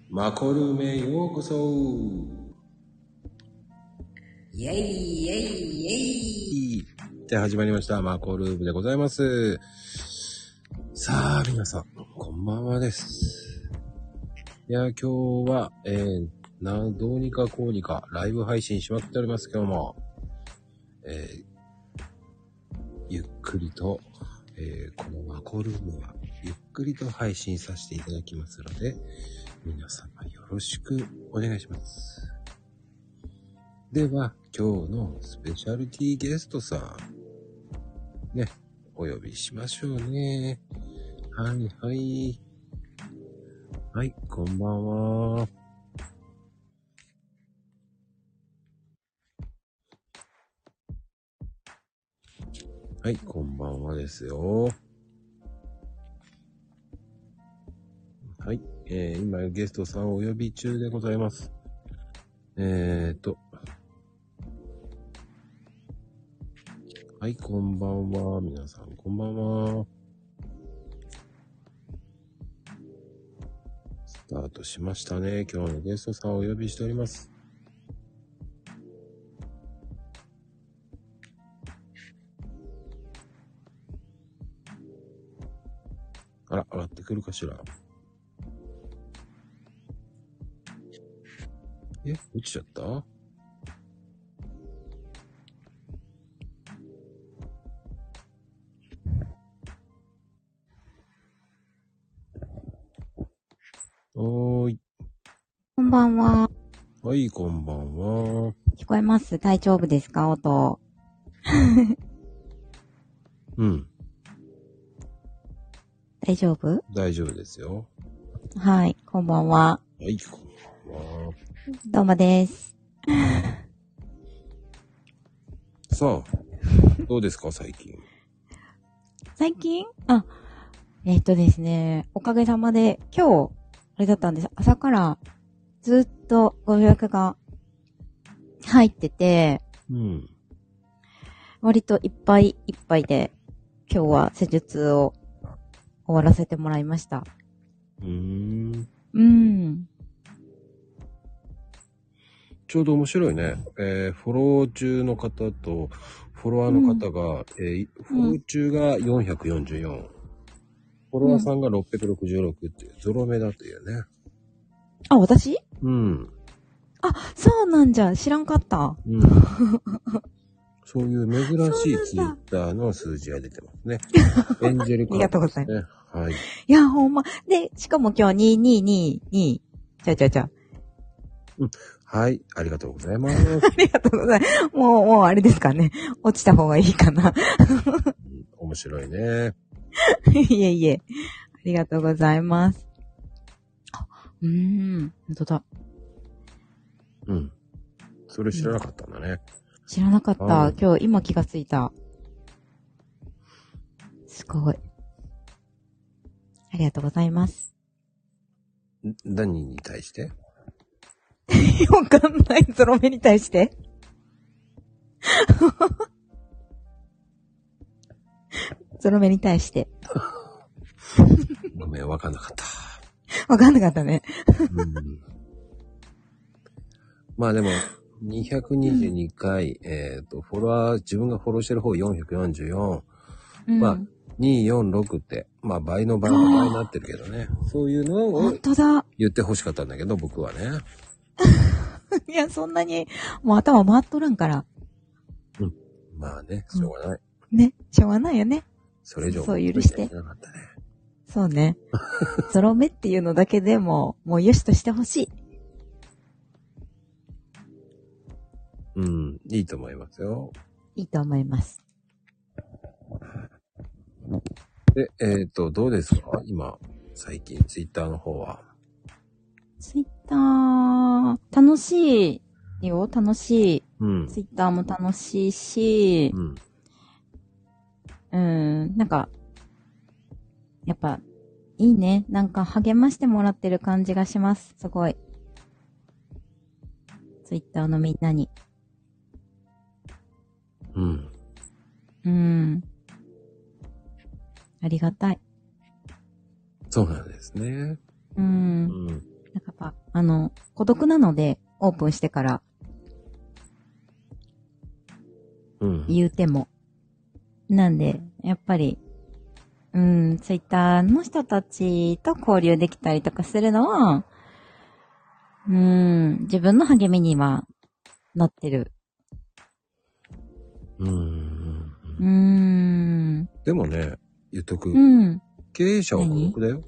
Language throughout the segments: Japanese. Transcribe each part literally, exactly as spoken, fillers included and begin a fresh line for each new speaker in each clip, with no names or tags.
マコルームへようこそ。
イェイイェイイェイ
で始まりましたマコルームでございます。さあ皆さんこんばんはです。いや今日は、えー、などうにかこうにかライブ配信しまくっておりますけども、えー、ゆっくりと、えー、このマコルームはゆっくりと配信させていただきますので、皆様よろしくお願いします。では今日のスペシャルティゲストさんね、お呼びしましょうね。はいはいはいこんばんは。はいこんばんはですよ。はい、えー、今ゲストさんをお呼び中でございます。えーとはいこんばんは、皆さんこんばんは。スタートしましたね。今日のゲストさんをお呼びしております。あら上がってくるかしら。え落ちちゃった？おーい。
こんばんは。
はい、こんばんは。
聞こえます？大丈夫ですか？音。
うん。
大丈夫？
大丈夫ですよ。
はい、こんばんは。
はい、こんばんは。
どうもです。
さあ、どうですか、最近。
最近？あ、えー、っとですね、おかげさまで、今日、あれだったんです。朝からずっとご予約が入ってて、
うん。
割といっぱいいっぱいで、今日は施術を終わらせてもらいました。
うーん。
うん。
ちょうど面白いね。えー、フォロー中の方と、フォロワーの方が、うん、えー、フォロー中がよんひゃくよんじゅうよん。うん、フォロワーさんがろっぴゃくろくじゅうろくっていう、ゾロ目だというね。
あ、私？
うん。
あ、そうなんじゃ。知らんかった。
うん。そういう珍しいツイッターの数字が出てますね。エンジェルカード、ね。ありがとうございます。はい。
いや、ほんま。で、しかも今日にーにーにーにー。ちゃうちゃうちゃう。
うん。はい。ありがとうございます。
ありがとうございます。もう、もうあれですかね。落ちた方がいいかな。
うん、面白いね。
いえいえ。ありがとうございます。うーん。本当だ。
うん。それ知らなかったんだね。うん、
知らなかった。今日、今気がついた。すごい。ありがとうございます。
何に対して？
わかんない。ゾロ目に対してゾロ目に対して。
ごめん、わかんなかった。
わかんなかったね。
うん、まあでも、にひゃくにじゅうにかい、うん、えっと、フォロワー、自分がフォローしてる方よんひゃくよんじゅうよん。うん、まあ、にひゃくよんじゅうろくって、まあ倍の倍の倍になってるけどね。そういうのを言ってほしかったんだけど、僕はね。
いや、そんなに、もう頭回っとるんから。
うん。まあね、しょうがない。
うん、ね、しょうがないよね。
それ以上
そう許して。
なかったね。
そうね。ゾロ目っていうのだけでも、もうよしとしてほしい。
うん、いいと思いますよ。
いいと思います。
で、えっと、どうですか？今、最近、ツイッターの方は。
ツイッター、楽しいよ、楽しい。
うん。
ツイッターも楽しいし、うん。うーん、なんか、やっぱ、いいね。なんか励ましてもらってる感じがします。すごい。ツイッターのみんなに。
うん。
うん。ありがたい。
そうなんですね。
うん。うん。 なんかやっぱ、あの、孤独なので、オープンしてから
うん。
言うても。なんで、やっぱり、うん、ツイッターの人たちと交流できたりとかするのは、うん、自分の励みにはなってる。
うーん。
うーん。
でもね、言っとく。
うん。
経営者は孤独だよ。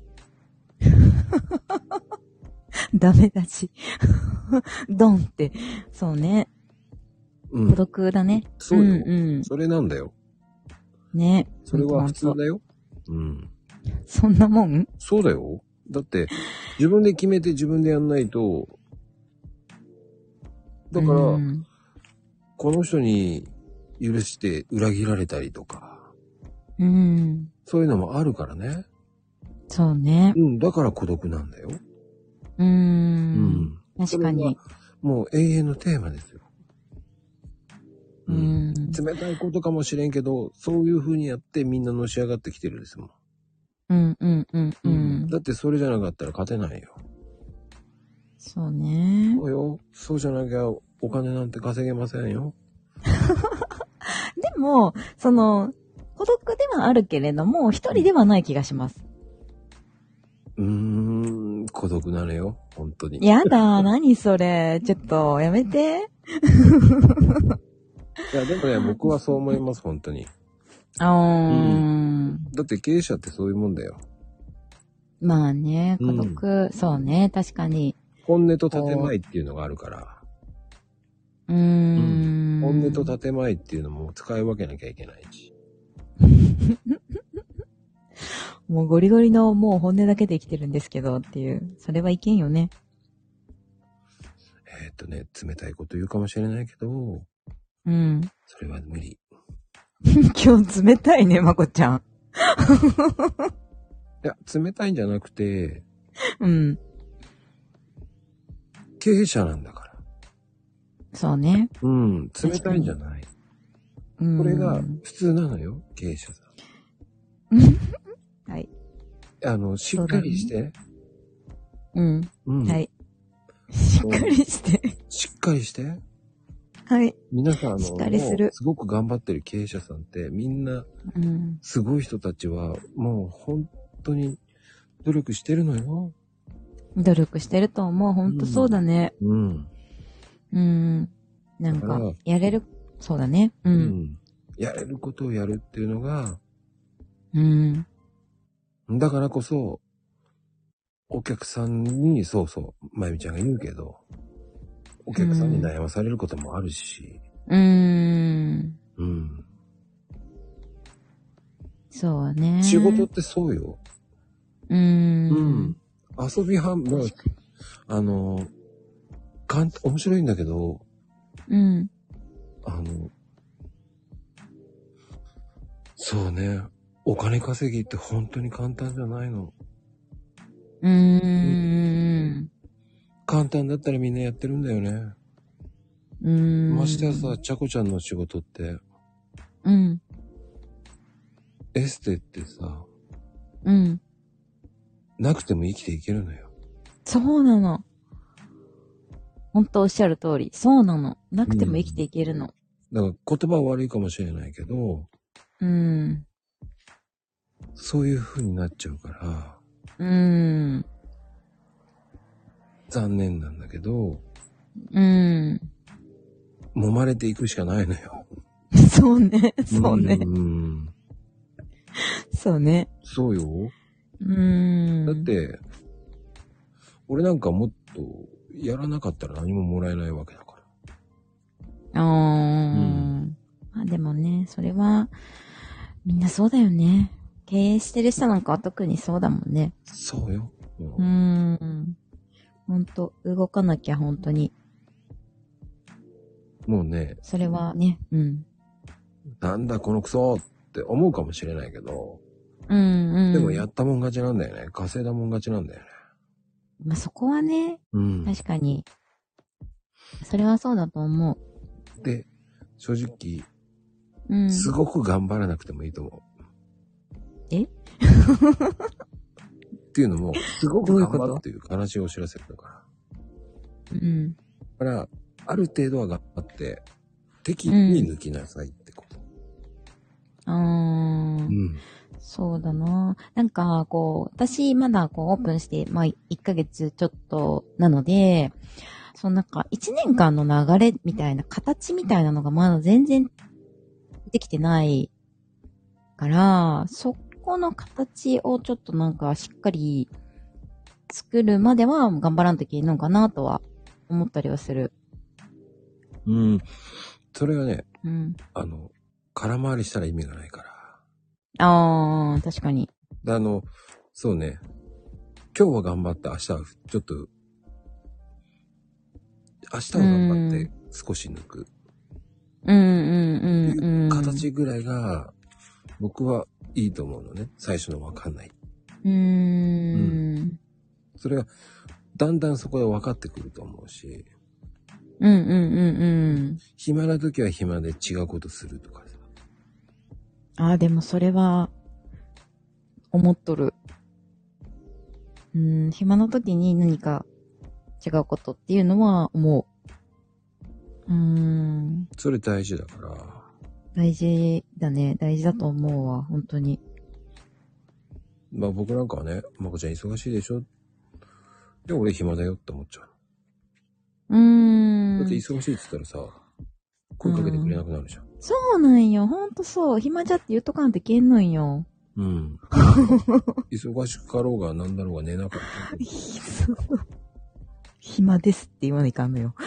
ダメだし。ドンって。そうね。
うん。
孤独だね。
そうよ。
うんうん。
それなんだよ。
ね。
それは普通
ほんとほんと
だよ。うん。
そんなもん
そうだよ。だって、自分で決めて自分でやんないと、だから、
うん
この人に許して裏切られたりとか、
うん。
そういうのもあるからね。
そうね。
うん、だから孤独なんだよ。
うー。
うんん。
確かに。
もう永遠のテーマですよ。
う。ん。
冷たいことかもしれんけど、そういう風にやってみんなのし上がってきてるんですもん。
うんうんうんうん。
だってそれじゃなかったら勝てないよ。
そうね。
そうよ。そうじゃなきゃお金なんて稼げませんよ。
でも、その、孤独ではあるけれども、一人ではない気がします。
うーん、孤独なのよ。本当に。
やだ、何それ。ちょっと、やめて。
いや、でもね、僕はそう思います、本当に。
あー。
だって経営者ってそういうもんだよ。
まあね、孤独、そうね、確かに。
本音と建前っていうのがあるから。
うーん。
本音と建前っていうのも使い分けなきゃいけないし。
もうゴリゴリのもう本音だけで生きてるんですけどっていう。それはいけんよね。
えーっとね、冷たいこと言うかもしれないけど、
うん。
それは無理。
今日冷たいね、まこちゃん。
いや、冷たいんじゃなくて、
うん。
経営者なんだから。
そうね。
うん、冷たいんじゃない。
うん。
これが普通なのよ、経営者さ
はい。
ん。あの、しっかりして。
うん。
うん。
はい。しっかりして。
しっかりして。
はい。
皆さん、あの、
しっかりする
もうすごく頑張ってる経営者さんって、みんな、
うん。
すごい人たちは、もう本当に努力してるのよ。
努力してると思う。ほんとそうだね。
うん。
うん。なんか
だから、
やれる、そうだね。う。
うんん。やれることをやるっていうのが、
うん。
だからこそ、お客さんに、そうそう、まゆみちゃんが言うけど、お客さんに悩まされることもあるし、
うーん。
うん。
そうね。
仕事ってそうよ。
うーん。
うん。遊び半分、あの、かん、面白いんだけど、
うん。
あの、そうね、お金稼ぎって本当に簡単じゃないの。
うーん。
簡単だったらみんなやってるんだよね。
うーん。
ましてやさ、ちゃこちゃんの仕事って、
うん。
エステってさ、
うん。
なくても生きていけるのよ。
そうなの。ほんとおっしゃる通り。そうなの。なくても生きていけるの。
だから言葉は悪いかもしれないけど、
うん。
そういう風になっちゃうから、
うん。
残念なんだけど、
うん。
揉まれていくしかないのよ。
そうね。そうね。
うん。
そうね。
そうよ。
うーん。
だっ、て、俺なんかもっとやらなかったら何ももらえないわけだから。
あー。
うん
まあでもね、それは、みんなそうだよね。経営してる人なんかは特にそうだもんね。
そうよ。
うーん。ほんと、動かなきゃ本当に。
もうね、
それはね、うん。
なんだこのクソって思うかもしれないけど、
うんうん。
でもやったもん勝ちなんだよね。稼いだもん勝ちなんだよね。
まあそこはね、
うん。
確かに。それはそうだと思
で、正直、
う。うん。
すごく頑張らなくてもいいと思う。
え
っていうのも、すごく頑張っている悲しいお知らせだから。
うん。
だから、ある程度は頑張って、適宜に抜きなさいってこと。
うん。うん。そうだな。なんか、こう、私、まだ、こう、オープンして、まあ、いっかげつちょっとなので、そのなんか、いちねんかんの流れみたいな、形みたいなのがまだ全然できてないから、そこの形をちょっとなんか、しっかり作るまでは頑張らんといけないのかなとは思ったりはする。
うん。それがね、
うん、
あの、空回りしたら意味がないから。
ああ、確かに。
で、あの、そうね。今日は頑張って、明日はちょっと、明日は頑張って少し抜く。
うんうんうんうん。
形ぐらいが、僕はいいと思うのね。最初のわかんない。
うーん。うん。
それが、だんだんそこで分かってくると思うし。
うんうんうんうん。
暇な時は暇で違うことするとかさ。
ああ、でもそれは、思っとる。うん、暇な時に何か違うことっていうのは思う。うーん。
それ大事だから。
大事だね。大事だと思うわ。本当に。
まあ僕なんかはね、まこちゃん忙しいでしょ。で、俺暇だよって思っちゃう。
うーん。
だって忙しいって言ったらさ、声かけてくれなくなるじゃん。
ん、そうなんよ。ほんとそう。暇じゃって言っとかんといけんのんよ。
うん。忙しかろうがなんだろうが寝なかった。
暇ですって言わないかんのよ。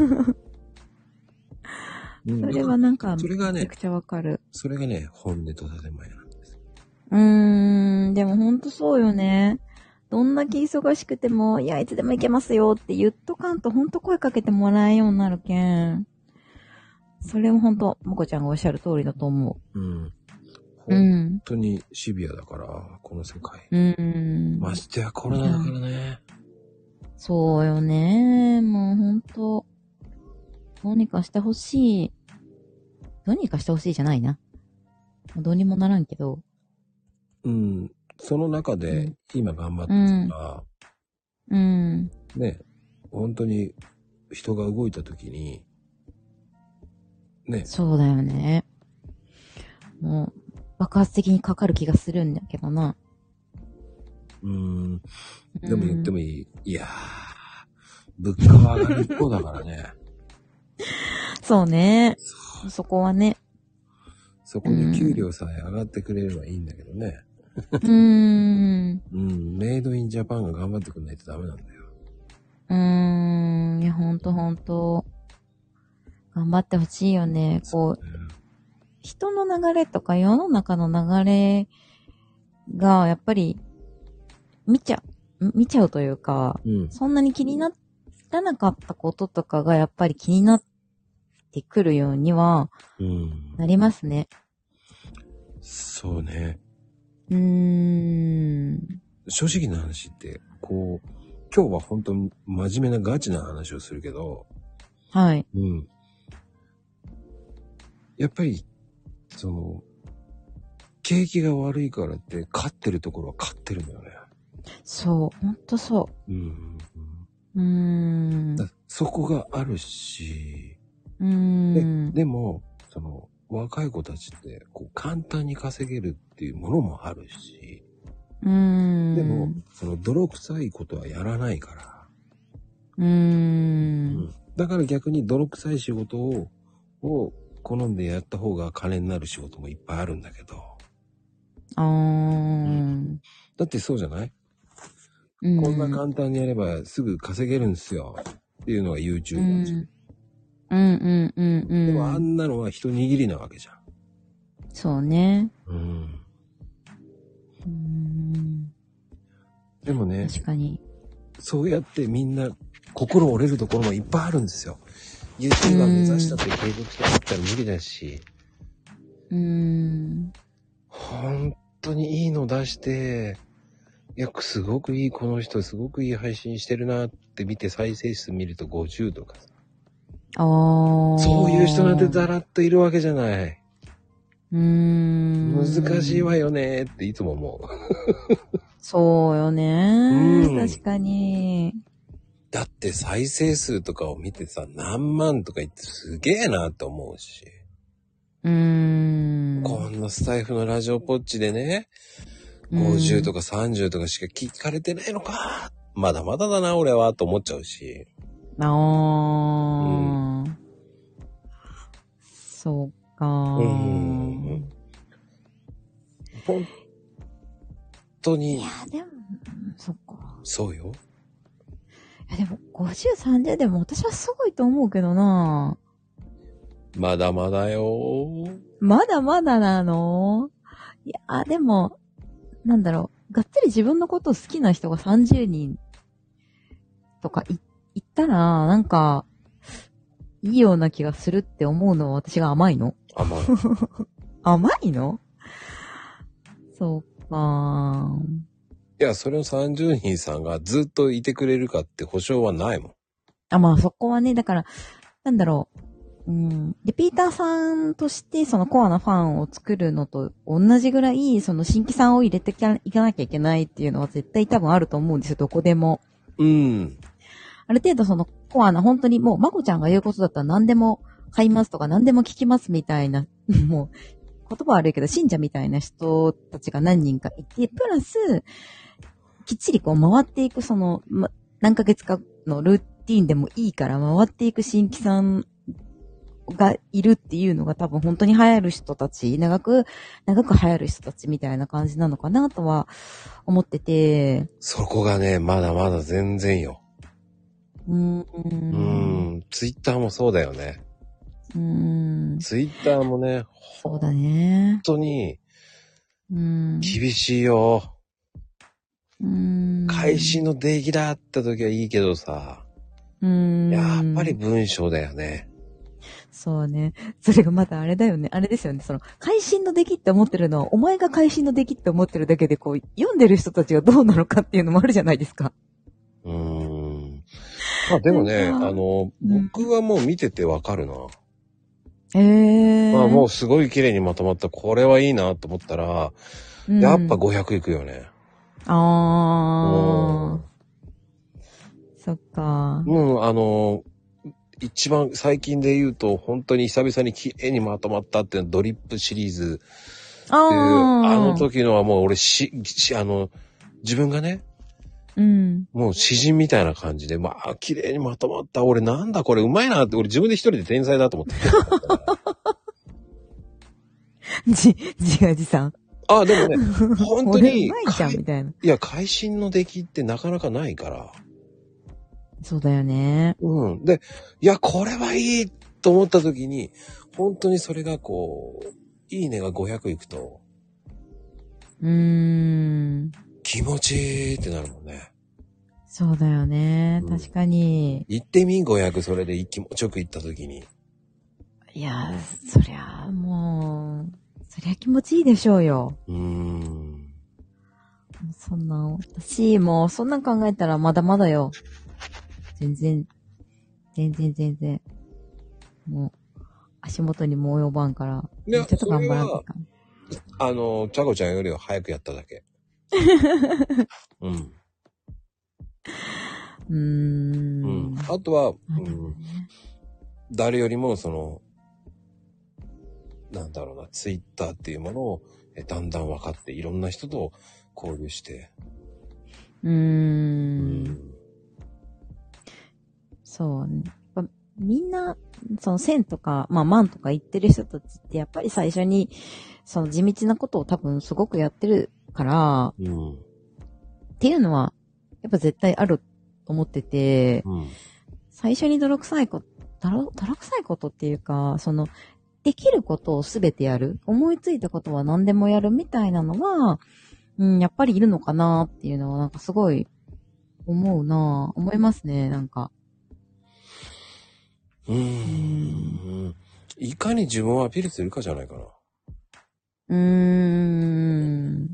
うん、それはなんか、それがね、めちゃくちゃわかる。
それがね、本音と建前なんです。
うーん、でもほんとそうよね。どんだけ忙しくても、いや、いつでも行けますよって言っとかんとほんと声かけてもらえんようになるけん。それもほんと、もこちゃんがおっしゃる通りだと思う。うん。
本当にシビアだから、この世界。うん。ましてやコロナだからね。
そうよね。もうほんと、どうにかしてほしい。どうにかしてほしいじゃないな。どうにもならんけど。
うん。その中で、今頑張ってるから、うん。うん。ね、本当に人が動いた時に、ね。
そうだよね。もう、爆発的にかかる気がするんだけどな。
うーん。でも言ってもいい。いやー、物価は上がる一方だからね。
そうね。そ, そこはね。
そこで給料さえ上がってくれればいいんだけどね。
うーん。
うん。メイドインジャパンが頑張ってくんないとダメなんだよ。
うーん。いや、ほんとほんと。頑張ってほしいよね。こう、人の流れとか世の中の流れが、やっぱり、見ちゃう、見ちゃうというか、うん、そんなに気にならなかったこととかが、やっぱり気になってくるようには、なりますね。
うん、そうね。
うーん。
正直な話って、こう、今日は本当に真面目なガチな話をするけど、
はい。
うん。やっぱり、その、景気が悪いからって、勝ってるところは勝ってるんだよね。
そう、ほんとそう。うん。うーん。
そこがあるし、
うーん。
で、でも、その、若い子たちって、こう、簡単に稼げるっていうものもあるし、
うーん。
でも、その、泥臭いことはやらないから。
うーん。うん、
だから逆に泥臭い仕事を、を、好んでやった方が金になる仕事もいっぱいあるんだけど。
あー、うん、
だってそうじゃない、うん、こんな簡単にやればすぐ稼げるんですよっていうのが YouTube だし、うん。
うんうんうんうん。
でもあんなのは一握りなわけじゃん。
そうね。
うん。うん。でもね。
確かに。
そうやってみんな心折れるところもいっぱいあるんですよ。YouTuber 目指したって継続してやったら無理だし。
うーん。
本当にいいの出して、いや、すごくいい、この人すごくいい配信してるなって見て再生数見るとごじゅうとかさ。
あー。
そういう人なんてだらっといるわけじゃない。
うーん。
難しいわよねっていつも思う。
そうよね、
うん。
確かに。
だって再生数とかを見てさ、何万とか言ってすげえなって思うし。
うーん。
こんなスタイフのラジオポッチでね、ごじゅうとかさんじゅうとかしか聞かれてないのか。まだまだだな、俺は、と思っちゃうし。
あー。うん、そうかー。うん。
本当に。
いや、でも、そっか。
そうよ。
いや、でも、ごじゅう、さんじゅうでも私はすごいと思うけどな。
まだまだよー。
まだまだなの？いや、でも、なんだろう。がっつり自分のことを好きな人がさんじゅうにんとかい言ったら、なんか、いいような気がするって思うのは私が甘いの？
甘い。
甘いの？そうか。
いや、それをさんじゅうにんさんがずっといてくれるかって保証はないもん。
あ、まあそこはね、だから、なんだろう。うん。で、ピーターさんとしてそのコアなファンを作るのと同じぐらい、その新規さんを入れていかなきゃいけないっていうのは絶対多分あると思うんですよ、どこでも。
うん。
ある程度そのコアな、本当にもう、まこちゃんが言うことだったら何でも買いますとか何でも聞きますみたいな、もう、言葉悪いけど信者みたいな人たちが何人かいて、プラス、きっちりこう回っていくその、ま、何ヶ月かのルーティーンでもいいから回っていく新規さんがいるっていうのが多分本当に流行る人たち、長く、長く流行る人たちみたいな感じなのかなとは思ってて。
そこがね、まだまだ全然よ。
うーん。
うーん。ツイッターもそうだよね。
うーん。
ツイッターもね、
そうだね。
本当に、
うん。
厳しいよ。
うーん。
開始の出来だった時はいいけどさ。
うーん。
やっぱり文章だよね。
そうね。それがまたあれだよね。あれですよね。その、会心の出来って思ってるのは、お前が会心の出来って思ってるだけで、こう、読んでる人たちがどうなのかっていうのもあるじゃないですか。
うーん。まあでもね、あの、僕はもう見ててわかるな。
ええー。
まあもうすごい綺麗にまとまった、これはいいなと思ったら、うん、やっぱごひゃくいくよね。
ああ。そっか。
うん、あの、一番最近で言うと、本当に久々に綺麗にまとまったっていうのドリップシリーズっていう、あ, あの時のはもう俺し、し、あの、自分がね、
うん。
もう詩人みたいな感じで、まあ、綺麗にまとまった。俺なんだこれうまいなって、俺自分で一人で天才だと思って。
じ、自画自賛。
あ、でもね、本当に。
うまいじゃんみたいな。
いや、会心の出来ってなかなかないから。
そうだよね。
うん。で、いや、これはいいと思った時に、本当にそれがこう、いいねがごひゃくいくと。
うーん。
気持ちいいってなるもんね。
そうだよね。うん、確かに。
行ってみごひゃくそれで気持ちよく行った時に。
いや、そりゃ、もう、そりゃ気持ちいいでしょうよ。
うーん。
そんな、私、もう、そんなん考えたらまだまだよ。全然、全然全然。もう、足元にも及ばんから、ちょっと頑張らんといかん。
あの、ちゃこちゃんよりは早くやっただけ。うん。
うーん。
うん。あとは、うん、誰よりもその、なんだろうな、ツイッターっていうものをえだんだん分かって、いろんな人と交流して。
うーん。うんそうね。みんな、その線とか、まあ万とか言ってる人たちってやっぱり最初に、その地道なことを多分すごくやってるから、うん、っていうのは、やっぱ絶対あると思ってて、うん、最初に泥臭いこと、泥、泥臭いことっていうか、その、できることをすべてやる、思いついたことは何でもやるみたいなのは、うん、やっぱりいるのかなっていうのはなんかすごい思うなぁ、思いますね、なんか。
うーん。いかに自分をアピールするかじゃないかな。
うーん。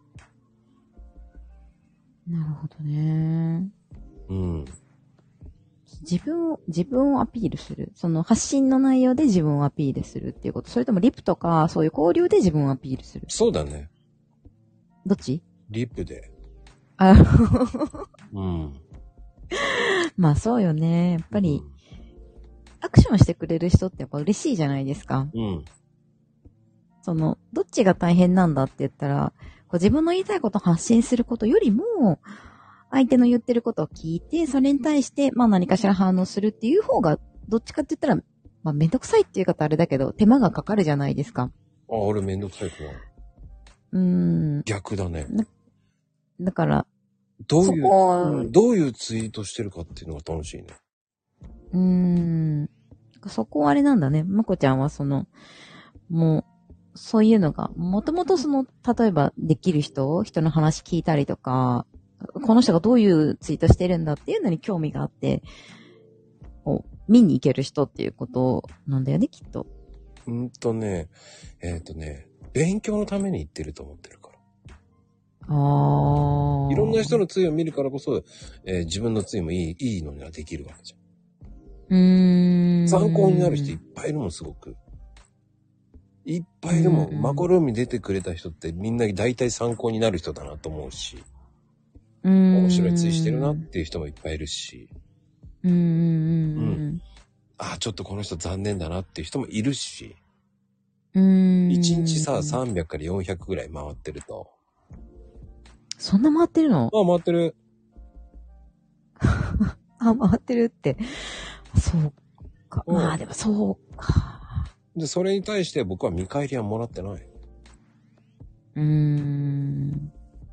なるほどね。
うん。
自分を、自分をアピールする。その発信の内容で自分をアピールするっていうこと。それともリプとかそういう交流で自分をアピールする。
そうだね。
どっち？
リプで。
あ
うん。
まあそうよね。やっぱり、
うん、
アクションしてくれる人ってやっぱ嬉しいじゃないですか。
うん。
その、どっちが大変なんだって言ったら、こう自分の言いたいことを発信することよりも、相手の言ってることを聞いて、それに対して、まあ何かしら反応するっていう方が、どっちかって言ったら、まあめんどくさいっていう方あれだけど、手間がかかるじゃないですか。
あ、俺めんどくさいかな。
うーん。
逆だね。
だから、
どういう、
そこ
うん、どういうツイートしてるかっていうのが楽しいね。
うーん。そこはあれなんだね。まこちゃんはその、もう、そういうのが、もともとその、例えばできる人、人の話聞いたりとか、この人がどういうツイートしてるんだっていうのに興味があって、こう見に行ける人っていうことなんだよね、きっと。
うんとね、えっとね、勉強のために行ってると思ってるから。
ああ。
いろんな人のツイを見るからこそ、えー自分のツイもいい、いいのができるわけじゃん。
うーん。
参考になる人いっぱいいるもん、すごく。いっぱいいるもん。マコルームに出てくれた人ってみんな大体参考になる人だなと思うし、
うーん。
面白いツイしてるなっていう人もいっぱいいるし、
うーん。うん
うんああ、ちょっとこの人残念だなっていう人もいるし、
うーん。
いちにちさ、さんびゃくからよんひゃくぐらい回ってると。
そんな回ってるの？
まあ回ってる。
あ、回ってるって。そうか。
うん
まあでもそうか。
で、それに対して僕は見返りはもらってない。
うーん。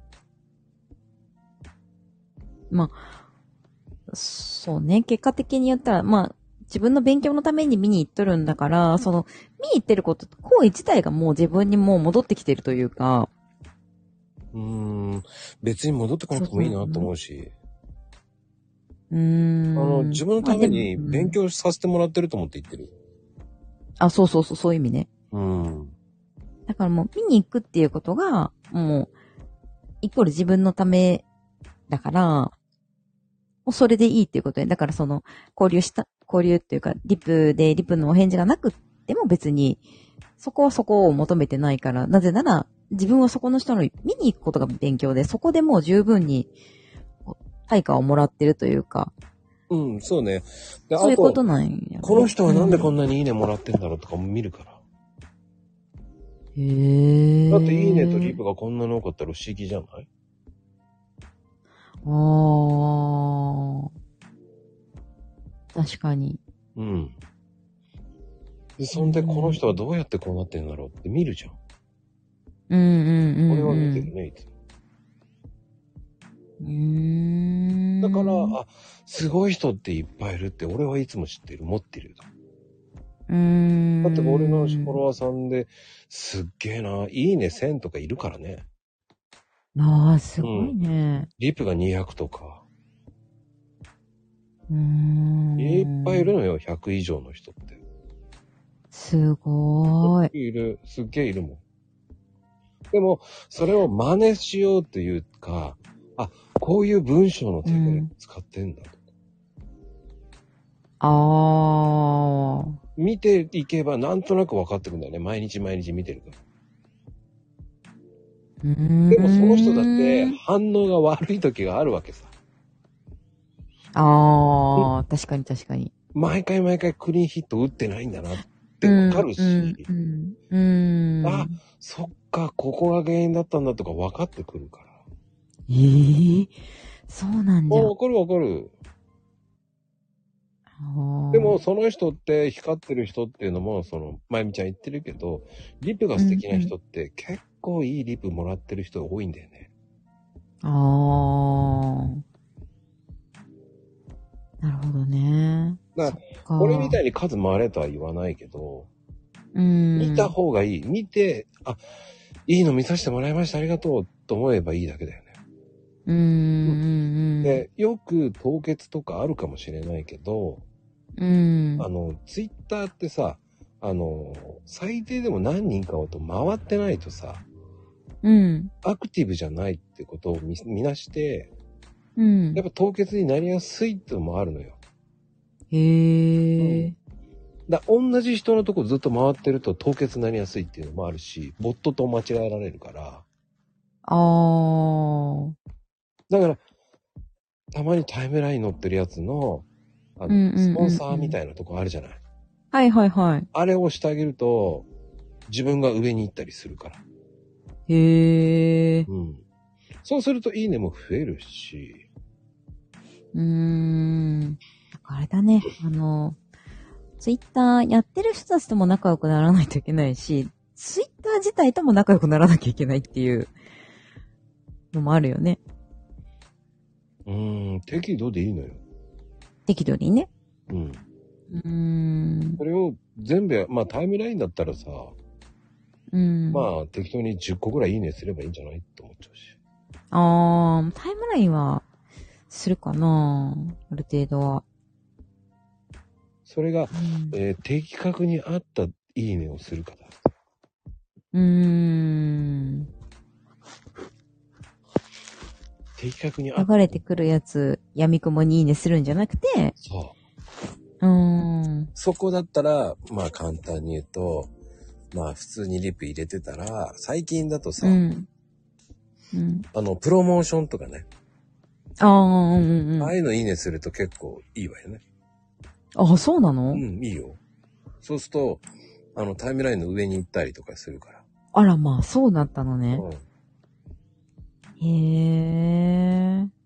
まあ、そうね。結果的に言ったら、まあ、自分の勉強のために見に行っとるんだから、その、見に行ってること、行為自体がもう自分にもう戻ってきてるというか。
うーん。別に戻ってこなくてもいいなと思うし。
うーん。
あの、自分のために
まあでも
勉強させてもらってると思って言ってる。
あ、そうそうそう、そういう意味ね。
うん。
だからもう見に行くっていうことが、もう、イコール自分のためだから、もうそれでいいっていうことで、だからその、交流した、交流っていうか、リプでリプのお返事がなくっても別に、そこはそこを求めてないから、なぜなら、自分はそこの人の見に行くことが勉強で、そこでもう十分に、対価をもらってるというか、
うん、そうね。で、
そういうこと
あと、
なんや、ね。
この人はなんでこ
ん
んなにいいねもらってんだろうとかも見るから。
へー。
だっていいねとリプがこんなに多かったら不思議じゃない？
あー。確かに。
うん。で、そんでこの人はどうやってこうなってんだろうって見るじゃん。
うんうんうん、うん。
これは見てるね、いつも。
うーん。
だから、あ、すごい人っていっぱいいるって俺はいつも知ってる、持ってる。
うーん。
だって俺のフォロワーさんですっげえな、いいねせんとかいるからね。
ああ、すごいね。
リプがにひゃくとか。
うーん。
いっぱいいるのよ、ひゃく以上の人って。
すごーい。
いる、すっげえいるもん。でも、それを真似しようというか、あ、こういう文章の手で使ってんだとか。
ああ。
見ていけばなんとなく分かってくるんだよね。毎日毎日見てるから。
うーん。
でもその人だって反応が悪い時があるわけさ。
ああ、確かに確かに。
毎回毎回クリーンヒット打ってないんだなって分かるし。
うん。うん。うん、
あ、そっか、ここが原因だったんだとか分かってくるから。
ええー、そうなんじゃ。
あ、分かる分かる。でも、その人って光ってる人っていうのも、その、まゆみちゃん言ってるけど、リプが素敵な人って結構いいリプもらってる人が多いんだよね。
ああ。なるほどね。
だから、俺みたいに数回れとは言わないけど、
うん。
見た方がいい。見て、あ、いいの見させてもらいました、ありがとうと思えばいいだけだよね。
うーん。
で、よく凍結とかあるかもしれないけど、
うん。
あの、ツイッターってさ、あの、最低でも何人かと回ってないとさ、
うん。
アクティブじゃないってことを 見, 見なして、
うん。
やっぱ凍結になりやすいってのもあるのよ。
へえ、うん。
だ同じ人のとこずっと回ってると凍結になりやすいっていうのもあるし、ボットと間違えられるから。
ああ。
だから、たまにタイムライン載ってるやつの、あの、
うんうんうんうん
スポンサーみたいなとこあるじゃない。
はいはいはい。
あれをしてあげると、自分が上に行ったりするから。
へー。
うん。そうするといいねも増えるし。
うーん。あれだね。あの、ツイッターやってる人たちとも仲良くならないといけないし、ツイッター自体とも仲良くならなきゃいけないっていうのもあるよね。
うーん、適度でいいのよ。
適度にね。
うん。
うーん。
それを全部、まあタイムラインだったらさ、
うん。
まあ適当にじゅっこぐらいいいねすればいいんじゃないって思っちゃうし。
あー、タイムラインは、するかなある程度は。
それが、
うん、
えー的確に合ったいいねをするかだ。
うーん。
的確に合った。
流れてくるやつ、闇雲にいいねするんじゃなくて、
そう。
うーん。
そこだったら、まあ簡単に言うと、まあ普通にリップ入れてたら、最近だとさ、
うん。うん。
あの、プロモーションとかね、
あー、うんうんうん。
ああいうのいいねすると結構いいわよね。
あ、そうなの？
うん、いいよ。そうすると、あの、タイムラインの上に行ったりとかするから。
あら、まあ、そうなったのね。
うん。
へー。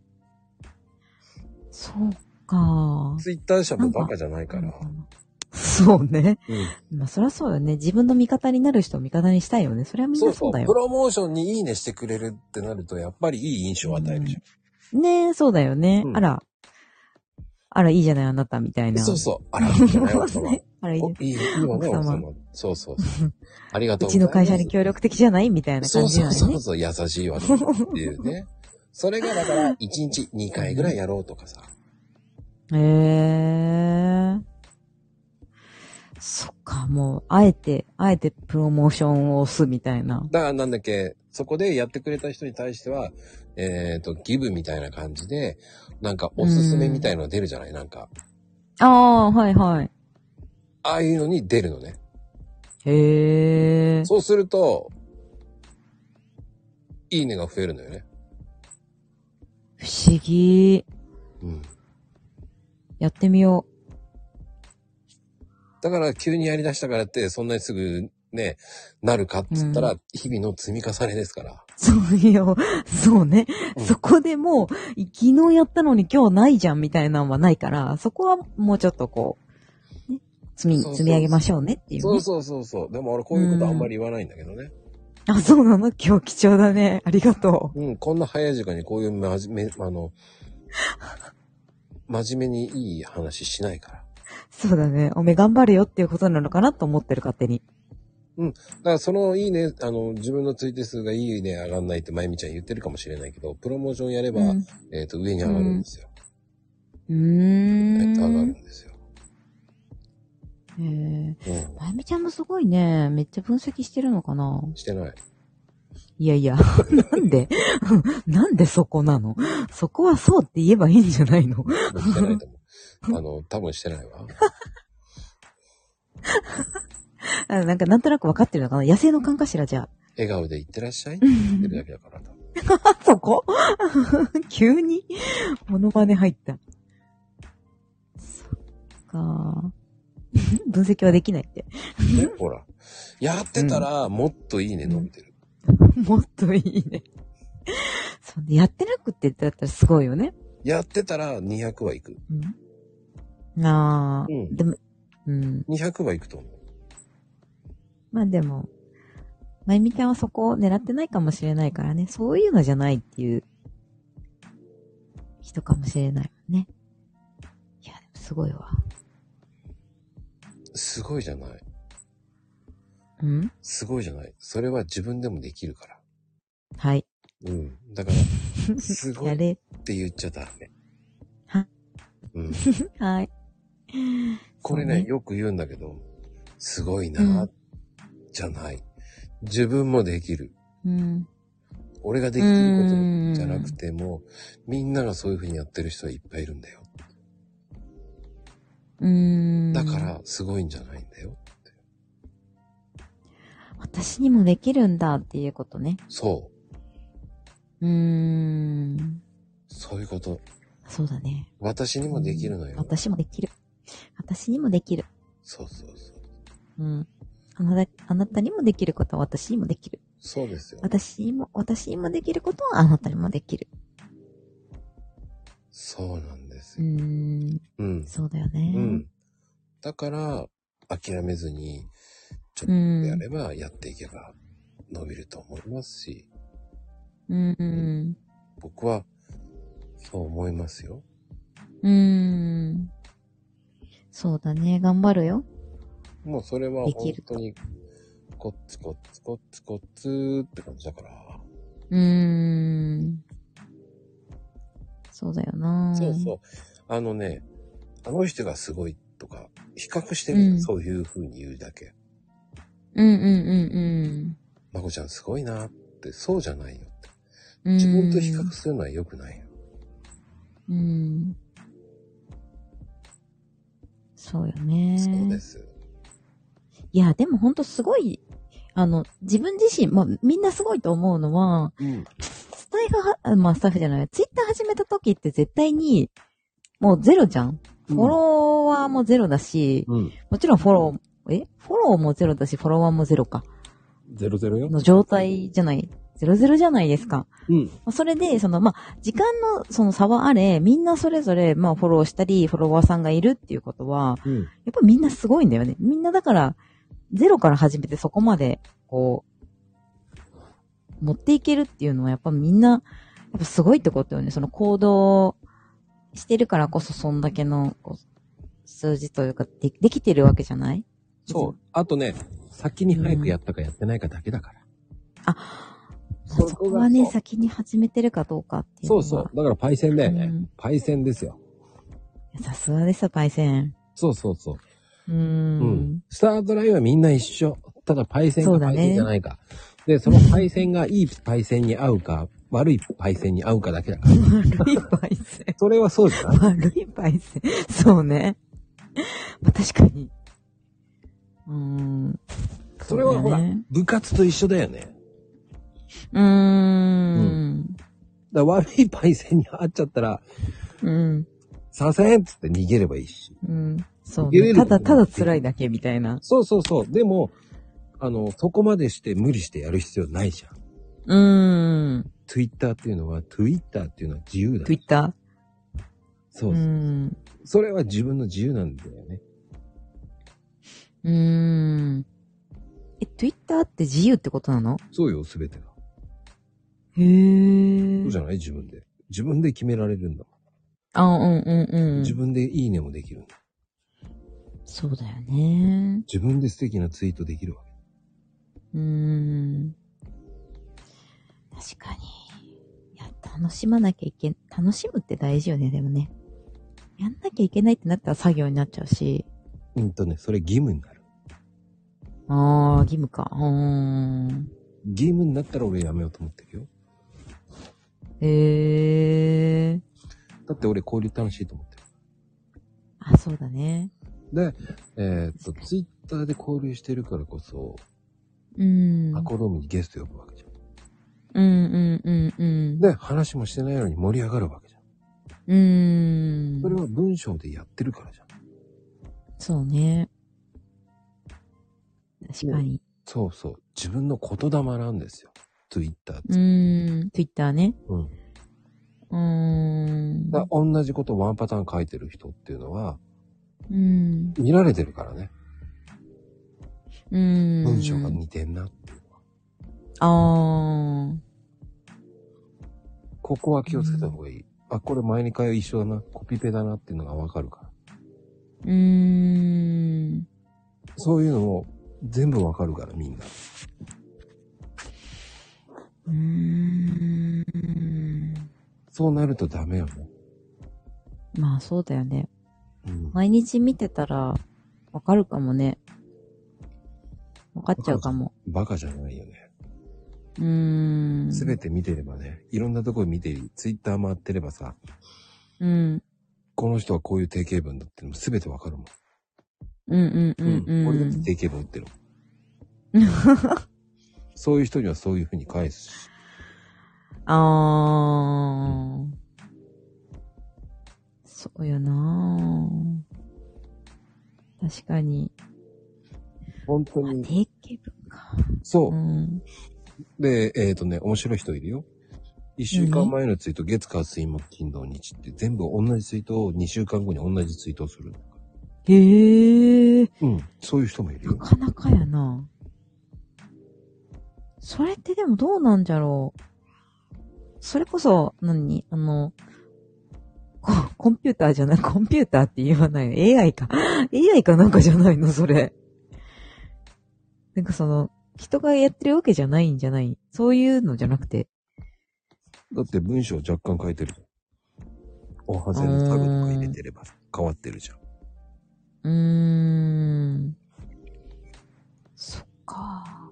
そうか。
ツイッター社もバカじゃないから。
そうね。
うん。
まあ、そりゃそうだね。自分の味方になる人を味方にしたいよね。それはみん
そうそう。
なそうだよ。
プロモーションにいいねしてくれるってなると、やっぱりいい印象を与えるじゃん。
ねえ、そうだよね。
うん
あら。あら、いいじゃないあなたみたいな。
そうそう。あら、いいじゃない奥様。
あら、いい
おいい、いいわね、
奥様
奥様。そうそうそう。ありがと
う
うございます。
ちの会社に協力的じゃないみたいな
そう
感じだよね。
そうそうそう、優しいわね。っていうね。それがだから、いちにちにかいぐらいやろうとかさ。
へえ。そっか、もう、あえて、あえてプロモーションを押すみたいな。
だからなんだっけ、そこでやってくれた人に対しては、えっと、ギブみたいな感じで、なんかおすすめみたいのが出るじゃないなんか。
ああ、はいはい。
ああいうのに出るのね。
へえ。
そうすると、いいねが増えるのよね。
不思議。
うん。
やってみよう。
だから急にやり出したからってそんなにすぐね、なるかっつったら、日々の積み重ねですから。
そうよ。そうね、
うん。
そこでもう、昨日やったのに今日ないじゃんみたいなのはないから、そこはもうちょっとこう、ね、積み、
そうそうそう
積み上げましょうねっていうね。
そうそうそうそう。でも俺こういうことあんまり言わないんだけどね。
あ、そうなの？今日貴重だね。ありがとう。
うん、こんな早い時間にこういう真面目、あの、真面目にいい話しないから。
そうだね。おめ頑張れよっていうことなのかなと思ってる勝手に。
うん。だからそのいいね、あの、自分のツイート数がいいね上がんないってまゆみちゃん言ってるかもしれないけど、プロモーションやれば、
うん、
えっと、上に上がるんですよ。
うーん。
えっと、上がるんですよ。
へえ。
うん。
まゆみちゃんもすごいね。めっちゃ分析してるのかな？
してない。
いやいや、なんでなんでそこなの？そこはそうって言えばいいんじゃないの？
してないと思う。あの、多分してないわ。
あなんかなんとなく分かってるのかな？野生の勘かしらじゃあ。
笑顔で言ってらっしゃいって言ってるだけだから。
そこ急にモノマネ入った。そっか。分析はできないって。
ね、ほら。やってたら、もっといいね伸びてる。
もっといいね。そんでやってなくってだったらすごいよね。
やってたらにひゃくはいく。
うん、ああ、
うん、
でも、うん。
にひゃくはいくと思う。
まあでも、まゆみちゃんはそこを狙ってないかもしれないからね。そういうのじゃないっていう人かもしれないもんね。いや、でもすごいわ。
すごいじゃない。
うん
すごいじゃない。それは自分でもできるから。
はい。
うん。だから、すごいって言っちゃダメ。
は
うん。
はい。
これね、
ね
よく言うんだけど、すごいな、うん、じゃない。自分もできる。
うん、
俺ができることじゃなくても、みんながそういう風にやってる人はいっぱいいるんだよ。
うーん
だから、すごいんじゃないんだよ。
私にもできるんだっていうことね。
そう。
うーん。
そういうこと。
そうだね。
私にもできるのよ。
うん、私もできる。私にもできる。
そうそうそう。
うん。あなた、あなたにもできることは私にもできる。
そうですよ。
私にも、私にもできることはあなたにもできる。
そうなんですよ。
うーん。
うん。
そうだよね。
うん。だから、諦めずに、ちょっとやれば、やっていけば、伸びると思いますし。
うん。うん、
僕は、そう思いますよ。
うーん。そうだね。頑張るよ。
もうそれは本当に、コツコツコツコツって感じだから。
うーん。そうだよな。
そうそう。あのね、あの人がすごいとか、比較してる、うん、そういう風に言うだけ。
うんうんうんうん。
まこちゃんすごいなって、そうじゃないよって。自分と比較するのは良くないよ。
うん。そうよね。
そうです。
いや、でもほんとすごい、あの、自分自身、まあ、みんなすごいと思うのは、うん、スタイフは、まあ、スタイフじゃない、ツイッター始めた時って絶対に、もうゼロじゃん。フォロワーもゼロだし、うん、もちろんフォロー、えフォローもゼロだし、フォロワーもゼロか。
ゼロゼロよ。
の状態じゃない。ゼロゼロじゃないですか。うん。それで、その、まあ、時間のその差はあれ、みんなそれぞれ、まあ、フォローしたり、フォロワーさんがいるっていうことは、うん、やっぱみんなすごいんだよね。みんなだから、ゼロから始めてそこまで、こう、持っていけるっていうのは、やっぱみんな、やっぱすごいってことよね。その行動してるからこそ、そんだけの、こう、数字というかで、できてるわけじゃない？
そう。あとね、先に早くやったかやってないかだけだから。
うん、あ、そこはね、先に始めてるかどうかっていうのは。
そうそう。だからパイセンだよね。うん、パイセンですよ。
さすがですよ、パイセン。
そうそうそう。
うーん。うん。
スタートラインはみんな一緒。ただパイセンがパイセンじゃないか。ね、で、そのパイセンがいいパイセンに合うか、悪いパイセンに合うかだけだから。
悪いパイセン。
それはそうじゃない？
悪いパイセン。そうね。まあ、確かに。うーん。
それはほら、部活と一緒だよね。
うーん。うん。
だから悪いパイセンに合っちゃったら、
うん。
させんっつって逃げればいいし。
うん。そう、ね。ただ、ただ辛いだけみたいな。
そうそうそう。でも、あの、そこまでして無理してやる必要ないじゃん。
うーん。
Twitter っていうのは、Twitter っていうのは自由だ。
Twitter？
そうそう。うん。それは自分の自由なんだよね。
うーん。え、Twitter って自由ってことなの？
そうよ、すべてが。
へー。
そうじゃない？自分で。自分で決められるんだもん。
あ、うんうんうん。
自分でいいねもできるんだ。
そうだよね。
自分で素敵なツイートできるわけ。
うーん。確かに。いや、楽しまなきゃいけ、楽しむって大事よね、でもね。やんなきゃいけないってなったら作業になっちゃうし。
うんとね、それ義務になる。
あー、義務か。うーん。
義務になったら俺やめようと思ってるよ。
へー。
だって俺交流楽しいと思ってる。
あ、そうだね。
で、えー、っと、ツイッターで交流してるからこそ、
うん。
アコロームにゲスト呼ぶわけじゃん。
うんうんうんうん。
で、話もしてないのに盛り上がるわけじゃん。
うーん。
それは文章でやってるからじゃん。
そうね。確かに。
そうそう。自分の言霊なんですよ。ツイッターって。
うーん。ツイッターね。
うん。
うーん。
だ同じことワンパターン書いてる人っていうのは、
うん。
見られてるからね。
うん。
文章が似てんなっていうのは。
あー。
ここは気をつけた方がいい。うん、あ、これ前に回一緒だな。コピペだなっていうのがわかるから。
うーん。
そういうのも全部わかるからみんな。
うーん。
そうなるとダメよね。
まあそうだよね。
うん、
毎日見てたらわかるかもね。わかっちゃうかも。
バカじゃないよね。
うーん。
すべて見てればね、いろんなところ見て、ツイッター回ってればさ、
うん。
この人はこういう定型文だってのもすべてわかるもん。
うんうんうんうん。うん、
俺だって定型文打ってるもん。そういう人にはそういう風に返すし。
あー。 そうよなぁ。確かに。
本当に。
定型文か。
そう。
うん、
で、えっ、ー、とね、面白い人いるよ。一週間前のツイート、月火水木金土日って全部同じツイートをにしゅうかんごに同じツイートをする。
へぇー。
うん、そういう人もいるよ。
なかなかやな。それってでもどうなんじゃろう。それこそ、何あの、コンピューターじゃない、コンピューターって言わないの。エーアイ か。エーアイ かなんかじゃないの、それ。なんかその、人がやってるわけじゃないんじゃない。そういうのじゃなくて。
だって文章若干変えてるじゃん。おはせのタグとか入れてれば変わってるじゃん。
うーん。そっか。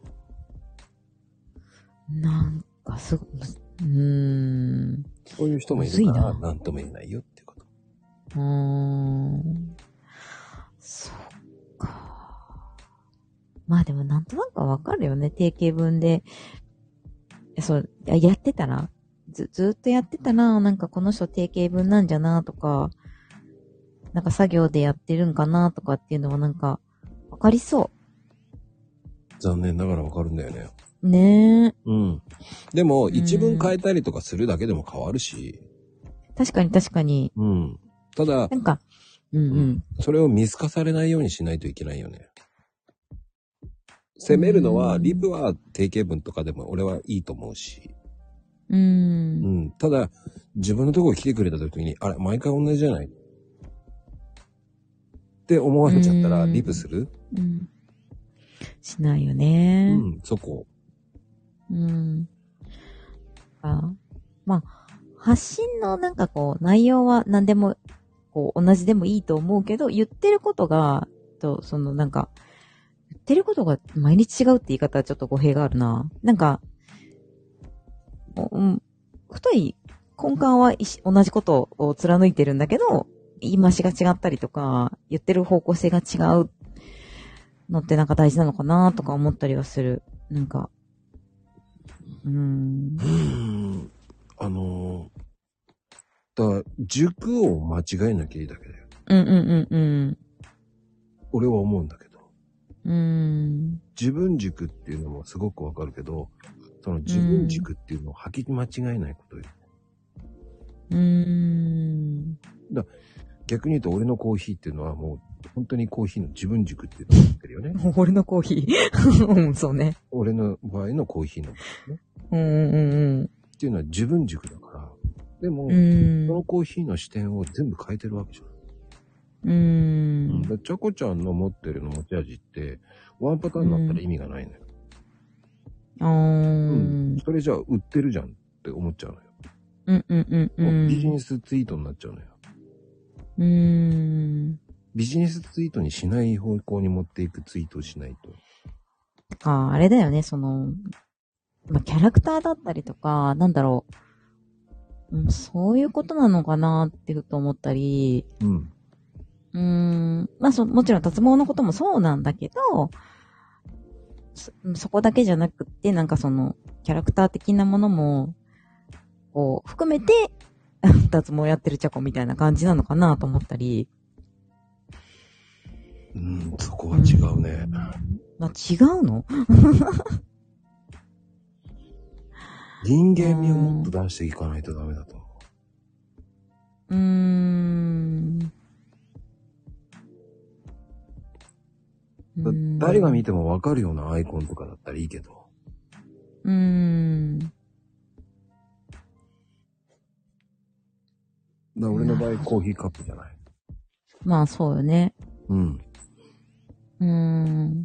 なんかすご、うーん。
そういう人もいるから何とも言えないよってこと。
うーん。そっか。まあでもなんとなくわかるよね。定型文で。そう、やってたら、ず、ずっとやってたら、なんかこの人定型文なんじゃなとか、なんか作業でやってるんかなとかっていうのはなんか、わかりそう。
残念ながらわかるんだよね。
ねえ。
うん。でも、一文変えたりとかするだけでも変わるし。
確かに確かに。
うん。ただ、
なんか、うんうん。うん、
それを見透かされないようにしないといけないよね。責めるのは、リプは定型文とかでも俺はいいと思うし。
うーん。
うん。ただ、自分のところ来てくれた時に、あれ、毎回同じじゃないって思われちゃったら、リプする？
うん。しないよね。
うん、そこ。
うん。あ、まあ、発信のなんかこう、内容は何でも、こう、同じでもいいと思うけど、言ってることが、と、そのなんか、言ってることが毎日違うって言い方はちょっと語弊があるな。なんか、うん、太い根幹は同じことを貫いてるんだけど、言い回しが違ったりとか、言ってる方向性が違うのってなんか大事なのかなとか思ったりはする。なんか、うーん。
うーん。あのー、だから、軸を間違えなきゃいいだけだよ。
うんうんうんうん。
俺は思うんだけど。
うーん。
自分軸っていうのもすごくわかるけど、その自分軸っていうのを履き間違えないことよ。
うーん。
だ逆に言うと俺のコーヒーっていうのはもう本当にコーヒーの自分軸っていうのを持ってるよね。
俺のコーヒー。うん、そうね。
俺の場合のコーヒーの場合ね。
うんうんうん。
っていうのは自分軸だから。でも、
うん、
そのコーヒーの視点を全部変えてるわけじゃん。
うーん。
だちゃこちゃんの持ってるの持ち味って、ワンパターンになったら意味がないのよ。
あー、
うん。それじゃあ売ってるじゃんって思っちゃうのよ。
うんうんうんうん。
もうビジネスツイートになっちゃうのよ。
うーん。
ビジネスツイートにしない方向に持っていくツイートをしないと。
あ、あれだよね、その、まあ、キャラクターだったりとか、なんだろう。うん、そういうことなのかなってふと思ったり、
うん。
うーん、まあそ、もちろん脱毛のこともそうなんだけど、そ、そこだけじゃなくって、なんかその、キャラクター的なものも、こう、含めて、脱毛やってるチャコみたいな感じなのかなと思ったり。
うん、そこは違うね。
まあ、違うの
人間味をもっと出していかないとダメだと思
う。うーん。
だ誰が見てもわかるようなアイコンとかだったらいいけど。
うーん。
だ俺の場合コーヒーカップじゃない。
まあそうよね。
うん。
うーん。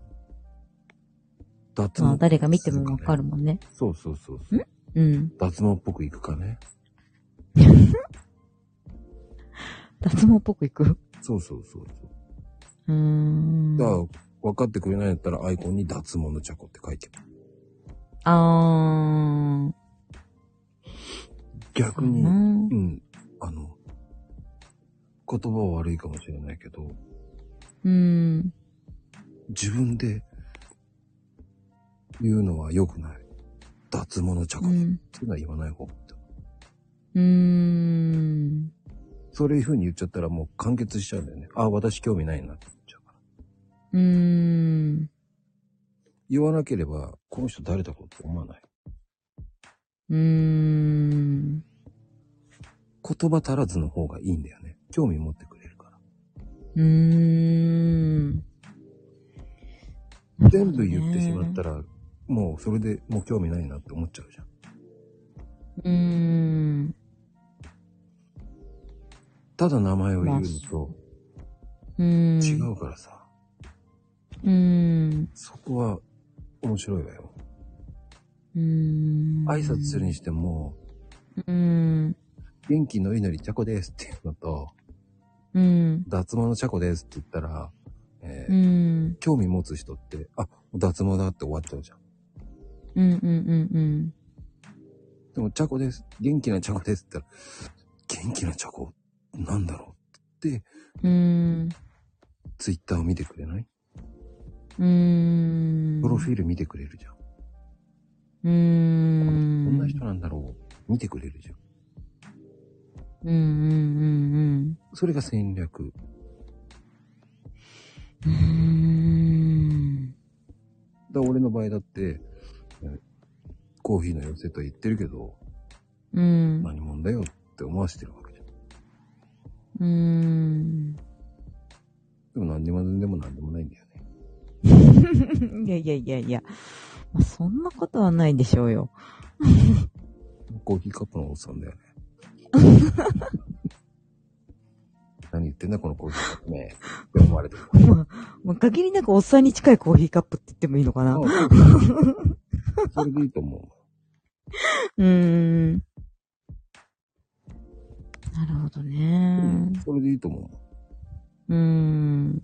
脱毛。
まあ誰が見てもわかるもんね。
そうそうそうそう。
んうん。
脱毛っぽくいくかね。
脱毛っぽくいく
そうそうそうそう。
うーん。
だから分かってくれないんだったらアイコンに脱毛のチャコって書いてる。
あー。
逆に、
う
うん。あの、言葉は悪いかもしれないけど、
うーん。
自分で言うのは良くない。脱毛のチャコっていうのは言わない方がいいと。
うーん。
そういう風に言っちゃったらもう完結しちゃうんだよね。あ、私興味ないなって思っちゃうから。
うーん。
言わなければ、この人誰だろうって思わない。
うーん。
言葉足らずの方がいいんだよね。興味持ってくれるから。
うーん。
全部言ってしまったら、もうそれでもう興味ないなって思っちゃうじゃん。
うーん。
ただ名前を言うのと、
うーん。
違うからさ。
うーん。
そこは面白いわよ。
うーん。
挨拶するにしても、
うーん。
元気のいのりちゃこですっていうのと、
うん。
脱毛のちゃこですって言ったら、えー
うん。
興味持つ人って、あ、脱毛だって終わっちゃうじゃん。
うんうんうんうん。
でも、ちゃこです。元気なちゃこですって言ったら、元気なちゃこなんだろうって、
うーん。
ツイッターを見てくれない？
うーん。
プロフィール見てくれるじゃん。
うーん。
どんな人なんだろう見てくれるじゃん。
うんうんうんうん。
それが戦略。
うーん。
だ俺の場合だって、コーヒーの寄せと言ってるけど、
うん。
何者だよって思わせてるわけじゃん。
うーん。
でも何でもでも何でもないんだよね。
いやいやいやいや。まあ、そんなことはないでしょうよ。
コーヒーカップのおっさんだよね。何言ってんだこのコーヒーカップねって思われてる。
まあ、まあ、限りなくおっさんに近いコーヒーカップって言ってもいいのかな。
それでいいと思
う。うーん。なるほど
う。
ね。
うん、それでいいと思
う。うーん。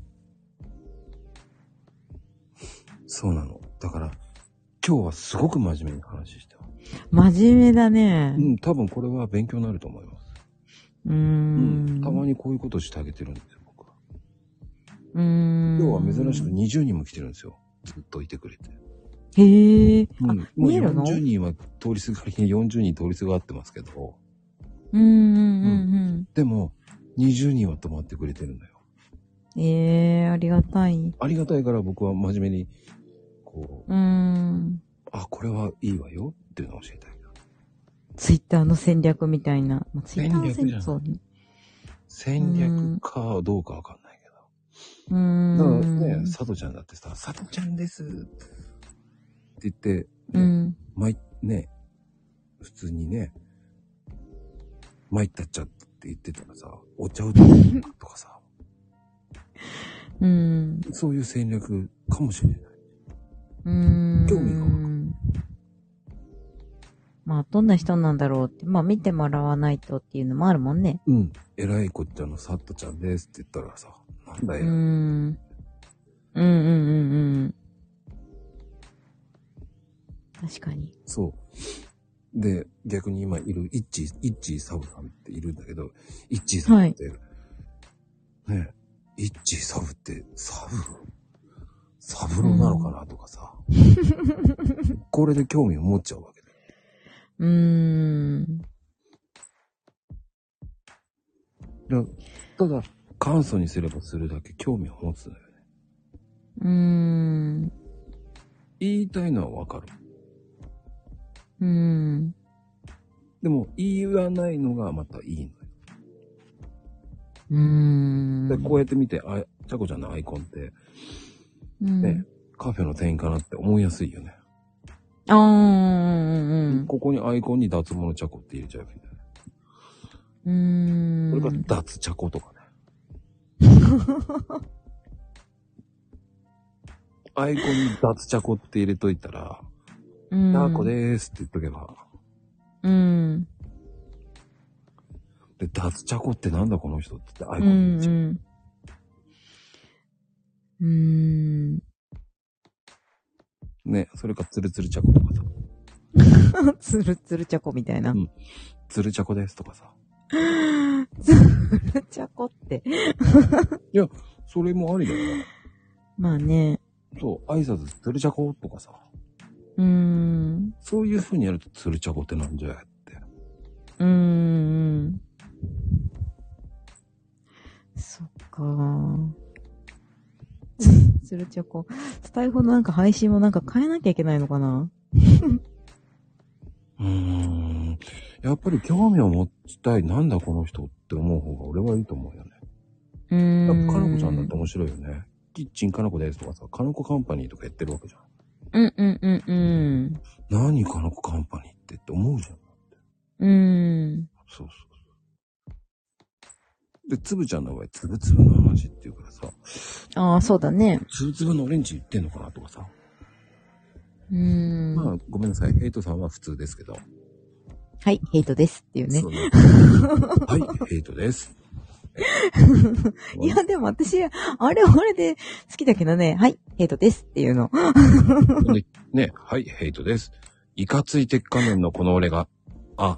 そうなの。だから、今日はすごく真面目に話してます。
真面目だね。
うん、多分これは勉強になると思います。
うーん。
うん、たまにこういうことしてあげてるんですよ、僕は。
うーん。
今日は珍しくにじゅうにんも来てるんですよ。ずっといてくれて。
へえ。
うん、
あ、
もう
見えるの？
よんじゅうにんは通りすがりによんじゅうにん通りすがってますけど。
うんうんうんうん。
でも、にじゅうにんは泊まってくれてるんだよ。
ええー、ありがたい。
ありがたいから僕は真面目に、こ
うーん。
う、あ、これはいいわよっていうのを教えたい。
ツイッターの戦略みたいな。まあ、ツイッターの
戦略じゃん
そうね。
戦略かどうかわかんないけど。
うーん。
だからね、佐藤ちゃんだってさ、佐藤ちゃんですって言って、ね、
うん。
まい、ね、普通にね、参ったっちゃって言ってたらさ、お茶をとかさ、
うん。
そういう戦略かもしれない。
うーん。
興味が湧く。
まあ、どんな人なんだろうって、まあ、見てもらわないとっていうのもあるもんね。
うん。偉いこっちゃんの佐藤ちゃんですって言ったらさ、なんだよ。
うーん。うんうんうんうん。確かに。
そう。で、逆に今いる、イッチー、イッチーサブさんっているんだけど、イッチーサブって、はい、ね、イッチーサブって、サブサブロなのかなとかさ。これで興味を持っちゃうわけだよ。
うーん。
ただ、簡素にすればするだけ興味を持つんだよね。
うーん。
言いたいのはわかる。
うーん。
でも、言わないのがまたいいのよ。
うーん。
で、こうやって見て、あ、ちゃこちゃんのアイコンって、ね、うん、カフェの店員かなって思いやすいよね。
あー、うんうん。
ここにアイコンに脱毛のちゃこって入れちゃえばいいんだよね。
うーん。
それから脱ちゃことかね。アイコンに脱ちゃこって入れといたら、ちゃこでーすって言っとけば。
うん。
で、脱ちゃこってなんだこの人って言ってアイコンに入れちゃう。うん、
うん。
ね、それかつるつるちゃことかさ。
つるつるちゃこみたいな。うん。
つるちゃこですとかさ。
つるちゃこって。
いや、それもありだよな。
まあね。
そう、挨拶つるちゃことかさ。
うーん。
そういう風にやるとつるちゃこってなんじゃやって。
うーん。 かー。つるチョコ。スタイフのなんか配信もなんか変えなきゃいけないのかな
うーん。やっぱり興味を持ちたい。なんだこの人って思う方が俺はいいと思うよね。
うーん。
やっぱかなこちゃんだって面白いよね。キッチンかなこですとかさ、かなこカンパニーとかやってるわけじゃん。
うんうんうんうん。
何かなこカンパニーってって思うじゃん。
うーん。
そうそうそう。で、つぶちゃんの場合、つぶつぶの話っていうからさ。
ああ、そうだね。
つぶつぶのオレンジ言ってんのかなとかさ。
うーん。
まあ、ごめんなさい。ヘイトさんは普通ですけど。
はい、ヘイトですっていうね。
そうはい、ヘイトです。
いや、でも私、あれはあれで好きだけどね、はい、ヘイトですっていうの。
でね、はい、ヘイトです。いかつい鉄仮面のこの俺が、あ、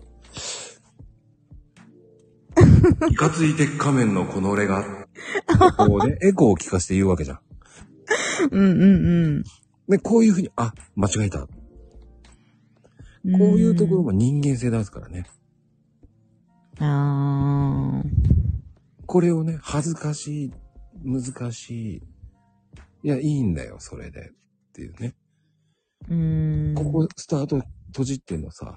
いかつい鉄仮面のこの俺が、こうね、エコーを聞かせて言うわけじゃん。
うんうんうん。
で、こういうふうに、あ、間違えた。こういうところも人間性出すからね。
あー。
これをね、恥ずかしい、難しい。いや、いいんだよ、それで。っていうね。
うーん。
ここ、スタート閉じってんのさ。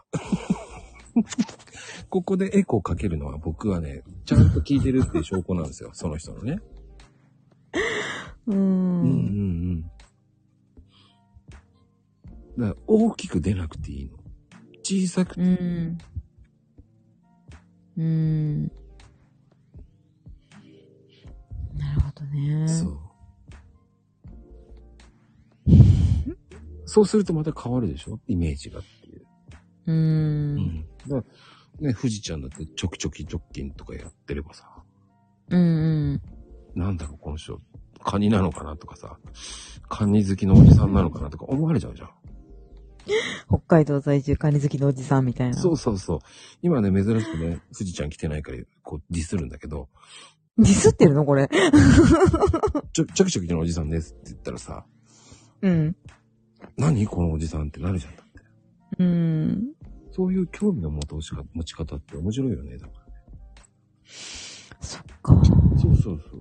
ここでエコーかけるのは僕はね、ちゃんと聞いてるっていう証拠なんですよ、その人のね。
うーん。
うんうんうん。だから大きく出なくていいの。小さくて。
うーん。うーん。なるほどね。
そう。そうするとまた変わるでしょ、イメージがっていう。
うーん。
うん。だからね、富士ちゃんだってチョキチョキチョッキンとかやってればさ。
うんうん。
なんだろう、この人、カニなのかなとかさ、カニ好きのおじさんなのかなとか思われちゃうじゃん。
北海道在住カニ好きのおじさんみたいな。
そうそうそう。今ね、珍しくね、富士ちゃん来てないから、こう、ディスるんだけど。
ディスってるのこれ。
ちょ、ちょきちょきのおじさんですって言ったらさ、
うん。
何このおじさんってなるじゃんだって。
うーん。
そういう興味の持としか持ち方って面白いよね、だからね。
そっか。
そうそうそう。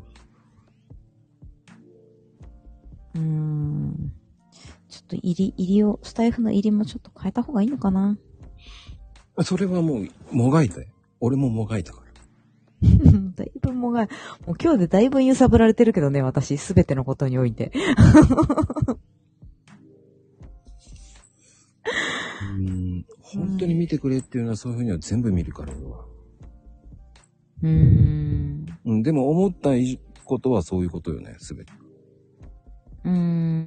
うーん。ちょっと入り、入りを、スタイフの入りもちょっと変えた方がいいのかな。
それはもう、もがいたよ。俺ももがいたから。
だいぶもがい、もう今日でだいぶ揺さぶられてるけどね、私、すべてのことにおいて。
うーん、本当に見てくれっていうのはそういうふうには全部見るから、俺は。
うーん。
うん、でも思ったことはそういうことよね、すべて。
うーん。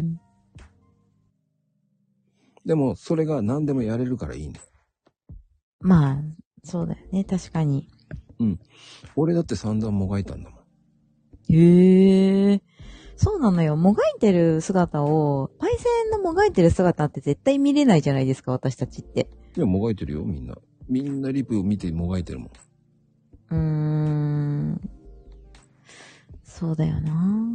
でも、それが何でもやれるからいいんだよ。
まあ、そうだよね、確かに。
うん。俺だって散々もがいたんだもん。
へえ。そうなのよ。もがいてる姿を、パイセンのもがいてる姿って絶対見れないじゃないですか、私たちって。
いや、もがいてるよ、みんな。みんなリプを見てもがいてるもん。
うーん。そうだよな。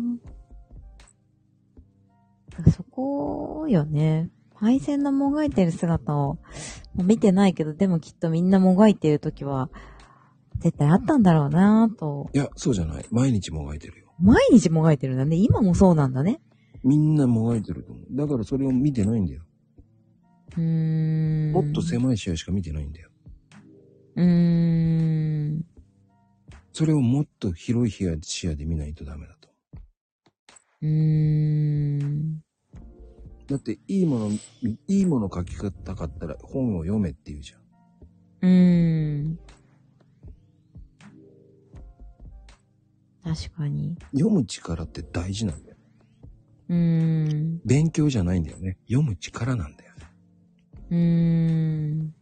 そこよね。パイセンのもがいてる姿をもう見てないけど、でもきっとみんなもがいてるときは、絶対あったんだろうなぁと。
いや、そうじゃない。毎日もがいてるよ。
毎日もがいてるんだね。今もそうなんだね。
みんなもがいてると思う。だからそれを見てないんだよ。
うーん。
もっと狭い視野しか見てないんだよ。
うーん。
それをもっと広い視野で見ないとダメだと。
うーん。
だって、いいもの、いいもの書きたかったら本を読めって言うじゃん。
うーん。確かに。
読む力って大事なんだよ。
うーん。
勉強じゃないんだよね。読む力なんだよね。
うーん。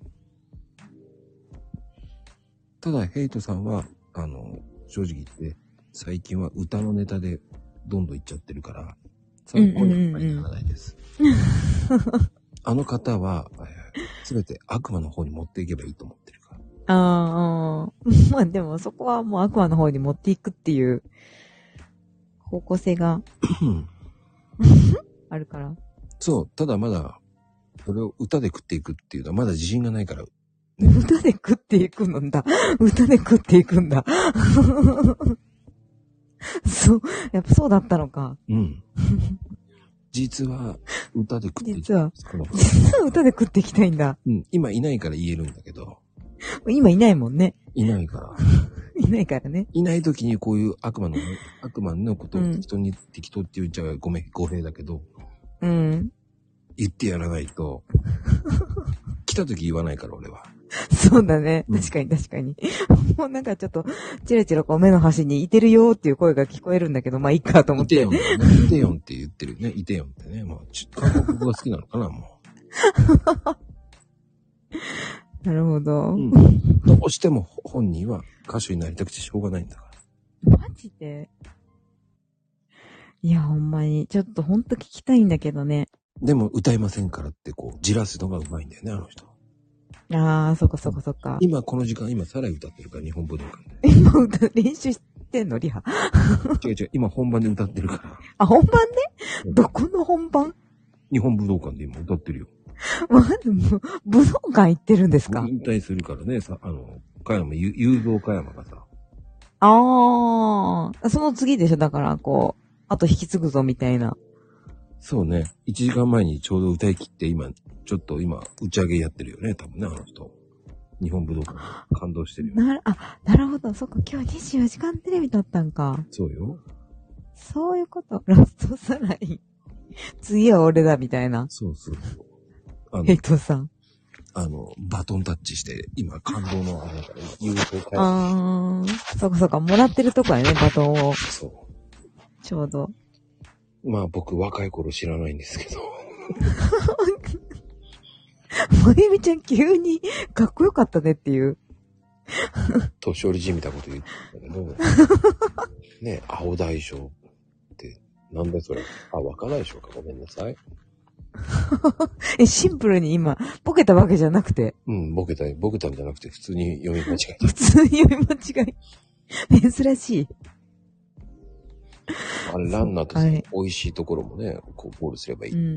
ただ、ヘイトさんは、あの、正直言って、最近は歌のネタでどんどんいっちゃってるから、参考にはならないです。あの方は、すべて悪魔の方に持っていけばいいと思ってるから。
ああ、まあでもそこはもう悪魔の方に持っていくっていう方向性があるから。
そう、ただまだ、それを歌で食っていくっていうのはまだ自信がないから。ね、
歌で食っていくんだ。歌で食っていくんだ。 そう、やっぱそうだったのか。
うん。実は、歌で食っていき
実は、
この
実は歌で食っていきたいんだ。
うん。今いないから言えるんだけど。
今いないもんね。
いないから。
いないからね。
いない時にこういう悪魔の、悪魔のことを適当に、うん、適当って言っちゃごめん、語弊だけど。
うん。
言ってやらないと。来た時言わないから俺は。
そうだね。確かに確かに。もうなんかちょっと、チラチラこう目の端にいてるよっていう声が聞こえるんだけど、まあいいかと思って。
いてよん、ね。いてよんって言ってるね。いてよんってね。まあ、韓国語が好きなのかな、も
う。なるほど。
うん。どうしても本人は歌手になりたくてしょうがないんだから。
マジで？いや、ほんまに。ちょっとほんと聞きたいんだけどね。
でも歌いませんからってこう、じらすのがうまいんだよね、あの人。
ああ、そっかそっかそっか。
今この時間、今さらに歌ってるから、日本武道館
で。今歌、練習してんのリハ。
違う違う、今本番で歌ってるから。
あ、本番で？どこの本番？
日本武道館で今歌ってるよ。
まず、武道館行ってるんですか？
引退するからね、さ、あの、岡山、ゆ、雄三岡山がさ。
ああ、その次でしょ、だからこう、あと引き継ぐぞみたいな。
そうね。いちじかんまえにちょうど歌い切って今、ちょっと今、打ち上げやってるよね、多分ね、あの人。日本武道館で感動してるよ。
なる、あ、なるほど。そっか、今日にじゅうよじかんテレビ撮ったんか。
そうよ。
そういうこと。ラストサライン。次は俺だ、みたいな。
そうそうそう。あの、
ヘイトさん。
あの、バトンタッチして、今、感動のあれだから、言うとか。
あー、そっかそっか、もらってるとこやね、バトンを。
そう。
ちょうど。
まあ僕若い頃知らないんですけど。
まゆみちゃん急にかっこよかったねっていう。
年寄りじみたこと言ってたけど。ねえ、青大将って、なんだそれ。あ、若大将か、ごめんなさい。
え、シンプルに今、ボケたわけじゃなくて。
うん、ボケた、ボケたんじゃなくて、普通に読み間違えた。
普通に読み間違い。珍しい。
あれ、ランナーとさ、はい、美味しいところもね、こう、ゴールすればいい。うん、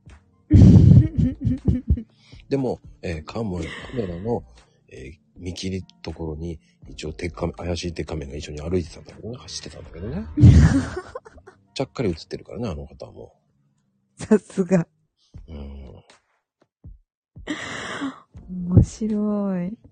でも、えー、カモカメラの、えー、見切りところに、一応、鉄仮面、怪しい鉄仮面が一緒に歩いてたんだけどね、走ってたんだけどね。ちゃっかり映ってるからね、あの方はも
う。さすが。
うん。
面白い。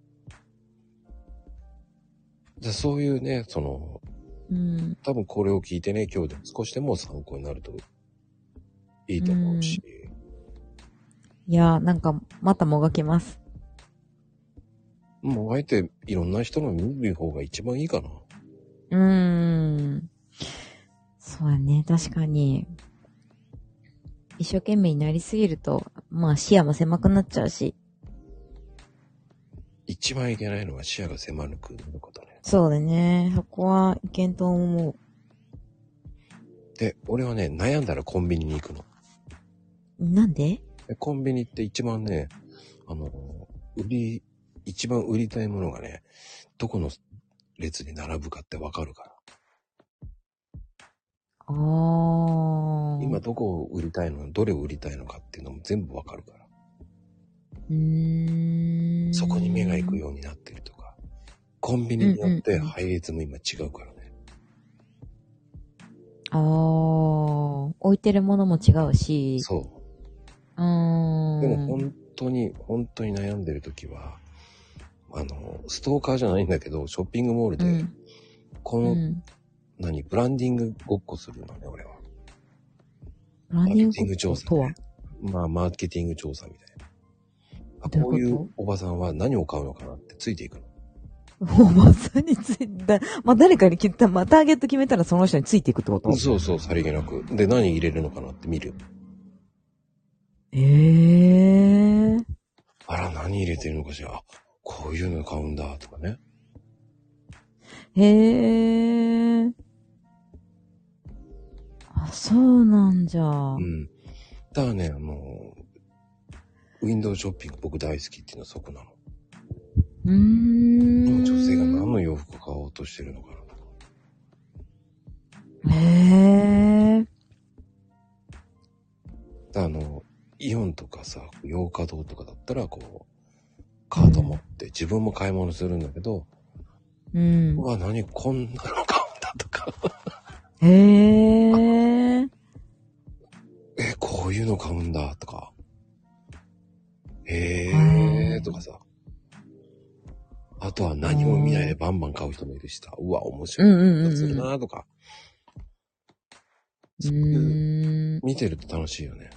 じゃそういうね、その、うん、多分これを聞いてね、今日でも少しでも参考になるといいと思うし。
うん、いやー、なんか、またもがきます。
もうあえていろんな人の見る方が一番いいかな。
うーん。そうだね、確かに。一生懸命になりすぎると、まあ視野も狭くなっちゃうし。
一番いけないのは視野が狭くなることね。
そうだね。そこはいけんと思う。
で、俺はね、悩んだらコンビニに行くの。
なんで？
コンビニって一番ね、あの、売り、一番売りたいものがね、どこの列に並ぶかってわかるから。
あー。
今どこを売りたいの、どれを売りたいのかっていうのも全部わかるから。
うーん。
そこに目が行くようになってるとか。コンビニによって配列も今違うからね。
あー。置いてるものも違うし。
そう。
うーん。
でも本当に、本当に悩んでるときは、あの、ストーカーじゃないんだけど、ショッピングモールで、うん、この、うん、何、ブランディングごっこするのね、俺は。
ブランディングごっ
調査、ね、まあ、マーケティング調査みたいな。あ、こういうおばさんは何を買うのかなってついていくの。
おばさんについて、まあ、誰かに決めた、まあ、ターゲット決めたらその人についていくってこと？
そうそう、さりげなく。で、何入れるのかなって見る。
ええー。
あら、何入れてるのかしら。あ、こういうの買うんだ、とかね。
へえー。あ、そうなんじゃ。
うん。だからね、あの、ウィンドウショッピング僕大好きっていうのはそこなの。
うーん。
女性が何の洋服を買おうとしてるのか
な。へえ。
あの、イオンとかさ、洋華堂とかだったら、こう、カート持って自分も買い物するんだけど、
うん。
うわ、何こんなの買うんだとか。
へー。
え、こういうの買うんだとか。へーとかさ。あとは何も見ないでバンバン買う人もいるしさ。うわ、面白いことするなとか。そういう見てると楽しいよね。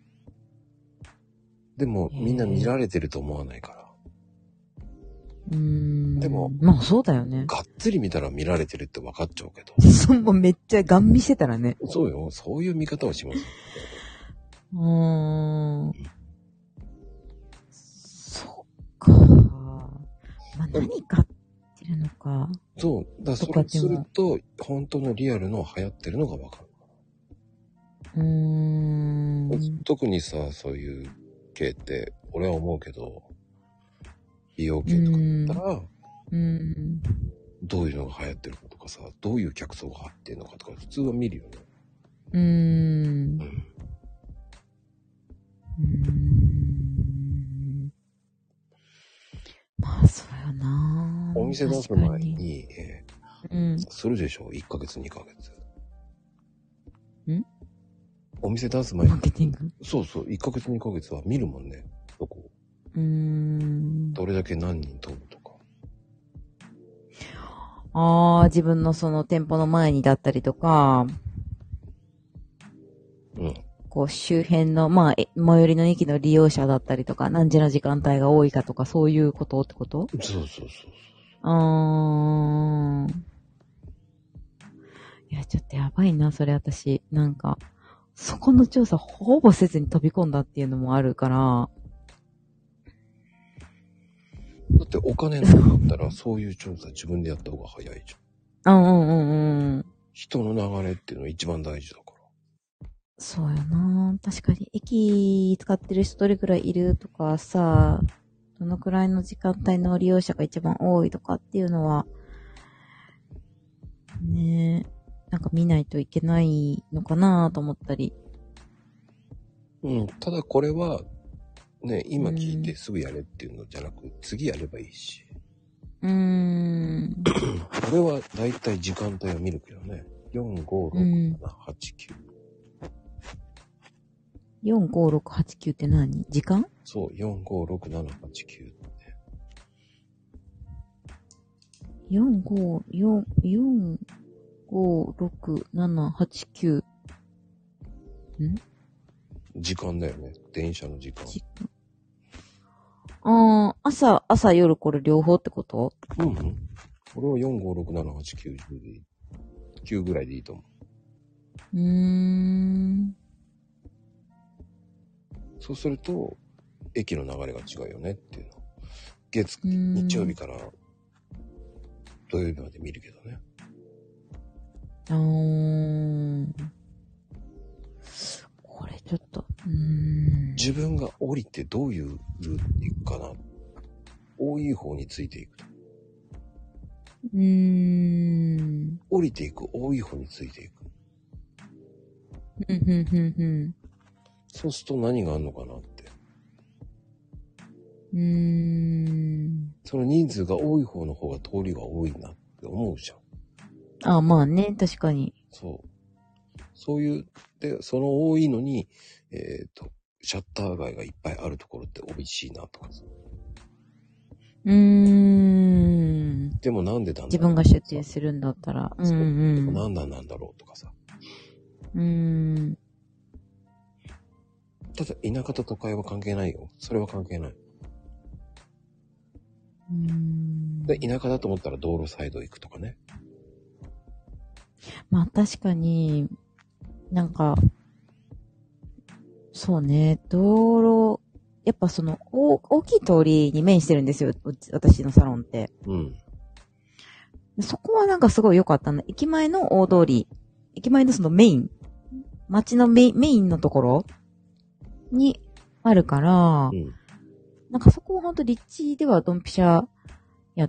でもみんな見られてると思わないから。
うーん。
でも、
まあそうだよね。
がっつり見たら見られてるって分かっちゃうけど。
そう、めっちゃガン見してたらね。
そうよ。そういう見方をします。
うーん。そっか。まあ何買ってるのか。
そう。だからそれすると、本当のリアルの流行ってるのが分かる。
うーん。
特にさ、そういう系って、俺は思うけど、美容系とかだったら、
うん、
どういうのが流行ってるかとかさ、どういう客層が入ってるのかとか、普通は見るよね。
うーん。うん。うーん。まあ、そうよな。
お店出す前に、えー、うん、するでしょ ?いっ ヶ月、にかげつ。
ん
お店出す前に。
マーケティング？
そうそう、いっかげつ、にかげつは見るもんね。どこ。
うーん。
どれだけ何人通るとか。
ああ、自分のその店舗の前にだったりとか、
うん。こ
う周辺の、まあ、最寄りの駅の利用者だったりとか、何時の時間帯が多いかとか、そういうことってこと？
そうそうそう。
あー。いや、ちょっとやばいな、それ私。なんか、そこの調査ほぼせずに飛び込んだっていうのもあるから。
だってお金なかったらそういう調査自分でやった方が早いじ
ゃん。うんうんうんうん。
人の流れっていうのが一番大事だから。
そうやな。確かに。駅使ってる人どれくらいいるとかさ、どのくらいの時間帯の利用者が一番多いとかっていうのは、ねえ、なんか見ないといけないのかなと思ったり。
うん。ただこれは、ね、今聞いてすぐやれっていうのじゃなく、うん、次やればいいし。
うーん。
俺はだいたい時間帯を見るけどね。よん、ご、ろく、なな、はち、きゅう。
よん、ご、ろく、はち、きゅうって何？時間？
そう、よん、ご、ろく、なな、はち、きゅうって。
よん、ご、よん、よん、ご、ろく、なな、はち、きゅう。ん？
時間だよね。電車の時間。時間。
ああ、朝、朝、夜これ両方ってこと？
うん、うん。俺はよん、ご、ろく、なな、はち、きゅう、じゅうでいい。きゅうぐらいでいいと思う。
うーん。
そうすると、駅の流れが違うよねっていうの。月、日曜日から土曜日まで見るけどね。
あー。これちょっと、うーん。
自分が降りてどういうルートに行くかな。多い方についていくと。
うーん。
降りていく、多い方についていく。
ふんふんふんふん。
そうすると何があるのかなって。
うーん。
その人数が多い方の方が通りが多いなって思うじゃ
ん。ああ、まあね、確かに。
そう。そういう、で、その多いのに、えっと、シャッター街がいっぱいあるところって美味しいなとかさ。
うーん。
でもなんでなんだろう。
自分が出店するんだったら。うんうん。
でもなんだなんだろうとかさ。
うーん。
ただ田舎と都会は関係ないよ。それは関係ない。
うーん。
で、田舎だと思ったら道路サイド行くとかね。
まあ確かに、なんか、そうね、道路、やっぱその、大、大きい通りに面してるんですよ、私のサロンって。
うん。
そこはなんかすごい良かったな。駅前の大通り、駅前のそのメイン、街のメイン、メインのところにあるから、うん、なんかそこはほんと立地ではドンピシャやって、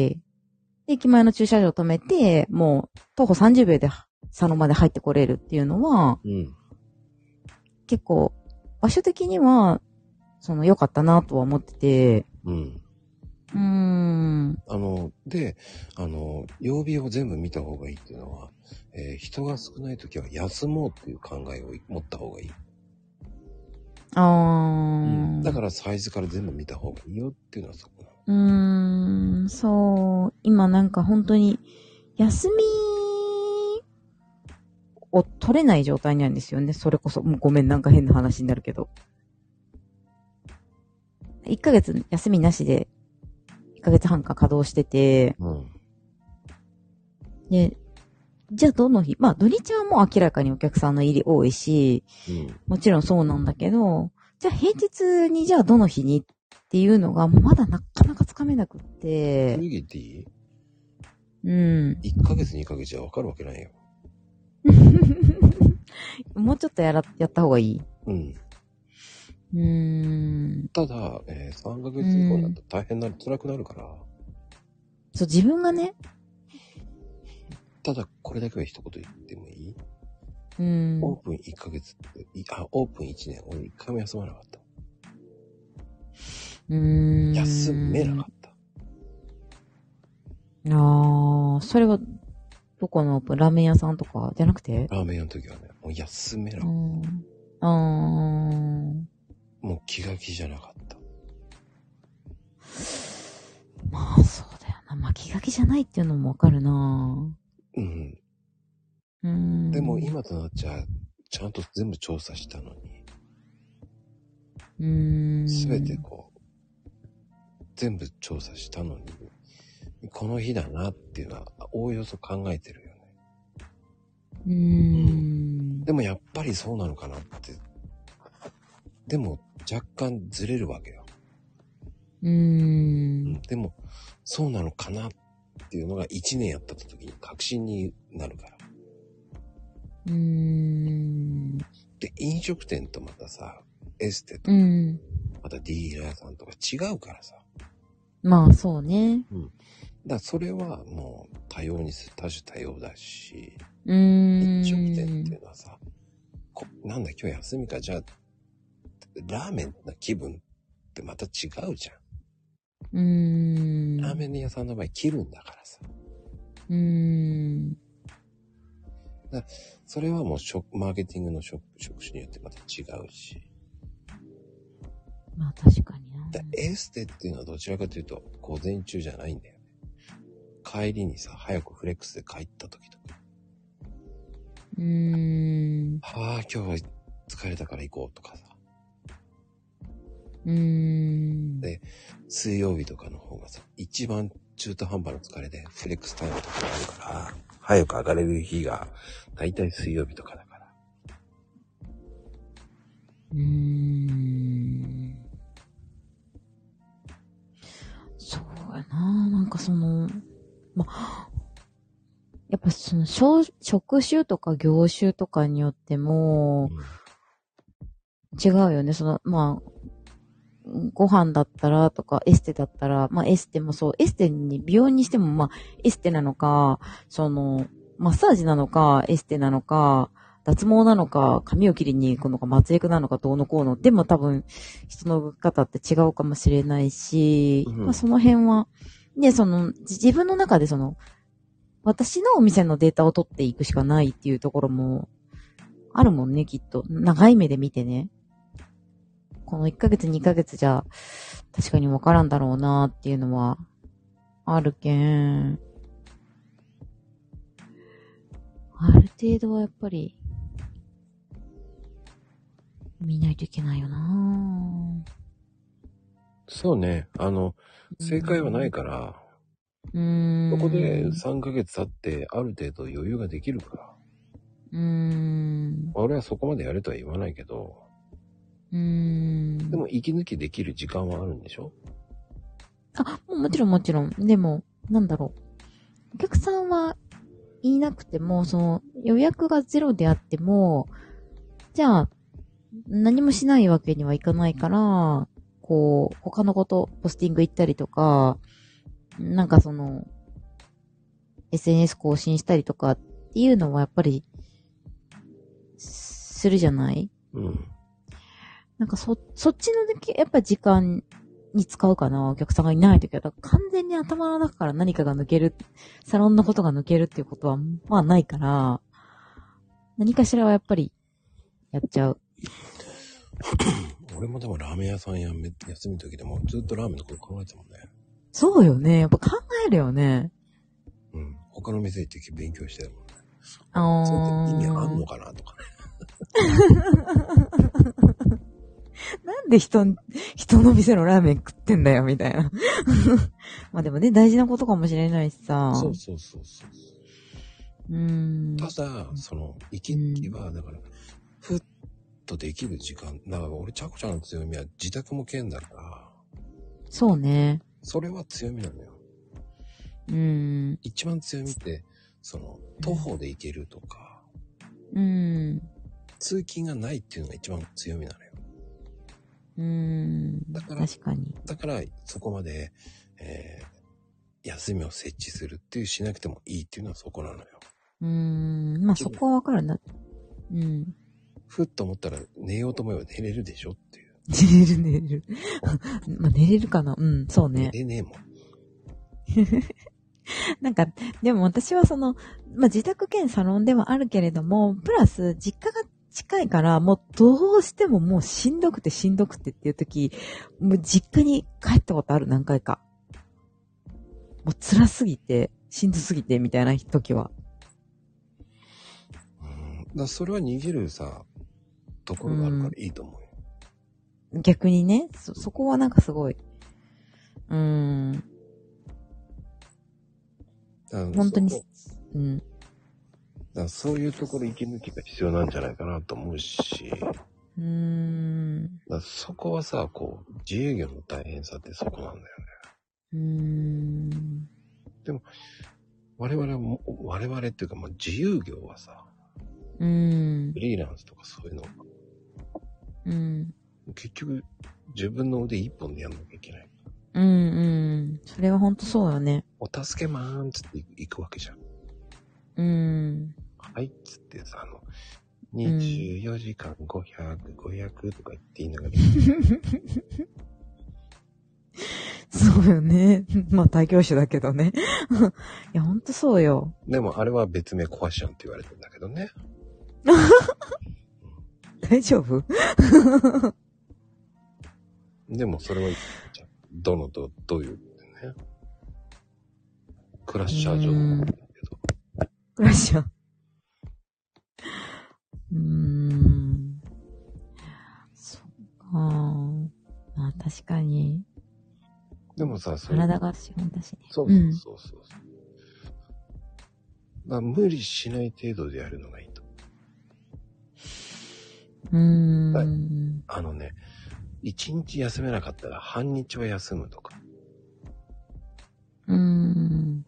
で、駅前の駐車場止めて、もう徒歩さんじゅうびょうでサロンまで入ってこれるっていうのは、うん、結構場所的にはその良かったなとは思ってて、うん。うーん。
あの、で、あの、曜日を全部見た方がいいっていうのは、えー人が少ない時は休もうっていう考えを持った方がいい。
あ
うん。
ー。
だからサイズから全部見た方がいいよっていうのはそこなの。
うーん、そう、今なんか本当に、休みを取れない状態なんですよね。それこそ、もうごめん、なんか変な話になるけど。いっかげつ休みなしで、いっかげつはんか稼働してて、
うん。
で、じゃあどの日、まあ土日はもう明らかにお客さんの入り多いし、
うん。
もちろんそうなんだけど、じゃあ平日にじゃあどの日にっていうのがまだなかなかつかめなくって、
次言っていい
うん。
?いっ ヶ月にかげつじゃわかるわけないよ。
もうちょっとやら、やった方がいい。
うん。
うーん。
ただ、えー、さんかげつ以降になると大変なる、辛くなるから、
そう、自分がね、
ただこれだけは一言言ってもいい、
うん。
オープンいっかげつって、いあ、オープンいちねん、俺いっかいも休まなかった。
うーん。
休めなかった。
ああ、それは、どこのオープンラーメン屋さんとかじゃなくて
ラーメン屋の時はね、もう休めなかっ
うん。あー。
た。もう気が気じゃなかった。
まあ、そうだよな。まあ、気が気じゃないっていうのもわかるな。
うん。
うーん。
でも今となっちゃ、ちゃんと全部調査したのに、
うーん。
すべてこう、全部調査したのに、この日だなっていうのは、おおよそ考えてるよね。
うーん。
でもやっぱりそうなのかなって。でも若干ずれるわけよ。
うーん。
でも、そうなのかなっていうのがいちねんやった時に確信になるから。
うーん。
で、飲食店とまたさ、エステとか、
うん。
またディーラー屋さんとか違うからさ。
まあ、そうね。
うん。だからそれはもう多様にする、多種多様だし、
うーん。
飲食店っていうのはさ、こなんだ今日休みか、じゃあ、ラーメンな気分ってまた違うじゃん。
うーん。
ラーメン屋さんの場合気分だからさ。
うーん。
だそれはもう職マーケティングの職職種によってまた違うし。
まあ、確かにな。
だエステっていうのはどちらかというと午前中じゃないんだよね。帰りにさ、早くフレックスで帰った時とか。
うーん。
はあ、今日は疲れたから行こうとかさ。
うーん。
で、水曜日とかの方がさ、一番中途半端な疲れでフレックスタイムとかがあるから、早く上がれる日が、だいたい水曜日とかだから。
うーん。そうやな。なんかその、ま、やっぱその、職種とか業種とかによっても、違うよね。その、まあ、ご飯だったらとか、エステだったら、まあエステもそう、エステに、美容にしてもまあ、エステなのか、その、マッサージなのか、エステなのか、脱毛なのか、髪を切りに行くのか、松エクなのか、どうのこうの。でも多分、人の動き方って違うかもしれないし、
うん、
まあその辺は、で、その、自分の中でその、私のお店のデータを取っていくしかないっていうところも、あるもんね、きっと。長い目で見てね。このいっかげつにかげつじゃ、確かにわからんだろうなっていうのは、あるけん。ある程度はやっぱり、見ないといけないよな。
そうね。あの、正解はないから、
うーん。
そこでさんかげつ経ってある程度余裕ができるから。
うーん。
俺はそこまでやれとは言わないけど、
うーん。
でも息抜きできる時間はあるんでしょ？
あ、ももちろんもちろん。でも、なんだろう。お客さんは言いなくても、その予約がゼロであっても、じゃあ、何もしないわけにはいかないから、こう、他のこと、ポスティング行ったりとか、なんかその、エスエヌエス 更新したりとかっていうのはやっぱり、するじゃない？
うん。
なんかそ、そっちのだけ、やっぱ時間に使うかな、お客さんがいないときは。だから完全に頭の中から何かが抜ける、サロンのことが抜けるっていうことは、まあないから、何かしらはやっぱり、やっちゃう。
俺もでもラーメン屋さんやめ休みの時でもずっとラーメンのこと考えてたもんね。
そうよね。やっぱ考えるよね。
うん。他の店行って勉強してるもんね。
あー。
それって意味あんのかなとかね。
なんで人、人の店のラーメン食ってんだよ、みたいな。まあでもね、大事なことかもしれないしさ。
そうそうそうそう。
うーん。
ただ、その、息抜きは、だから、ふっとできる時間。だから俺、ちゃこちゃんの強みは自宅も兼だから。
そうね。
それは強みなのよ。
うーん。
一番強みって、その、徒歩で行けるとか、
うーん。
通勤がないっていうのが一番強みなのよ。
うーん。
だから、
確かに。
だから、そこまで、えー、休みを設置するっていうしなくてもいいっていうのはそこなのよ。
うーん。まあそこはわかるな。うん。
ふっと思ったら寝ようと思えば寝れるでしょっていう。
寝れる寝れる。まあ寝れるかな。うん、そうね。
寝れねえもん。
なんか、でも私はその、まあ自宅兼サロンではあるけれども、プラス実家が近いから、もうどうしてももうしんどくてしんどくてっていう時、もう実家に帰ったことある、何回か。もう辛すぎて、しんどすぎてみたいな時は。
うん。だからそれは逃げるさ、ところがあるからいいと思うよ。
うん、逆にね、そ、そこはなんかすごい。うーん。本当に、うん。
だからそういうところ息抜きが必要なんじゃないかなと思うし。
うーん。
だからそこはさ、こう、自営業の大変さってそこなんだよね。
うーん。
でも、我々も、我々っていうか、まあ、自由業はさ、
うーん。
フリーランスとかそういうの、
うん。
結局、自分の腕一本でやんなきゃいけない。
うんうん。それはほんとそうよね。
お助けまーんつって行くわけじゃん。
うん。
はいっつってさ、あの、にじゅうよじかんごひゃく、ごひゃくとか言って言いながら。
そうよね。まあ、大教師だけどね。いや、ほんとそうよ。
でも、あれは別名コアションって言われてるんだけどね。
大丈夫？
でも、それは、じゃどのど、どういうね。クラッシャー状なんだけど。
クラッシャー。うーん。そっか。まあ、確かに。
でもさ、それ
体が資本だしね。
そうそうそうそう。うん、だ無理しない程度でやるのがいいと。
うーん。
あのね、一日休めなかったら半日は休むとか。
うーん。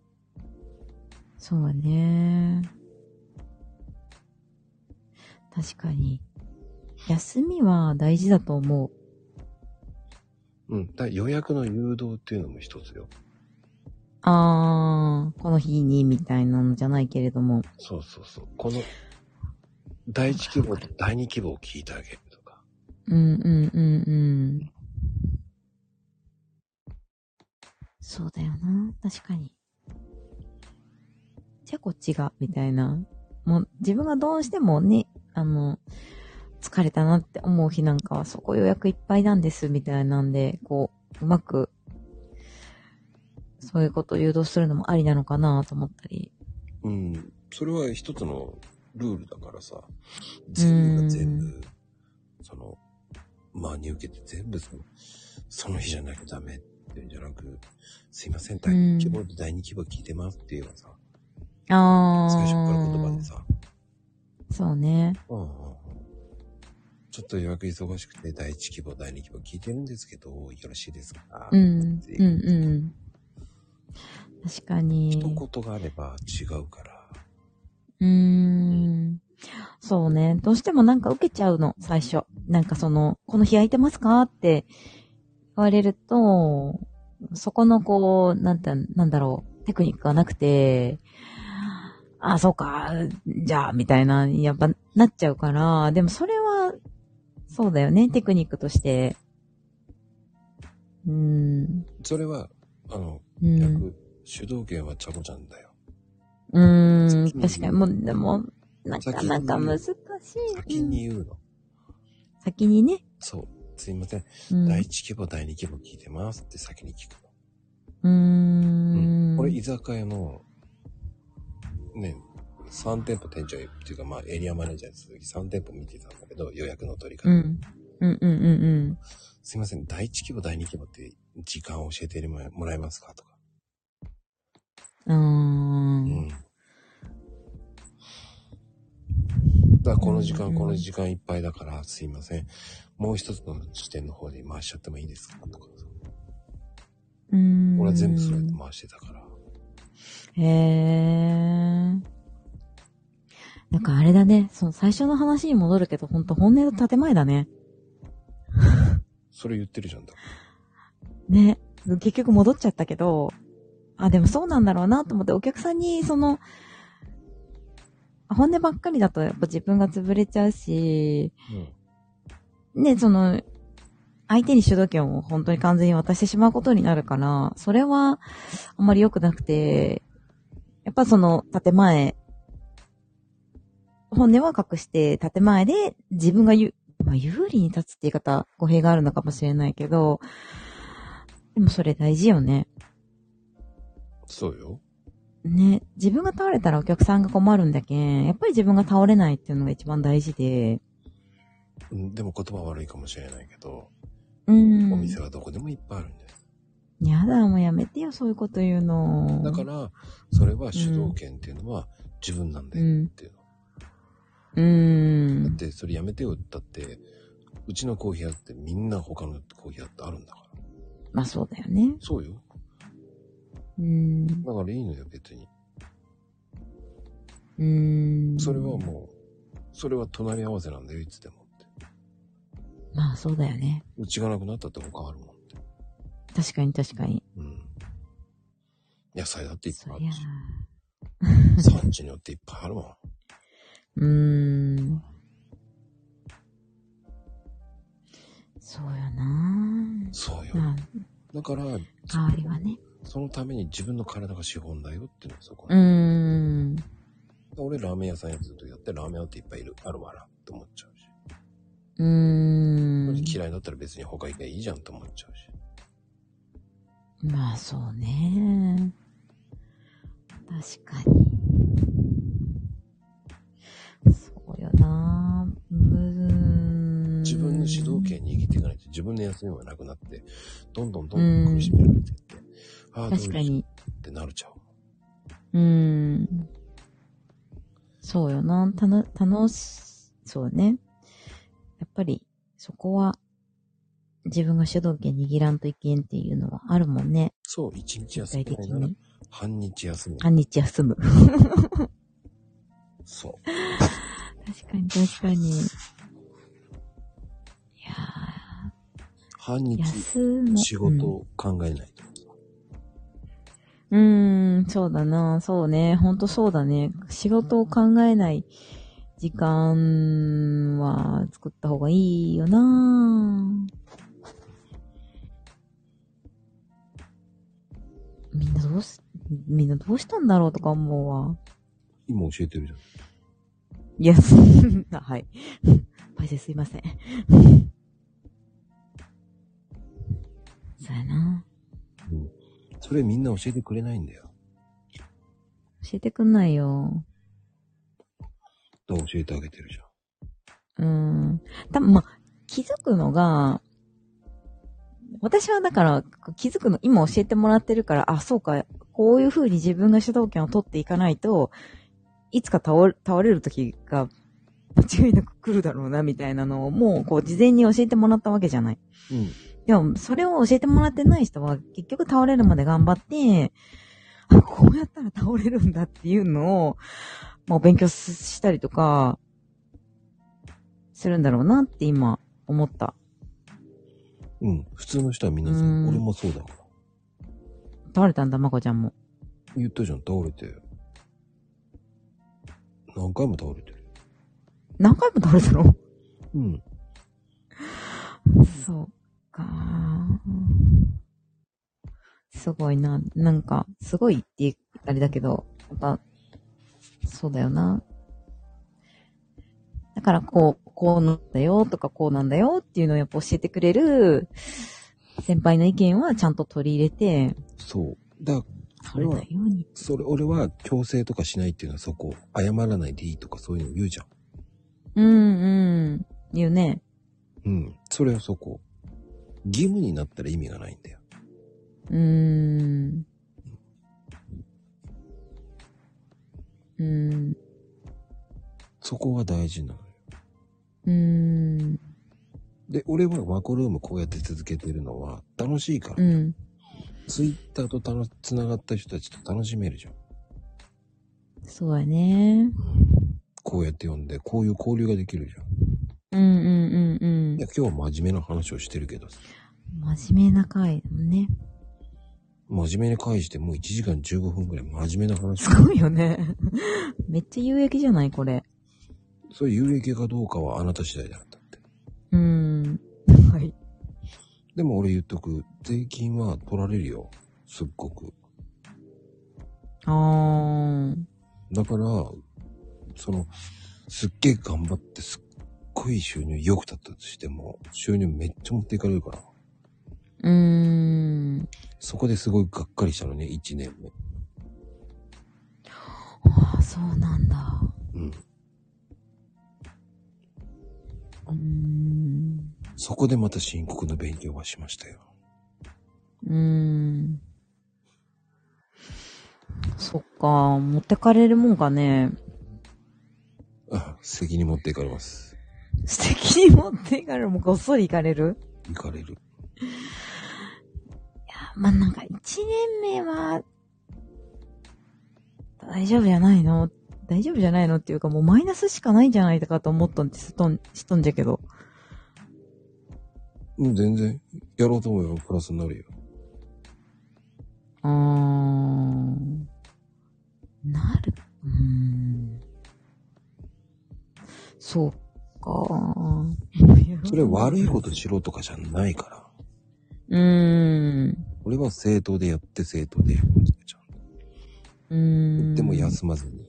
そうね。確かに。休みは大事だと思う。
うん。だ予約の誘導っていうのも一つよ。
あー、この日にみたいなのじゃないけれども。
そうそうそう。この、第一希望と第二希望を聞いてあげるとか。
うんうんうんうん。そうだよな。確かに。じゃあこっちが、みたいな。もう自分がどうしてもね、あの、疲れたなって思う日なんかは、そこ予約いっぱいなんです、みたいなんで、こう、うまく、そういうことを誘導するのもありなのかなと思ったり。
うん。それは一つのルールだからさ、全部が全部、その、真に受けて全部その、その日じゃなきゃダメっていうんじゃなく、すいません、第一希望と第二希望聞いてますっていうのはさ、
あー。
最初から言葉でさ、
そうね。
うんうんうん、ちょっと予約忙しくて第一希望、第二希望聞いてるんですけど、よろしいですか？
うん、うん、うん。確かに。
一言があれば違うから。
うーん。そうね。どうしてもなんか受けちゃうの、最初。なんかその、この日空いてますかって言われると、そこのこう、なんて、なんだろう、テクニックがなくて、あ、そうか、じゃあ、みたいな、やっぱなっちゃうから、でもそれは、そうだよね、テクニックとして、 うん。
それは、あの、
うん、
逆、主導権はチャコちゃんだよ。
うーん、確かに、もう、でも、なかなか難しい。
先に言うの。うん、
先にね。
そう。すいません。
うん、
だいいち規模、だいに規模聞いてますって先に聞くの。
うーん。
うん。俺、居酒屋の、ね、さん店舗店長っていうか、まあ、エリアマネージャーの鈴木さん店舗見てたんだけど、予約の取り方。
うん。うんうんうんうん。
すいません。だいいち規模、だいに規模って時間を教えてもらえますかとか。
うーん。うん。
だからこの時間、うんうん、この時間いっぱいだから、すいません。もう一つの視点の方で回しちゃってもいいですかとか。
うーん。
俺は全部それで回してたから。
へー。なんかあれだね。その最初の話に戻るけど、ほんと本音と建前だね。
それ言ってるじゃんだ。
ね。結局戻っちゃったけど、あ、でもそうなんだろうなと思って、お客さんにその、本音ばっかりだとやっぱ自分が潰れちゃうし、うん、ね、その、相手に主導権を本当に完全に渡してしまうことになるから、それはあんまり良くなくて、やっぱその建前、本音は隠して建前で自分がゆ、まあ、有利に立つって言い方、語弊があるのかもしれないけど、でもそれ大事よね。
そうよ。
ね、自分が倒れたらお客さんが困るんだけん、やっぱり自分が倒れないっていうのが一番大事で。
うん、でも言葉悪いかもしれないけど、
うん。
お店はどこでもいっぱいあるんです。
やだ、もうやめてよ、そういうこと言うの。
だから、それは主導権っていうのは自分なんだよっていうの。
うん。うん、
だってそれやめてよだって、うちのコーヒー屋ってみんな他のコーヒー屋ってあるんだから。
まあそうだよね。
そうよ。
うん。
だからいいのよ、別に。
うん。
それはもう、それは隣り合わせなんだよ、いつでもって。
まあそうだよね。
うちがなくなったって他あるもんって。
確かに確かに。
うん。野菜だっていっぱいあ
る
し。産地によっていっぱいあるもん。
うーん。そうよな。
そうよ。だから、
代わりはね。
そのために自分の体が資本だよっていうのはそこ。
うーん。
俺ラーメン屋さんやってるとやってラーメン屋っていっぱいいるあるわなって思っちゃうし。
うーん。
嫌いだったら別に他行けばいいじゃんって思っちゃうし。
まあそうね。確かに。そうよな。うーん。
自分の主導権握っていかないと自分の休みもなくなって、どんどんどんどん苦しめられていって、ああ、
確かに。
ってなるちゃ
う。うーん。そうよな。たの、楽し、そうね。やっぱり、そこは、自分が主導権握らんといけんっていうのはあるもんね。
そう、一日休みないなら、半日休む。
半日休む。
そう。
確かに確かに。いやー。
半日仕事を考えないと。
うーん、そうだな。そうね。ほんとそうだね。仕事を考えない時間は作った方がいいよな。みんなどうし、みんなどうしたんだろうとか思うわ。
今教えてるじゃん。
いや、はい。パイセンすいません。そうやな。
うん。それみんな教えてくれないんだよ。
教えてくんないよ。
だから教えてあげてるじ
ゃん。うーん。多分まあ、気づくのが、私はだから気づくの、今教えてもらってるから、あ、そうか、こういう風に自分が主導権を取っていかないと、いつか倒れ、倒れる時が間違いなく来るだろうな、みたいなのをもうこう事前に教えてもらったわけじゃない。
うん。
でも、それを教えてもらってない人は結局倒れるまで頑張って、こうやったら倒れるんだっていうのを、まあ、勉強したりとか、するんだろうなって今思った。
うん。普通の人はみんなそう。俺もそうだから。
倒れたんだ、まこちゃんも。
言ったじゃん、倒れて。何回も倒れてる。
何回も倒れたの？
うん。
そうかー。 すごいな。なんか、すごいって言うあれだけど、やっぱ、そうだよな。だから、こう、こうなんだよとか、こうなんだよっていうのをやっぱ教えてくれる先輩の意見はちゃんと取り入れて、
そう。だ
それだように。
それ、俺は強制とかしないっていうのはそこ、謝らないでいいとかそういうの言うじゃん。
うんうん。言うね。
うん。それはそこ。義務になったら意味がないんだよ。
うーん。うーん。
そこが大事なのよ。
うーん。
で、俺はマコルームこうやって続けてるのは楽しいから、
うん。
ツイッターとたのつながった人たちと楽しめるじゃん。
そうやね。
こうやって読んで、こういう交流ができるじゃん。
うんうんうんうん。
いや、今日は真面目な話をしてるけどさ。
真面目な回だもんね。
真面目に返してもういちじかんじゅうごふんくらい真面目な話。
すごいよね。めっちゃ有益じゃないこれ。
それ有益かどうかはあなた次第だったって。
うーん。はい。
でも俺言っとく。税金は取られるよ。すっごく。
あー。
だから、その、すっげえ頑張ってすっごい収入良く立ったとしても、収入めっちゃ持っていかれるから。
うーん。
そこですごいがっかりしたのね、いちねんめ。
ああ、そうなんだ。
うん。
うーん。
そこでまた深刻な勉強はしましたよ。
うーん。そっか、持ってかれるもんかね。
あ、責任持っていかれます。
素敵に持っていかれるもん、こっそり行かれる？
行かれる。
いや、まあ、なんかいちねんめは、大丈夫じゃないの？大丈夫じゃないのっていうか、もうマイナスしかないんじゃないかと思ったんです、しとん、しとんじゃけど。
うん、全然、やろうと思えばプラスになるよ。
あー。なる。うーん。そうか。
それ悪いことしろとかじゃないから。
うーん。
俺は正当でやって正当でやることじゃん。
うーん。
でも休まずに。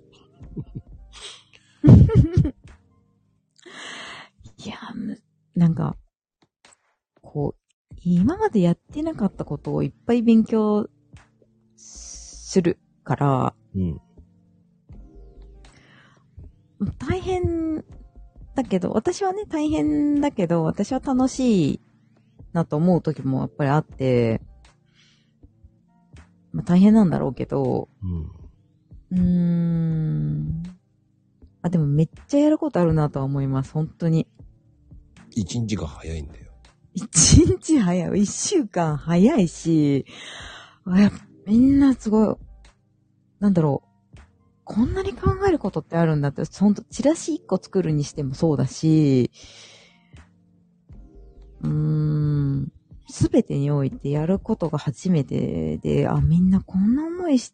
いや、む、なんか、こう、今までやってなかったことをいっぱい勉強するから、
うん。
大変だけど、私はね、大変だけど、私は楽しいなと思う時もやっぱりあって、まあ大変なんだろうけど、
うん。
うーん。あ、でもめっちゃやることあるなとは思います、本当に。
一日が早いんだよ。
一日早い。一週間早いし、あ、やっぱみんなすごい、なんだろう。こんなに考えることってあるんだって、ほんと、チラシ一個作るにしてもそうだし、うーん、すべてにおいてやることが初めてで、あ、みんなこんな思いして、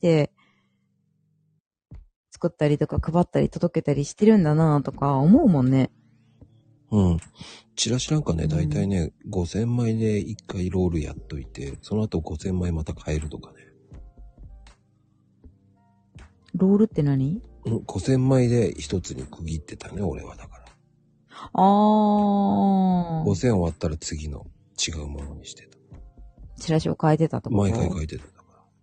作ったりとか配ったり届けたりしてるんだなとか思うもんね。
うん。チラシなんかね、だいたいね、
うん、
ごせんまいでいっかいロールやっといて、その後ごせんまいまた変えるとかね。
ロールって何？
うん、ごせんまいで一つに区切ってたね、俺はだから。
あー。
ごせん終わったら次の違うものにしてた。
チラシを変えてたとか。
毎回変えてた。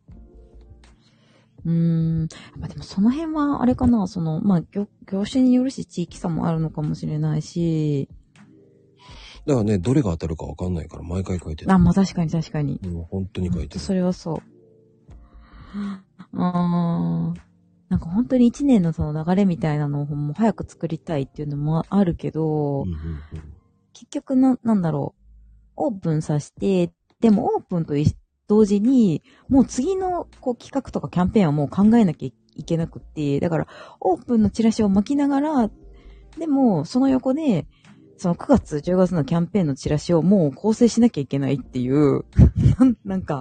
うーん。まあでもその辺はあれかな、その、まあ業、業種によるし地域差もあるのかもしれないし。
だからね、どれが当たるかわかんないから毎回書いてた。
あ、まあ確かに確かに。
うん、本当に書いてる。
それはそう。あー。なんか本当に一年のその流れみたいなのをもう早く作りたいっていうのもあるけど、
うんうんうん、
結局な、なんだろう。オープンさせて、でもオープンと同時に、もう次のこう企画とかキャンペーンはもう考えなきゃいけなくって、だからオープンのチラシを巻きながら、でもその横で、そのくがつ、じゅうがつのキャンペーンのチラシをもう構成しなきゃいけないっていう、な, なんか、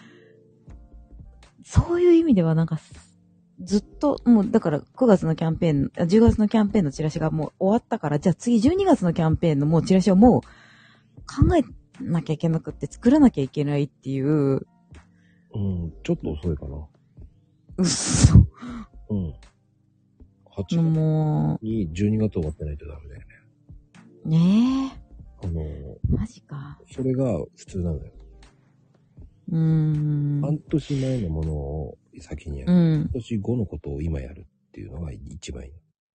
そういう意味ではなんか、ずっと、もうだからくがつのキャンペーン、じゅうがつのキャンペーンのチラシがもう終わったから、じゃあ次じゅうにがつのキャンペーンのもうチラシをもう考えなきゃいけなくって作らなきゃいけないっていう、
ううん、ちょっと遅いかな。
うっそ。
うん。はちがつ
も
にじゅうにがつ終わってないとダメだよね。
う、ね
あの
え。マジか。
それが普通なのよ。
うーん。
半年前のものを先にやる。
うん。
半年後のことを今やるっていうのが一番いい。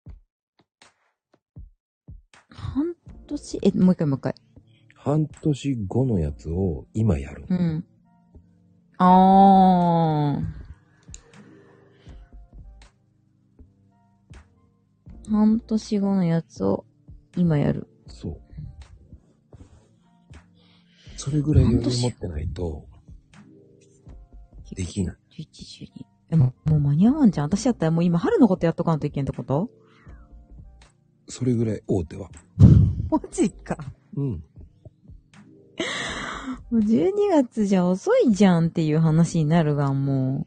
半年、え、もう一回もう一回。
半年後のやつを今やる。
うん。あー。半年後のやつを今やる。
そう。それぐらい余裕持ってないと、できない。
じゅういち、じゅうに。え、もう、もう間に合わんじゃん。私やったらもう今春のことやっとかんといけんってこと？
それぐらい大手は。
マジか。
うん。
もうじゅうにがつじゃ遅いじゃんっていう話になるが、も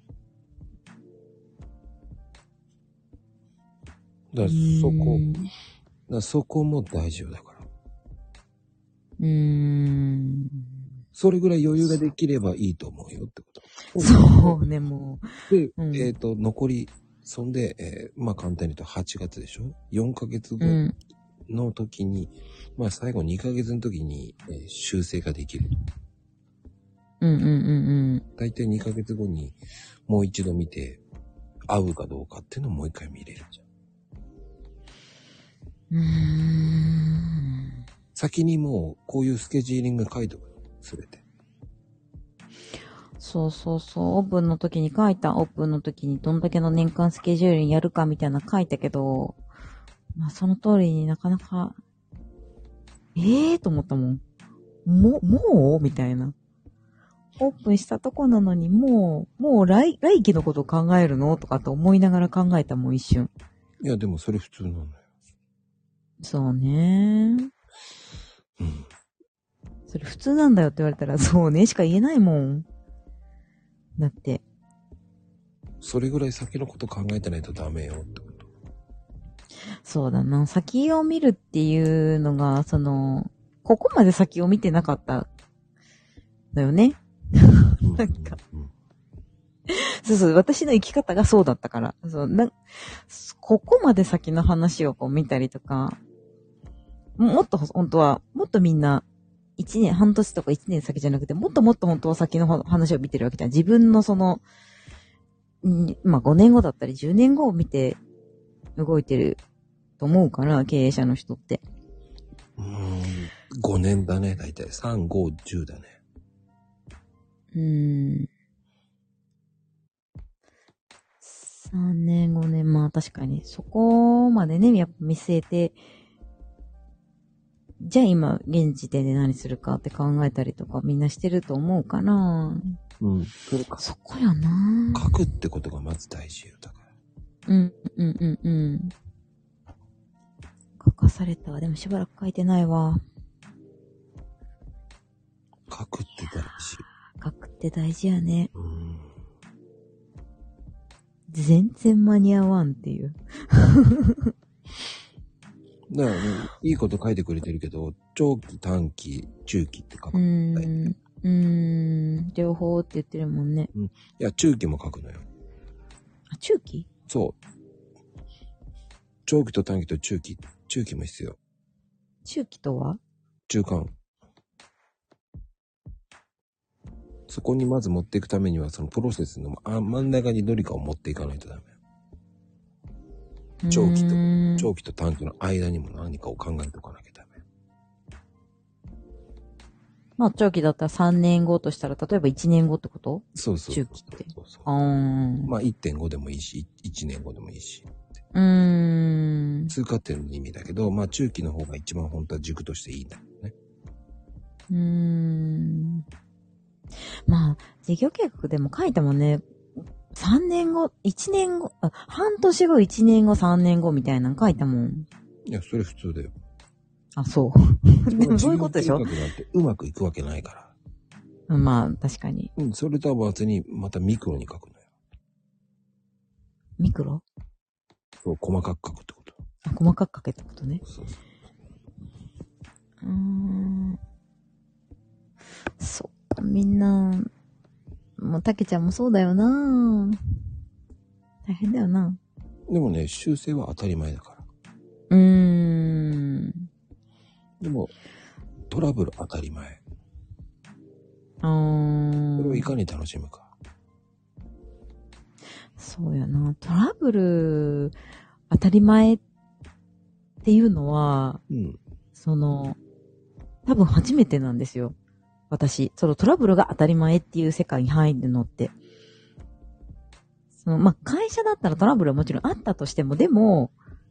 う。だからそこ、だからそこも大丈夫だから。
うーん。
それぐらい余裕ができればいいと思うよってこと。
そうね、も
う。で、
うん、
えっ、ー、と、残り、そんで、えー、まあ簡単に言うとはちがつでしょ ?よん ヶ月後の時に、うん、まあ最後にかげつの時に、えー、修正ができる。
うんうんうんうん。
大体にかげつごにもう一度見て、合うかどうかっていうのをもう一回見れるじゃん。
うーん。
先にもうこういうスケジューリング書いておくの。すべて。
そうそうそう。オープンの時に書いた。オープンの時にどんだけの年間スケジュールにやるかみたいなの書いたけど、まあその通りになかなか、ええーと思ったもん。も、もうみたいな。オープンしたとこなのにもう、もう来、来期のことを考えるのとかと思いながら考えたもん一瞬。
いやでもそれ普通なのよ。
そうね。
うん。
それ普通なんだよって言われたらそうねしか言えないもん。だって。
それぐらい先のこと考えてないとダメよってこと。そう
だな。先を見るっていうのが、その、ここまで先を見てなかっただよね。なんか、うん、そうそう、私の生き方がそうだったから。そうなここまで先の話をこう見たりとか、もっと本当は、もっとみんな、一年、半年とか一年先じゃなくて、もっともっと本当は先の話を見てるわけじゃん。自分のその、んまあごねんごだったりじゅうねんごを見て動いてると思うから、経営者の人って。
うーん、ごねんだね、だいたい。さん、ご、じゅうだね。
うーん。さんねん、ごねん、まあ確かに、そこまでね、やっぱ見据えて、じゃあ今、現時点で何するかって考えたりとかみんなしてると思うから、
うん。それか。
そこやな。
書くってことがまず大事よ、だから。
うん、うん、うん、うん。書かされたわ。でもしばらく書いてないわ。
書くって大事。
書くって大事やね。
うん。
全然間に合わんっていう。
だからね、いいこと書いてくれてるけど、長期、短期、中期って書く。
うーん。うーん。両方って言ってるもんね。
うん。いや、中期も書くのよ。
あ、中期？
そう。長期と短期と中期。中期も必要。
中期とは？
中間。そこにまず持っていくためには、そのプロセスのあ真ん中にどれかを持っていかないとダメ。長期と、長期と短期の間にも何かを考えておかなきゃダメ。
まあ、長期だったらさんねんごとしたら、例えばいちねんごってこと？
そうそう。
中期って。
そうそう。
あー。
まあ いってんご でもいいし、いちねんごでもいいし。
うーん。
通過点の意味だけど、まあ中期の方が一番本当は軸としていいんだよね。
うーん。まあ、事業計画でも書いたもんね。さんねんご、いちねんご、あ、半年後、いちねんご、さんねんごみたいなの書いたもん。
いや、それ普通だよ。
あ、そう。でもそういうことでしょ？
事業計画なんてうまくいくわけないから。
まあ、確かに。
うん、それとは別にまたミクロに書くのよ。
ミクロ？
そう、細かく書くってこと。
あ、細かく書けってことね。
そうそう。
うーん。そう。みんな、 もうたけちゃんもそうだよな。大変だよな。
でもね、修正は当たり前だから。
うーん。
でも、トラブル当たり前。
あー。
それをいかに楽しむか。
そうやな。トラブル当たり前っていうのは、
うん。
その、多分初めてなんですよ。私。そのトラブルが当たり前っていう世界に入るのって。その、まあ、会社だったらトラブルはもちろんあったとしても、でも、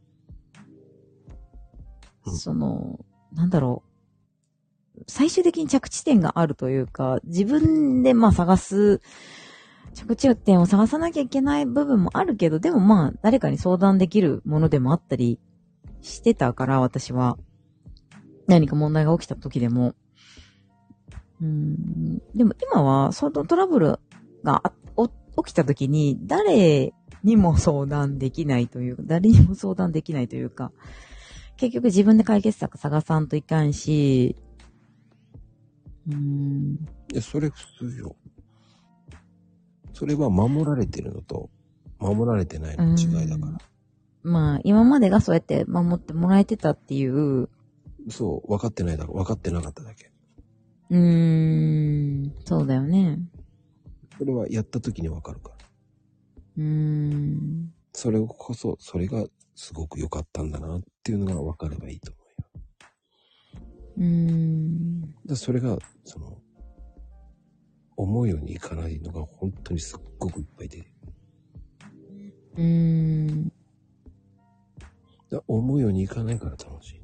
うん
その、なんだろう。最終的に着地点があるというか、自分でまあ探す、着地点を探さなきゃいけない部分もあるけど、でもまあ、誰かに相談できるものでもあったりしてたから、私は。何か問題が起きた時でも。うーん、でも今は、そのトラブルが起きた時に、誰にも相談できないというか、誰にも相談できないというか、結局自分で解決策探さんといかんし、うーん。
いや、それ普通よ。それは守られてるのと、守られてないの違いだから。
まあ、今までがそうやって守ってもらえてたっていう、
そう、分かってないだろ、分かってなかっただけ。
うーん、そうだよね。
それはやった時に分かるから。
うーん。
それこそ、それがすごく良かったんだなっていうのが分かればいいと思うよ。
うーん。
だそれが、その、思うようにいかないのが本当にすっごくいっぱい出る。
うーん。
だ思うようにいかないから楽しい。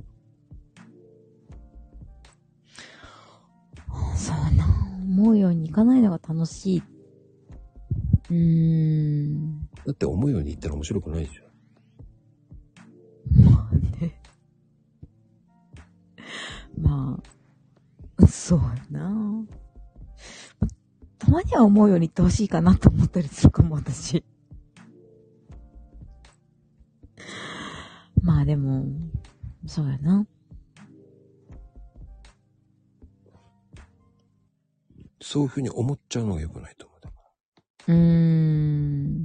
そうな。思うようにいかないのが楽しい。うーん。
だって思うようにいったら面白くないじゃ
ん。まあね。まあ、そうやな。たまには思うように言ってほしいかなと思ったりするかも、私。まあでも、そうやな。
そういうふうに思っちゃうのが良くないと思う。だから
うーん。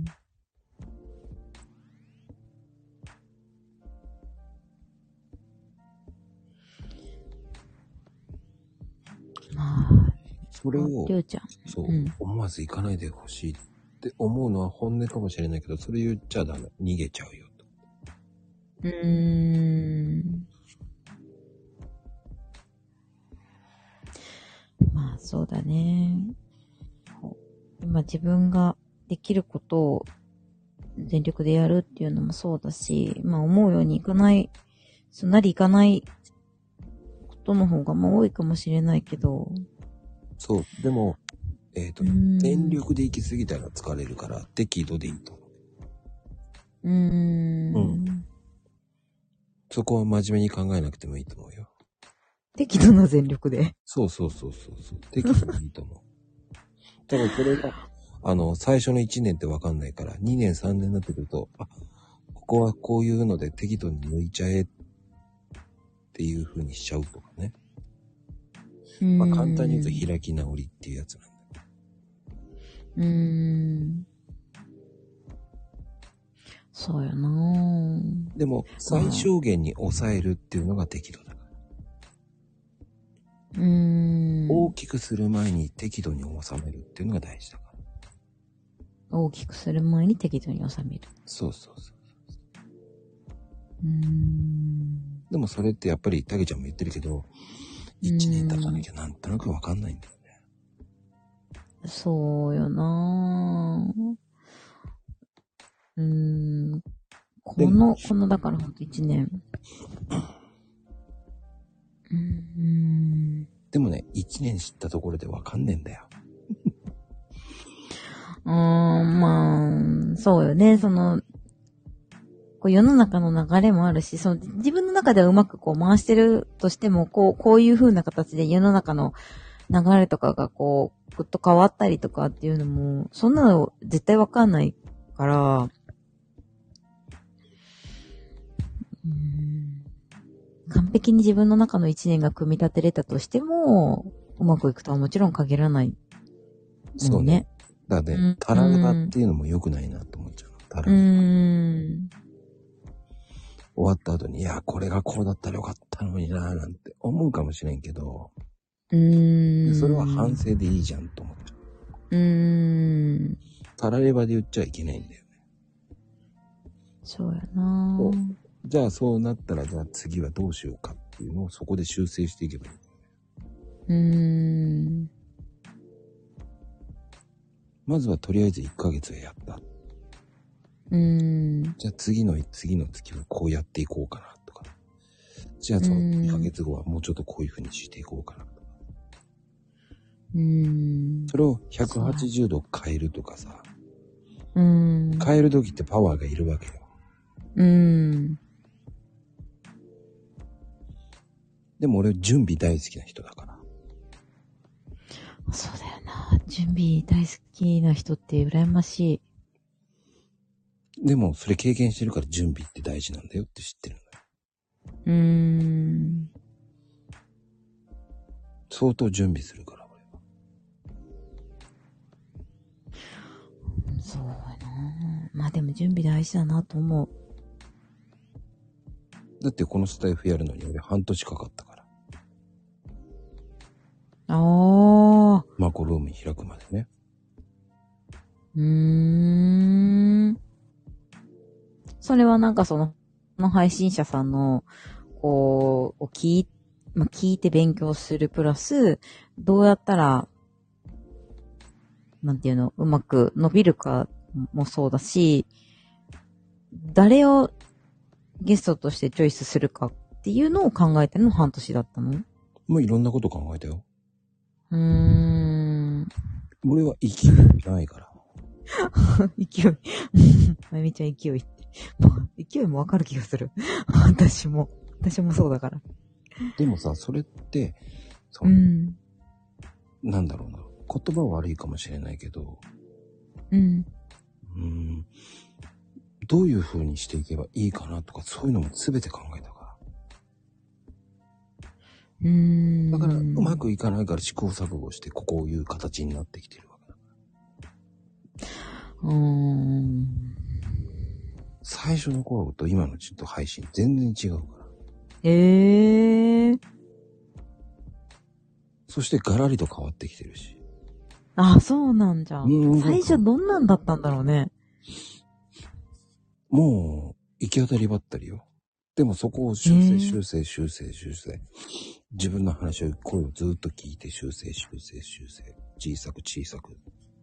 まあ、
それを、
りょうちゃん。
そう、
うん、
思わず行かないでほしいって思うのは本音かもしれないけど、それ言っちゃダメ。逃げちゃうよと。
うーん。まあ、そうだね。今自分ができることを全力でやるっていうのもそうだし、まあ思うようにいかない、すんなりいかないことの方がまあ多いかもしれないけど。
そう、でも、えっと、全力で行き過ぎたら疲れるから、適度でいいと思
う。うーん。うん。
そこは真面目に考えなくてもいいと思うよ。
適度な全力で。
そうそうそうそうそう。適度でいいと思う。多分これが、あの、最初のいちねんってわかんないから、にねんさんねんになってくると、あ、ここはこういうので適度に抜いちゃえっていう風にしちゃうとかね。まあ簡単に言うと開き直りっていうやつなんだよ。
うーん。そうやなぁ。
でも、最小限に抑えるっていうのが適度だから。
うーん。
大きくする前に適度に収めるっていうのが大事だから。
大きくする前に適度に収める。
そうそうそう。
うーん。
でもそれってやっぱりタケちゃんも言ってるけど、いちねん経たなきゃなんとなくわかんないんだよね。
そうよなぁ。うーん。この、このだからほんといちねん。うーん。
でもね、いちねん知ったところでわかんねえんだよ。
うーん、まあ、そうよね。その、こう世の中の流れもあるし、その自分の中ではうまくこう回してるとしても、こう、こういう風な形で世の中の流れとかがこう、ぐっと変わったりとかっていうのも、そんなの絶対わかんないから、うーん、完璧に自分の中の一年が組み立てれたとしても、うまくいくとはもちろん限らないもんね。
そうね。 だからね、たらればっていうのも良くないなと思っちゃうの。たら
う
れば。
ん。
終わった後に、いや、これがこうだったらよかったのになぁなんて思うかもしれんけど、
うーん。
それは反省でいいじゃんと思っちゃう。
うーん。
たらればで言っちゃいけないんだよね。
そうやなぁ。
じゃあそうなったら、じゃあ次はどうしようかっていうのをそこで修正していけばいい。
うーん。
まずはとりあえずいっかげつはやった。
うーん。
じゃあ次の次の月はこうやっていこうかなとか。じゃあそのにかげつごはもうちょっとこういう風にしていこうかなとか。
うーん。
それをひゃくはちじゅうど変えるとかさ。
うーん。
変える時ってパワーがいるわけよ。
うーん。
でも俺準備大好きな人だから。
そうだよな。準備大好きな人って羨ましい。
でもそれ経験してるから準備って大事なんだよって知ってるのよ。
うーん。
相当準備するから俺は。
そうやな。まあでも準備大事だなと思う。
だってこのスタイフやるのに俺半年かかったから。
ああ。
マコルーム開くまでね。
うーん。それはなんかその、の配信者さんの、こう、を聞い、まあ、聞いて勉強するプラス、どうやったら、なんていうの、うまく伸びるかもそうだし、誰をゲストとしてチョイスするかっていうのを考えての半年だったの？
もういろんなこと考えたよ。
うーん。
俺は勢いじゃないから。
勢い。まゆみちゃん勢いって。まあ、勢いもわかる気がする。私も。私もそうだから。
でもさ、それって、そう、
うん。
なんだろうな。言葉は悪いかもしれないけど、
うん。
うーん、どういう風にしていけばいいかなとか、そういうのも全て考えたから。
うーん。
だから、うまくいかないから試行錯誤して、こういう形になってきてるわけだ。
うーん。
最初の頃と今のちょっと配信全然違うから。
ええー。
そしてガラリと変わってきてるし。
あ、そうなんじゃ。
うん
最初どんなんだったんだろうね。
もう、行き当たりばったりよ。でもそこを修正、修正、修正、修正。自分の話を、声をずっと聞いて修正、修正、修正。小さく小さく。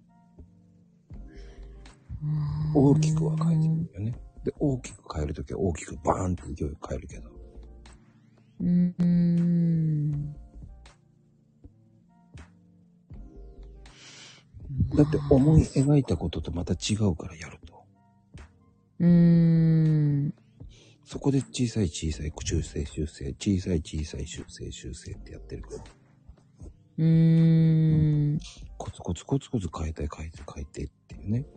大きくは変えてるんだよね。で、大きく変えるときは大きくバーンって勢いを変えるけど。
うーん。
だって思い描いたこととまた違うからやると。
うーん。
そこで小さい小さい修正修正、小さい小さい修正修正ってやってるから。
うーん。
コツコツコツコツ変えたい変えて変えてっていうね。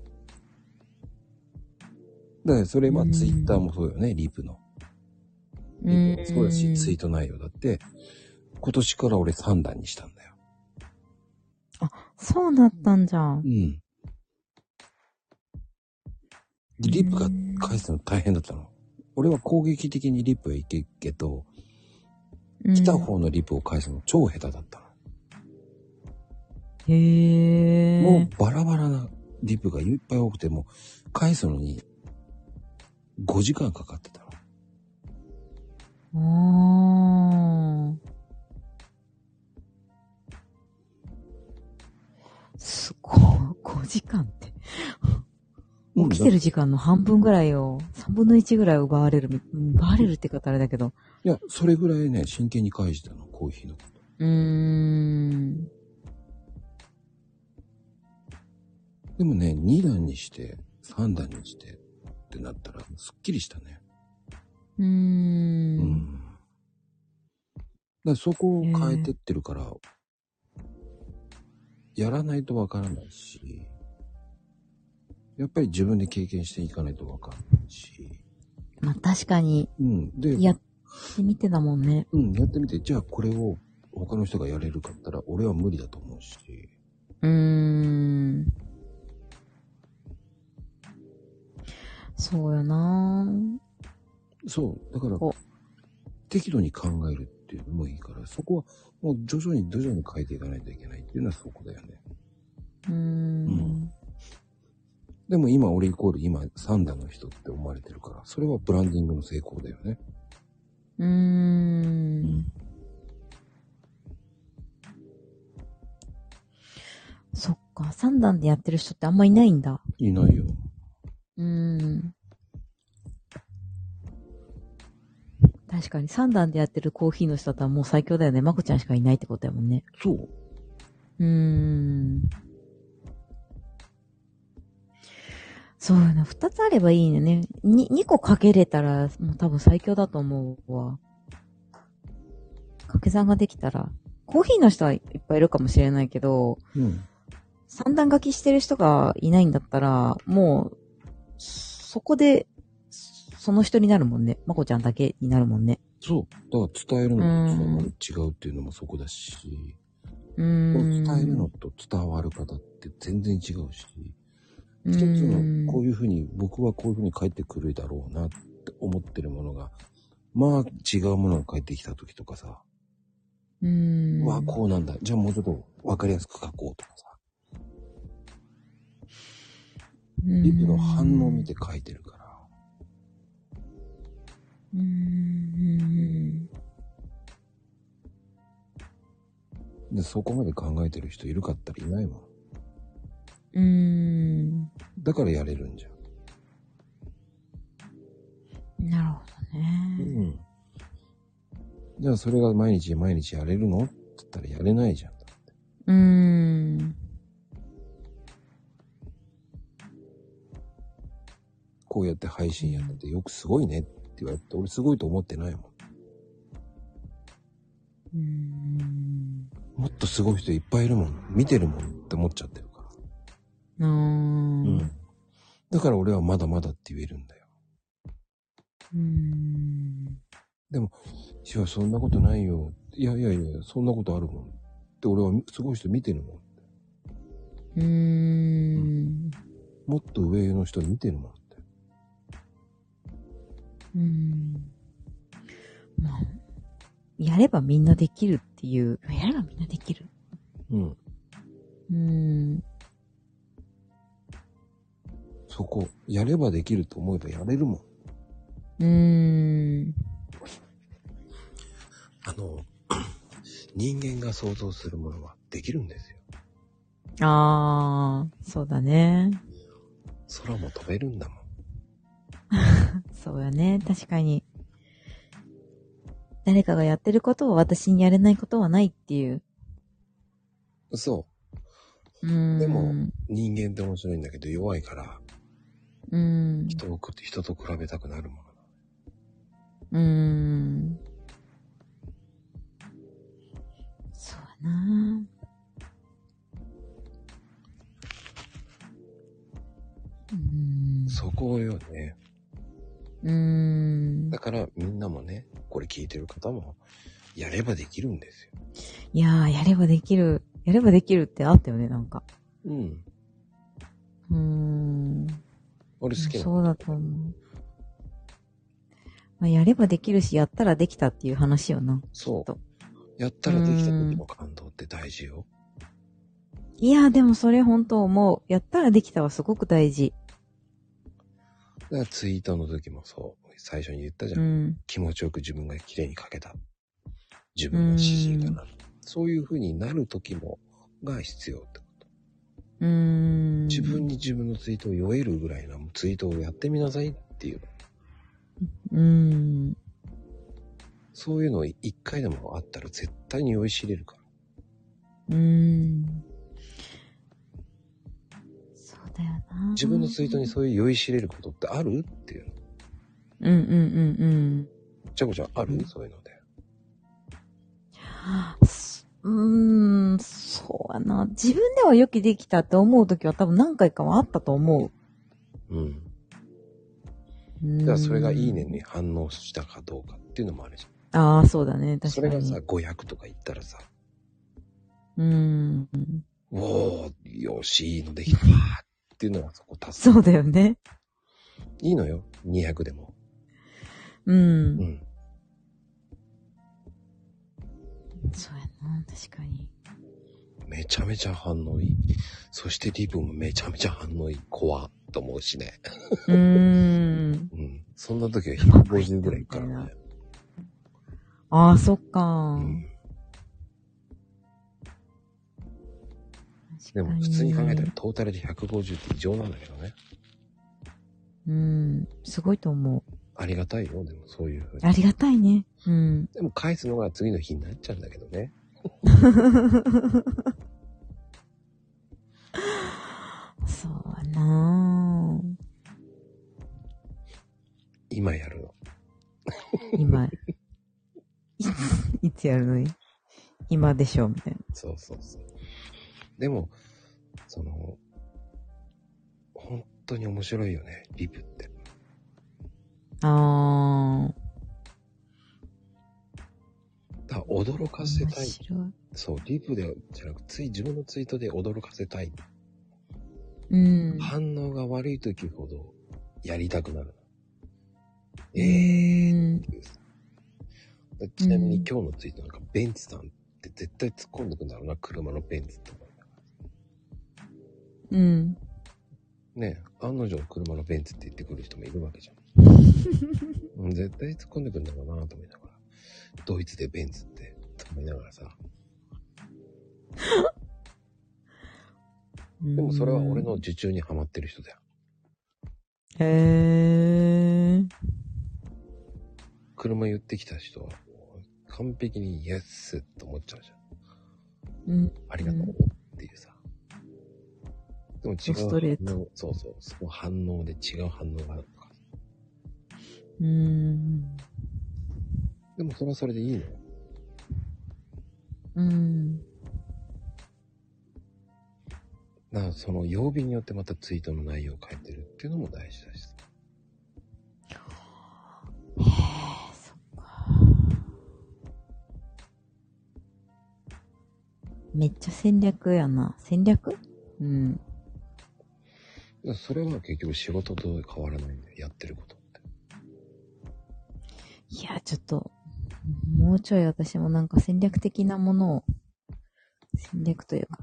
だからそれはツイッターもそうよね、リプの。リプもそうだし、ツイート内容だって、今年から俺さんだんにしたんだよ。
あ、そうだったんじゃん。
うん。リップが返すの大変だったの。俺は攻撃的にリップはいけるけど、来た方のリップを返すの超下手だったの。
へー。
もうバラバラなリップがいっぱい多くても、返すのにごじかんかかってた
の。あー。すごい。ごじかんって。起きてる時間の半分ぐらいを、さんぶんのいちぐらい奪われる、奪われるって方あれだけど。
いや、それぐらいね、真剣に返したの、コーヒーのこと。
うーん。
でもね、にだんにして、さんだんにしてってなったら、すっきりしたね。
うーん。
うん。だからそこを変えてってるから、やらないとわからないし、やっぱり自分で経験していかないとわからないし。
まあ確かに。
うん。で、
やってみてだもんね。
うん、やってみて、じゃあこれを他の人がやれるかったら、俺は無理だと思うし。
うーん。 そうよなぁ。
そう。だから、適度に考えるっていうのもいいから、そこはもう徐々に徐々に変えていかないといけないっていうのはそこだよね。
うーん。うん、
でも今俺イコール今サンダの人って思われてるから、それはブランディングの成功だよね。
うーん。うん、そっか、三段でやってる人ってあんまいないんだ。
いないよ。
うーん。確かに三段でやってるコーヒーの人だったらもう最強だよね。まこちゃんしかいないってことだもんね。
そう。
うーん。そうよな。二つあればいいよね。に、二個かけれたら、もう多分最強だと思うわ。掛け算ができたら。コーヒーの人はいっぱいいるかもしれないけど、
うん。
三段書きしてる人がいないんだったら、もう、そこで、その人になるもんね。まこちゃんだけになるもんね。
そう。だから伝えるのと違うっていうのもそこだし、うーん、伝えるのと伝わる方って全然違うし、一つのこういうふうに僕はこういうふうに返ってくるだろうなって思ってるものが、まあ違うものが返ってきた時とかさ、うーん、わあこうなんだ、じゃあもうちょっと分かりやすく書こうとかさ、リプの反応を見て書いてるから。うーん。で、そこまで考えてる人いるかったらいないもん。うーん。だからやれるんじゃん。
なるほどね。
うん。じゃあそれが毎日毎日やれるのって言ったらやれないじゃん。
うーん。
こうやって配信やっててよくすごいねって言われて、俺すごいと思ってないもん。うーん。もっとすごい人いっぱいいるもん。見てるもんって思っちゃってるから。うーん。うん。だから俺はまだまだって言えるんだよ。うーん。でも、いや、そんなことないよ。いやいやいや、そんなことあるもん。って俺はすごい人見てるもん。うーん。うん、もっと上の人見てるもんって。うーん。まあ、やればみんなできるっていう。やればみんなできる。うん。うーん。そこ、やればできると思えばやれるもん。うーん。あの、人間が想像するものはできるんですよ。あー、そうだね。空も飛べるんだもん。そうやね、確かに。誰かがやってることを私にやれないことはないっていう。そう。うーん。でも、人間って面白いんだけど弱いから、うーん。人を、人と比べたくなるもの。うーん。そうやな。うーん。そこよね。うーん。だからみんなもね、これ聞いてる方も、やればできるんですよ。いやー、やればできる。やればできるってあったよね、なんか。うん。うーん。俺好きなの。そうだと思う。まあ、やればできるし、やったらできたっていう話よな。そう。やったらできた時の感動って大事よ。いやー、でもそれ本当思う。やったらできたはすごく大事。だからツイートの時もそう。最初に言ったじゃん。うん、気持ちよく自分が綺麗に書けた。自分が指示がなる。そういう風になる時も、が必要ってこと。うーん。自分に自分のツイートを酔えるぐらいなツイートをやってみなさいっていう。うーん。そういうの一回でもあったら絶対に酔いしれるから。うーん。そうだよな。自分のツイートにそういう酔いしれることってあるっていう。うんうんうんうん。ちゃこちゃんある、うん、そういうので。うーん、そうやな。自分ではよくできたって思うときは多分何回かはあったと思う。うん。じゃあそれがいいねに反応したかどうかっていうのもあるじゃん。ああ、そうだね。確かに。それがさ、ごひゃくとか言ったらさ。うーん。おー、よし、いいのできたっていうのがそこ達成。そうだよね。 いいのよ。にひゃくでも。
うん。
うん。
そうやな、確かに。
めちゃめちゃ反応いい。そしてリプもめちゃめちゃ反応いい。怖っと思うしね。
うーん。
うん。そんな時はひゃくごじゅうぐらいいくからね。
ああ、そっか、
うん。でも普通に考えたらトータルでひゃくごじゅうって異常なんだけどね。
うん。すごいと思う。
ありがたいよ、でもそういうふうに。
ありがたいね。うん。
でも返すのが次の日になっちゃうんだけどね。
そうなぁ。
今やるの。
今。いつ、いつやるのに今でしょみたいな。
そうそうそう。でも、その、本当に面白いよね、リプって。
あー。
だから驚かせたい。
面白い。
そう、リプでじゃなく、つい自分のツイートで驚かせたい。
うん。
反応が悪い時ほどやりたくなる。
え
ー
ー
っていうさ。ちなみに今日のツイートなんか、ベンツさんって絶対突っ込んでくんだろうな、車のベンツって。
うん。
ねえ、案の定車のベンツって言ってくる人もいるわけじゃん。うん、絶対突っ込んでくるんだろうなと思いながら。ドイツでベンツってと思いながらさ。でもそれは俺の受注にハマってる人だよ。
へー。
車言ってきた人は完璧にイエスと思っちゃうじゃん。
うん。
ありがとうっていうさ。でも違う
ストレート。
そうそう。その反応で違う反応があるとか。
うーん。
でもそれはそれでいいのよ。
うん。
だからその曜日によってまたツイートの内容を変えてるっていうのも大事だし。
へー、そっか。めっちゃ戦略やな。戦略？うん。
それは結局仕事と変わらないんだよ。やってることって。
いや、ちょっと、もうちょい私もなんか戦略的なものを、戦略というか、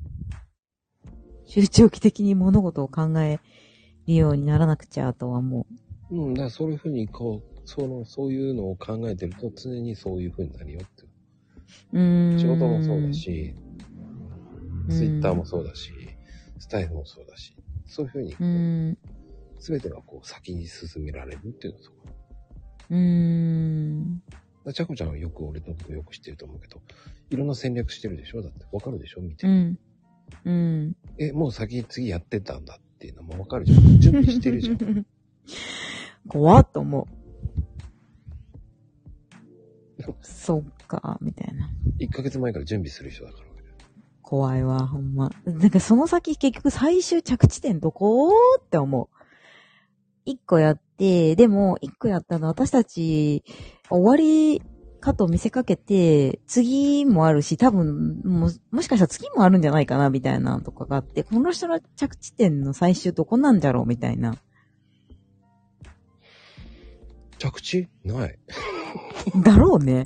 集中的に物事を考えるようにならなくちゃとは思
う。うん、だからそういうふうにこう、その、そういうのを考えてると常にそういうふうになるよって。
うーん。
仕事もそうだし、ツイッターもそうだし、スタイフもそうだし、そういうふうに、すべてがこう先に進められるっていうのはそう。
うーん。
ちゃこちゃんはよく俺のことよく知ってると思うけど、いろんな戦略してるでしょ？だってわかるでしょ？見て。
うん。うん。
え、もう先次やってたんだっていうのもわかるじゃん。準備してるじゃん。
怖っと思う。そっか、みたいな。
いっかげつまえから準備する人だから。
怖いわ、ほんま。なんかその先結局最終着地点どこって思う。一個やって、でも一個やったの私たち終わりかと見せかけて、次もあるし、多分も、もしかしたら次もあるんじゃないかなみたいなとかがあって、この人の着地点の最終どこなんじゃろうみたいな。
着地ない。
だろうね。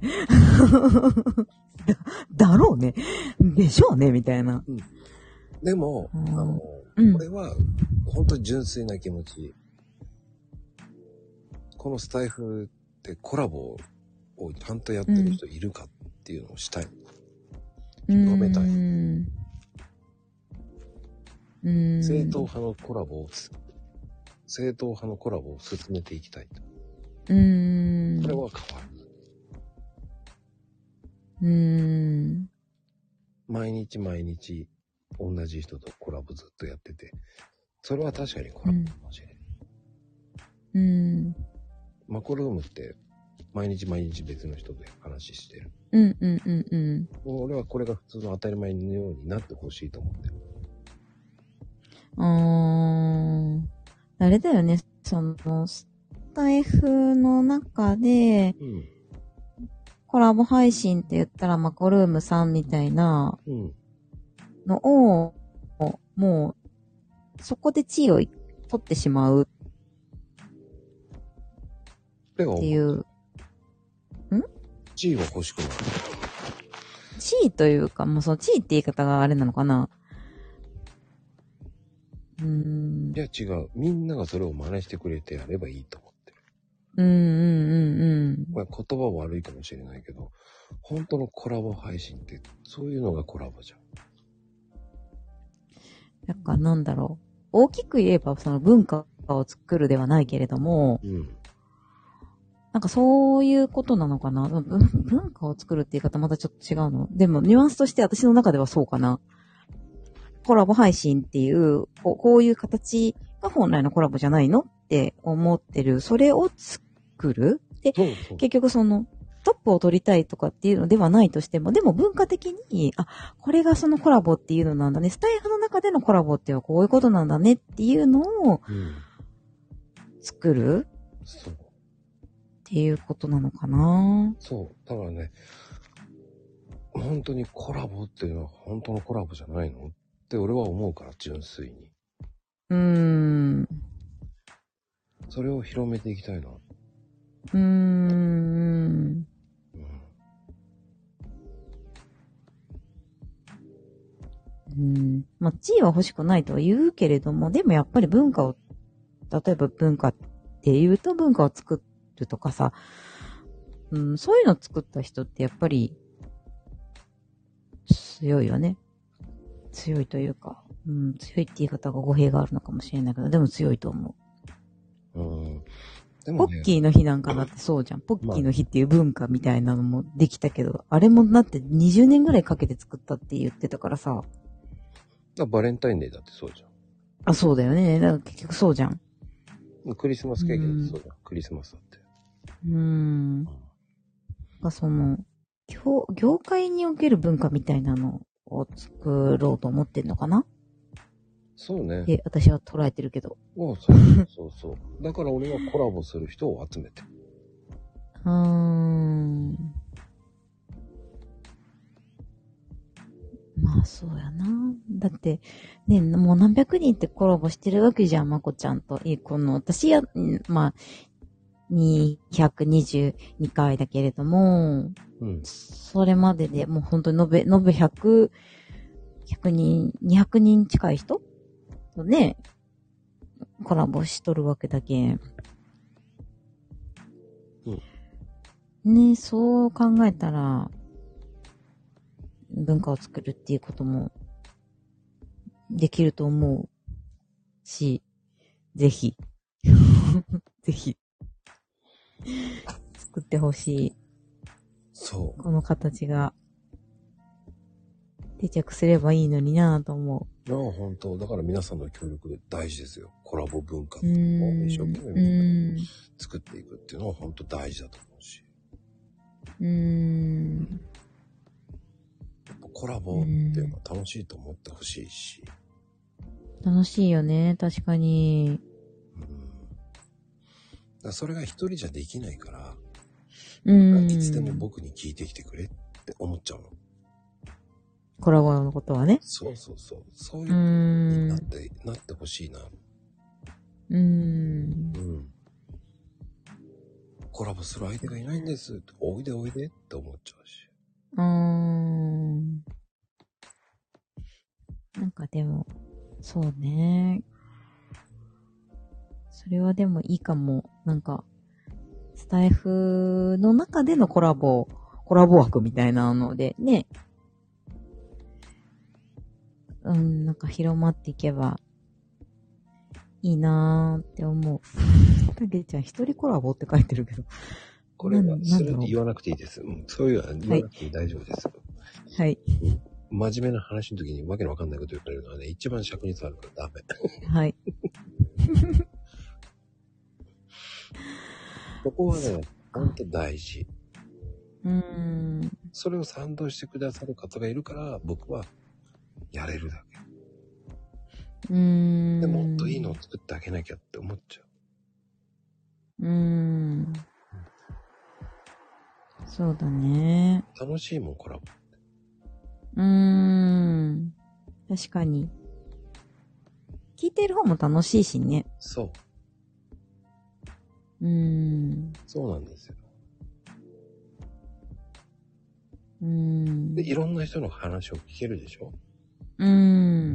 だ、だろうね。でしょうねみたいな。
うん、でも、
うん、
あの、
うん、
これは本当に純粋な気持ち。このスタイフってコラボをちゃんとやってる人いるかっていうのをしたい。広めたい。うん。正統派のコラボを、正統派のコラボを進めていきたいと。うーん。それは変わる。うーん。毎日毎日同じ人とコラボずっとやってて、それは確かにコラボかもしれない。うん。マコルームって毎日毎日別の人で話してる。うんうんうんうん。俺はこれが普通の当たり前のようになってほしいと思ってる。うーん。あれだよね、その、スタイフの中で、うん、コラボ配信って言ったらマコルームさんみたいなのを、うん、もう、そこで地位を取ってしまうて思う。
っていう。ん？
地位は欲しくない。
地位というか、もうその地位って言い方があれなのかな。うーん。
いや違う。みんながそれを真似してくれてやればいいと思ってる。
うんうんうんうん。
これ言葉悪いかもしれないけど、本当のコラボ配信ってそういうのがコラボじゃん。
なんかなんだろう。大きく言えばその文化を作るではないけれども、
うん。
なんかそういうことなのかな。文文化を作るって言い方またちょっと違うの。でもニュアンスとして私の中ではそうかな。コラボ配信っていう、こう、こういう形が本来のコラボじゃないのって思ってる。それを作るで、
そうそう。
結局そのトップを取りたいとかっていうのではないとしても、でも文化的に、あ、これがそのコラボっていうのなんだね。スタイフの中でのコラボっていうのはこういうことなんだねっていうのを作る、
うん、そう。
っていうことなのかな。
そう。だからね、本当にコラボっていうのは本当のコラボじゃないのって俺は思うから、純粋に。
うーん。
それを広めていきたいな。
うーん。うん。うん。まあ、地位は欲しくないとは言うけれども、でもやっぱり文化を、例えば文化って言うと文化を作るとかさ、うん、そういうのを作った人ってやっぱり強いよね。強いというか、うん、強いって言い方が語弊があるのかもしれないけど、でも強いと思う。
うん。でもね、
ポッキーの日なんかだってそうじゃん。ポッキーの日っていう文化みたいなのもできたけど、あれもだってにじゅうねんぐらいかけて作ったって言ってたからさ。
バレンタインデーだってそうじゃん。
あ、そうだよね。だから結局そうじゃん。
クリスマスケーキだってそうじゃん。クリスマスだって。
うーん。がその、業、業界における文化みたいなのを作ろうと思ってんのかな
そうね。
で、私は捉えてるけど。
そうそうそうそう。だから俺はコラボする人を集めて。
うーん。まあそうやな。だって、ね、もう何百人ってコラボしてるわけじゃん、まこちゃんと。いい、この、私や、まあ、にひゃくにじゅうにかいだけれども、
うん、
それまででもう本当に延べ、延べひゃく、ひゃくにん、にひゃくにん近い人とね、コラボしとるわけだけん。うん、ね、そう考えたら、文化を作るっていうこともできると思うし、ぜひ、ぜひ、作ってほしい。
そう。
この形が定着すればいいのになぁと思
う。ああ、本当。だから皆さんの協力大事ですよ。コラボ文化を
う。
一生懸命みんな作っていくっていうのは本当大事だと思うし。
うーん。
コラボっていうのは楽しいと思ってほしいし。
楽しいよね、確かに。
うん。だからそれが一人じゃできないから、
うん。
いつでも僕に聞いてきてくれって思っちゃうの。
コラボのことはね。
そうそうそう。そういう風になって、なってほしいな。
うーん。
うん。コラボする相手がいないんです。おいでおいでって思っちゃうし。
うーん。なんかでも、そうね。それはでもいいかも。なんか、スタイフの中でのコラボ、コラボ枠みたいなのでね。うん、なんか広まっていけばいいなーって思う。たけちゃん一人コラボって書いてるけど。
これは、それ言わなくていいです。うん、そういうのは言わなくて大丈夫です。
はい。
うん、真面目な話の時にわけのわかんないこと言われるのはね、一番尺率あるからダメ。
はい。
そこはね、ほんと大事。
うーん。
それを賛同してくださる方がいるから、僕はやれるだけ。
うーん。
でもっといいのを作ってあげなきゃって思っちゃ
う。うーん。そうだね。
楽しいもん、コラボ。
うーん。確かに。聞いてる方も楽しいしね。
そう。
うーん。
そうなんですよ。
うーん。
で、いろんな人の話を聞けるでしょ。
うーん。うん。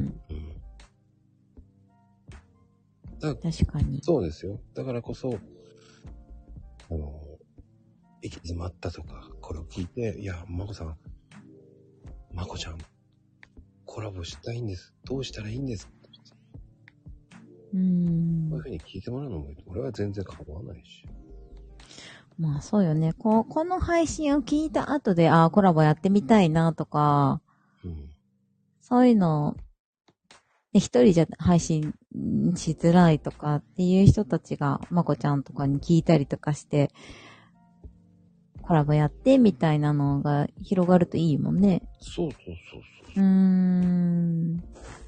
だ
確かに。
そうですよ。だからこそ、あの、行き詰まったとか、これを聞いて、いや、まこさん、まこちゃん、コラボしたいんです。どうしたらいいんですか？
うーん。
こういうふうに聞いてもらうのも、俺は全然構わないし。
まあそうよね。こう、この配信を聞いた後で、ああ、コラボやってみたいなとか、
うん、
そういうの、で一人じゃ配信しづらいとかっていう人たちが、まこちゃんとかに聞いたりとかして、コラボやってみたいなのが広がるといいもんね。
そうそうそう
そう。うーん。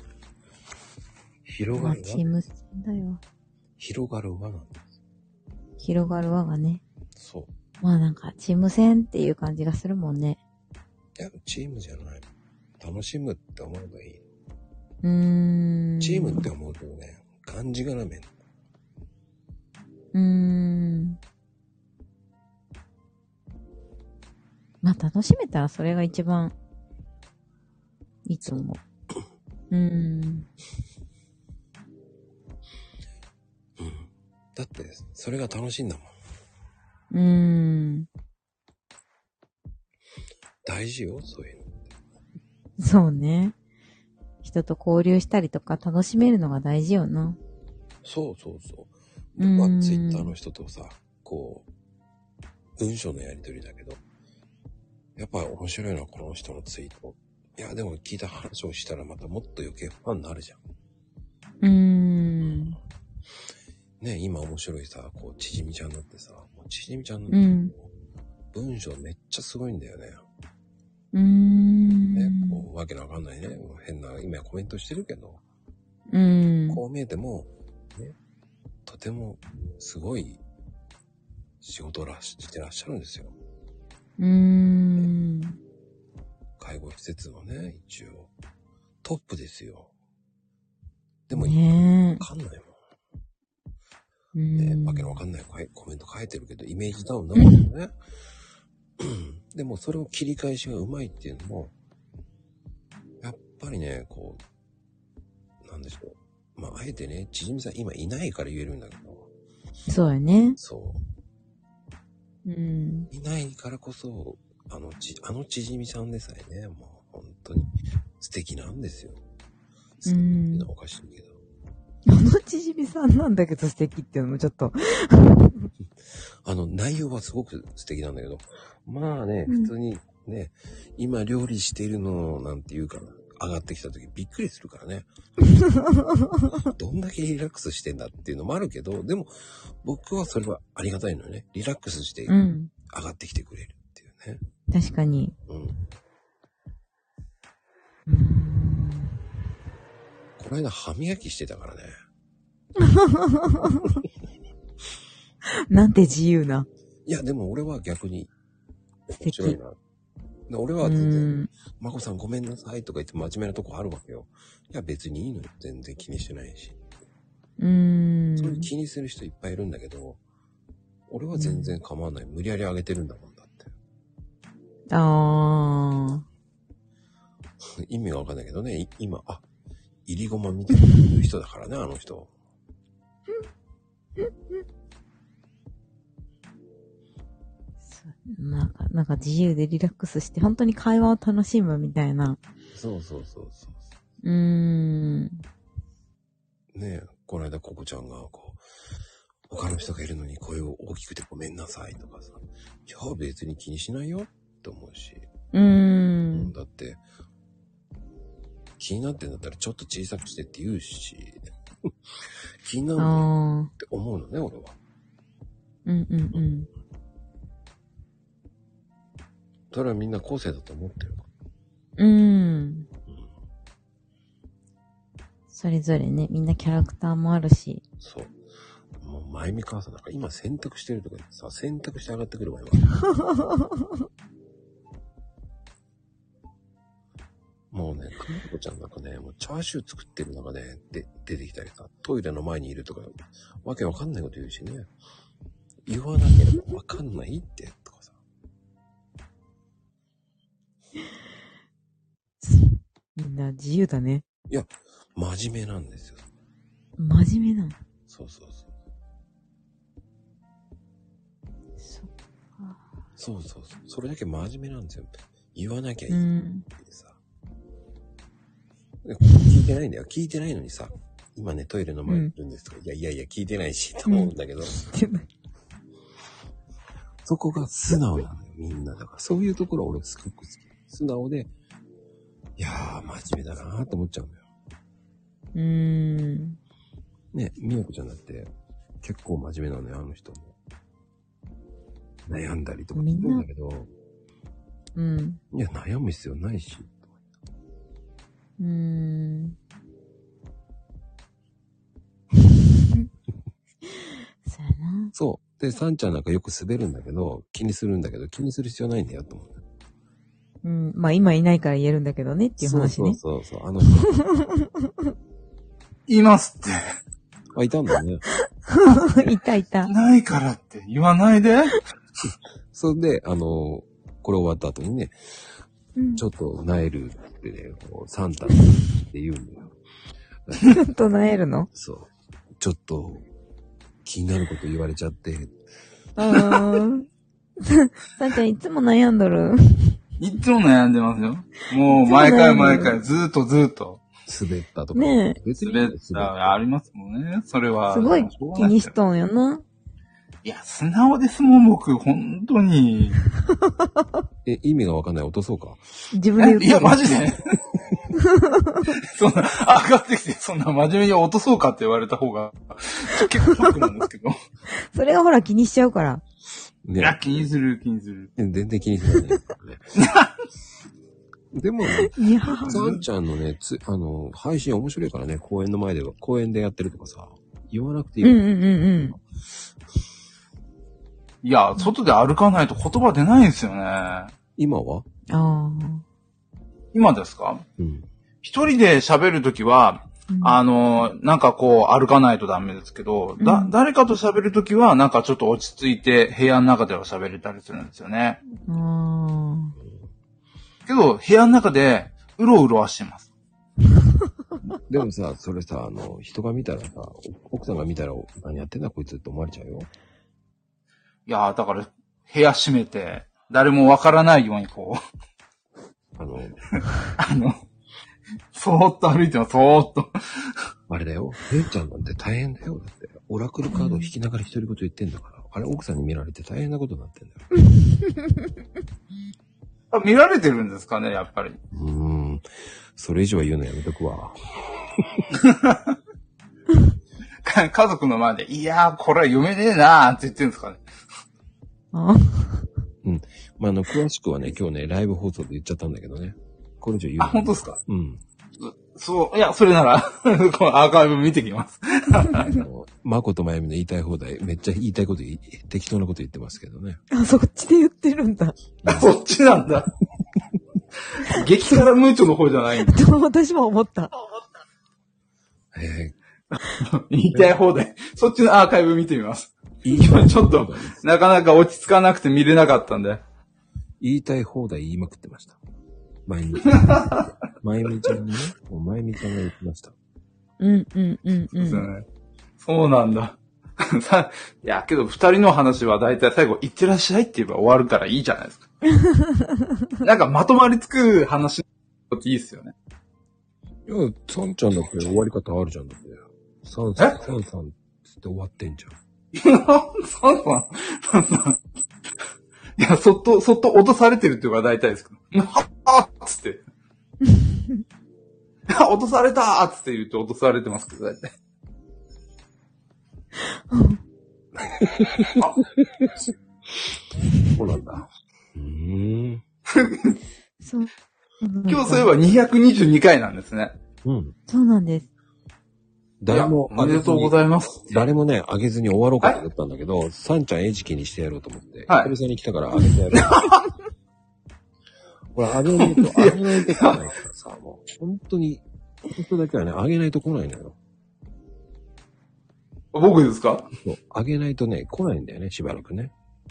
広がるわ。
まあチーム戦だよ。
広がるわなんです。
広がる輪がね。
そう。
まあなんかチーム戦っていう感じがするもんね。
いや、チームじゃない。楽しむって思えばいい。
うーん。
チームって思うとね、がんじがらめん。
うーん。まあ楽しめたらそれが一番いいと思う。うーん。
うん。だって、それが楽しいんだもん。
うーん。
大事よ、そういうの。
そうね。人と交流したりとか楽しめるのが大事よな。
そうそうそう。
うーん。
まあ、ツイッターの人とさ、こう、文章のやりとりだけど、やっぱ面白いのはこの人のツイート。いや、でも聞いた話をしたらまたもっと余計ファンになるじゃん。
うーん。
ね、今面白いさ、こう、ちじみちゃんだってさ、もうちじみちゃんの
うん。
文章めっちゃすごいんだよね。
うーん。
ね、こうわけのわかんないね。変な、今コメントしてるけど、
うん。
こう見えても、ね、とてもすごい仕事をらししてらっしゃるんですよ。
うーん。
介護施設のね、一応。トップですよ。でも、
ね
わかんないもん。
え。う
ね、
ん。
わけのわかんないコメント書いてるけど、イメージダウンだもんね。でも、それを切り返しがうまいっていうのも、やっぱりね、こう、なんでしょう。まあ、あえてね、ちじみさん今いないから言えるんだけど。
そうよね。
そう。
うん。
いないからこそ、あのち、あのちじみさんでさえね、もう本当に素敵なんですよ。素敵っていうのはおかしいけど。
あのちじみさんなんだけど素敵っていうのもちょっと。
あの、内容はすごく素敵なんだけど、まあね、
うん
普通にね、今料理しているのなんて言うから上がってきた時びっくりするからね。どんだけリラックスしてんだっていうのもあるけど、でも僕はそれはありがたいのよね。リラックスして
うん。
上がってきてくれるっていうね。
確かに。
うん。
うーん。
この間歯磨きしてたからね。
なんて自由な。
いや、でも俺は逆に
素敵。
面白いな。で俺
う
は全然、
ーん。
まこさんごめんなさいとか言って真面目なとこあるわけよ。いや別にいいのよ。全然気にしてないし。
うーん。
そういう気にする人いっぱいいるんだけど、俺は全然構わない。無理やり上げてるんだもんだって。
あー。
意味がわかんないけどね、い今、あ、入りごま見てる人だからね、あの人。
なんか、なんか自由でリラックスして、本当に会話を楽しむみたいな。
そうそうそうそう。
うーん。
ねえ、この間ココちゃんがこう、他の人がいるのに声を大きくてごめんなさいとかさ。じゃあ別に気にしないよって思うし。
うーん。
だって、気になってんだったらちょっと小さくしてって言うし、気になるんだよ
あ
って思うのね、俺は。
ー。うんうんうん。
それはみんな個性だと思ってる。
うーん。それぞれね、みんなキャラクターもあるし。
そう。もう、まゆみ母さんなんか今選択してるとか言ってさ、選択して上がってくるわよ。もうね、かなこちゃんなんかね、もうチャーシュー作ってる中で、で、出てきたりさ、トイレの前にいるとか、わけわかんないこと言うしね。 言わなければわかんないって、とかさ。
みんな自由だね。
いや、真面目なんですよ。
真面目なの。
そうそうそう。
そっか。
そうそうそう。それだけ真面目なんですよ。言わなきゃいいってさ。うん、聞いてないんだよ。聞いてないのにさ、今ね、トイレの前にいるんですとか、うん、いやいやいや、聞いてないし、と思うんだけど。うん、そこが素直なのよ、みんな。だから、そういうところ俺すごく好き。素直で、いやー、真面目だなーって思っちゃうのよ。
うーん。
ね、みやこちゃんだって、結構真面目なのよ、あの人も。悩んだりとかするんだけど、
うん。
いや、悩む必要ないし。
うーん。そうやな。
そう。で、さんちゃんなんかよく滑るんだけど、気にするんだけど、気にする必要ないんだよ、と思う。
うん。まあ今いないから言えるんだけどねっていう話ね。
そうそうそうそう。あの人。
いますって。
あ、いたんだね。
いたいた。
ないからって言わないで。
それで、あの、これ終わった後にね、
うん、
ちょっとなえるってね、こうサンタって言うんだよ。
ちょっとなえるの？
そう。ちょっと気になること言われちゃって。
あー。さんちゃんいつも悩んどる。
いつも悩んでますよ。もう毎回毎回ずーっとずーっと。
滑ったとか。
ねえ。
別に
滑ったありますもんね。それは。
すごい気にしとんよな。
いや、素直ですもん、僕、本当に。
え、意味がわかんない。落とそうか。
自分で言って
いや、マジでそんな、上がってきて、そんな真面目に落とそうかって言われた方が、結構ショックなんですけど。
それがほら気にしちゃうから。
ね、いや、気にする、気にする。
全然気にしないね。でもね、さんちゃんのね、つ、あの、配信面白いからね、公園の前では、公園でやってるとかさ、言わなくていい。
うんうんうんうん。
いや、外で歩かないと言葉出ないんですよね。
今は？
ああ。
今ですか？
うん。
一人で喋るときは、うん、あの、なんかこう歩かないとダメですけど、だ、うん、誰かと喋るときは、なんかちょっと落ち着いて部屋の中では喋れたりするんですよね。
ああ。
けど、部屋の中で、うろうろはしてます。
でもさ、それさ、あの、人が見たらさ、奥さんが見たら、何やってんだこいつって思われちゃうよ。
いやー、だから、部屋閉めて、誰もわからないようにこう。
あの、
あの、そーっと歩いてます、そーっと。
あれだよ、レイちゃんなんて大変だよ。だって、オラクルカードを引きながら独り言言ってんだから。あれ、奥さんに見られて大変なことになってんだよ。
あ、見られてるんですかね、やっぱり。
うーん。それ以上は言うのやめとくわ。
家族の前で、いやー、これは読めねえなーって言ってるんですかね。
あ
う
ん。まあ、あの、詳しくはね、今日ね、ライブ放送で言っちゃったんだけどね。これ以上言うの。
あ、本当ですか？
うん。
そう、いや、それなら、このアーカイブ見てきます。
まことまゆみの言いたい放題、めっちゃ言いたいこと言い、適当なこと言ってますけどね。
あ、そっちで言ってるんだ。
あ、そっちなんだ。激辛ムーチョの方じゃないんだ。
私も思った。
え
ー、言いたい放題。そっちのアーカイブ見てみます。今ちょっと、なかなか落ち着かなくて見れなかったんで。
言いたい放題言いまくってました。まゆみ。まゆみちゃんにね、もうまゆみちゃんが言ってました。
うんうんうんうん。
そうですね。そうなんだ。さ、いや、けど二人の話はだいたい最後、いってらっしゃいって言えば終わるからいいじゃないですか。なんかまとまりつく話っていいっすよね。
いや、サンちゃんだって終わり方あるじゃんだって。サンさん、サンさんつって終わってんじゃん。
サンさん、サンさん。いや、そっと、そっと落とされてるっていうのが大体ですから。はっはっつって。落とされたーっつって言うと落とされてますけど、大体。
そうなんだ。うーん。
そう。
今日そういえばにひゃくにじゅうにかいなんですね。
うん。
そうなんです。
誰も
おめでとうございます。
誰もね、あげずに終わろうかと思ったんだけど、サンちゃん餌食にしてやろうと思って、
はい。
久々に来たからあげてやろう。ほら、あげないと、あげないと来ないからさ、もう、本当に、本当だけはね、あげないと来ないのよ。
僕ですか？
そう。あげないとね、来ないんだよね、しばらくね。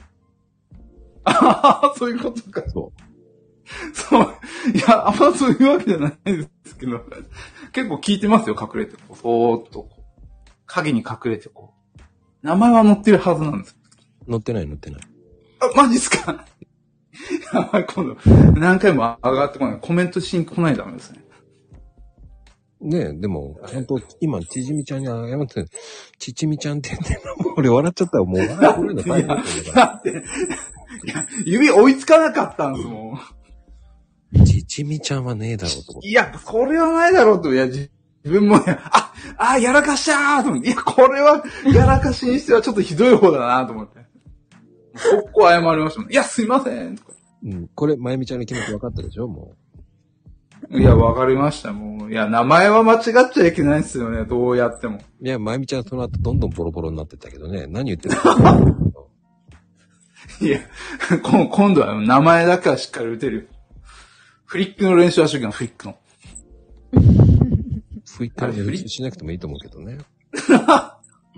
ああ、そういうことか。
そ
そう。いや、あんまそういうわけじゃないですけど、結構聞いてますよ、隠れて。こうそーっとこう。影に隠れてこう。名前は載ってるはずなんです。
う。乗ってない乗ってない。
あ、マジっすか？やばい、今度、何回も上がってこない。コメントしに来ないとダメですね。
ねえ、でも、本当今、ちじみちゃんに謝って、ちちみちゃんって言って、俺笑っちゃったらもう笑ってくれるの大変だったんだか
だって、いや、指追いつかなかったんですもん。
ら。ちちみちゃんはねえだろうと思って。
いや、これはないだろうと、いや、自分も、あ、あ、やらかしたーと思って、いや、これは、やらかしにしてはちょっとひどい方だなと思って。そこ謝りましたもん。いや、すいませんとか。
うん。これ、まゆみちゃんの気持ち分かったでしょも
いや、わかりました、もう。いや、名前は間違っちゃいけないですよね、どうやっても。
う。いや、まゆみちゃんその後どんどんボロボロになってったけどね。何言ってるか。
いや、こ今度は名前だけはしっかり打てる。フリックの練習はしときの、フリックの。
フリックの練習しなくてもいいと思うけどね。うん。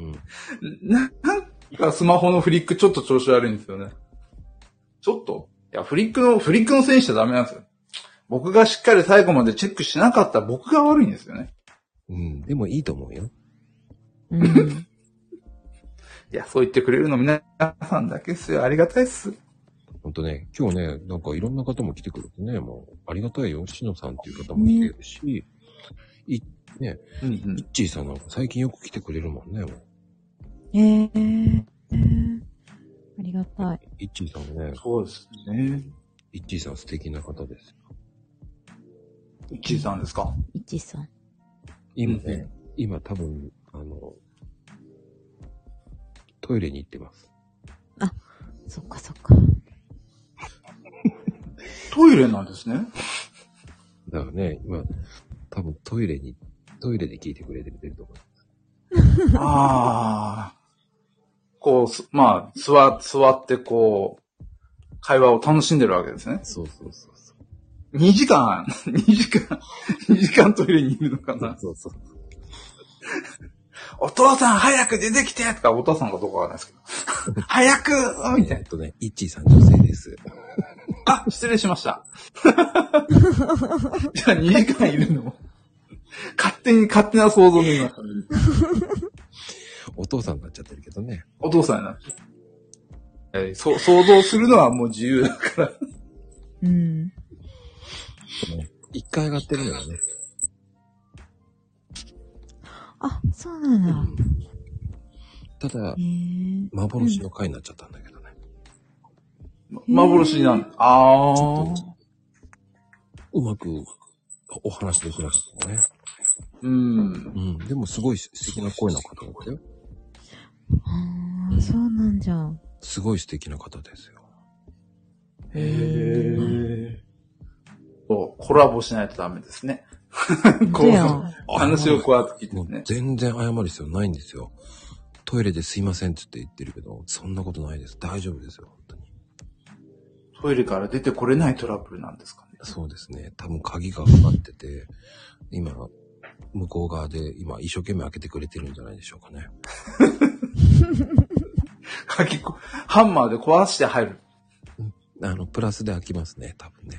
な、なんかスマホのフリックちょっと調子悪いんですよね。ちょっといや、フリックの、フリックのせいにしちゃダメなんですよ。僕がしっかり最後までチェックしなかったら僕が悪いんですよね。
うん。でもいいと思うよ。
うん。
いや、そう言ってくれるの皆さんだけですよ。ありがたいっす。
ほんとね、今日ね、なんかいろんな方も来てくれてね、もう、ありがたいよ。しのさんっていう方も来てるし、い、ね、
うんうん。
いっちーさんなんか最近よく来てくれるもんね、もう。
えー、えー、ありがたい。
いっちーさんね、
そうですね。
いっちーさん素敵な方ですよ。
いちいさんですか？
いちさん。
今ね、
うんうん
今多分、あの、トイレに行ってます。
そっかそっか。
トイレなんですね。
だからね、今、多分トイレに、トイレで聞いてくれてると思う。
ああ。こう、すまあ、座、座ってこう、会話を楽しんでるわけですね。
そうそうそうそう。
にじかん、にじかん、にじかんトイレにいるのかな。
そうそう。
お父さん早く出てきてとか、お父さんかどうかわかんないですけど。早くみたいな。
えっとね、いっちーさん女性です。
あ、失礼しました。じゃあにじかんいるの勝手に、勝手な想像になりましたね。
お父さんになっちゃってるけどね。
お父さんになっちゃう。えーそ想像するのはもう自由だから。
うん。
一回上がってるのよね。
あ、そうなんだ。
ただ
へ、ー。
幻の回になっちゃったんだけどね。
幻なんだ。ああ。
うまくお話できなかったね。
うん。
うん。でもすごい素敵な声の方だったよ。
ああ、そうなんじゃ。
すごい素敵な方ですよ。
へえ。そう、コラボしないとダメですね。こう、
本当や。
話をこうやって聞いて
もう
ね。
全然謝る必要ないんですよ。トイレですいませんって言って言ってるけど、そんなことないです。大丈夫ですよ、本当に。
トイレから出てこれないトラブルなんですかね。
そうですね。多分鍵がかかってて、今、向こう側で今一生懸命開けてくれてるんじゃないでしょうかね。
鍵こ、ハンマーで壊して入る。
あの、プラスで開きますね、多分ね。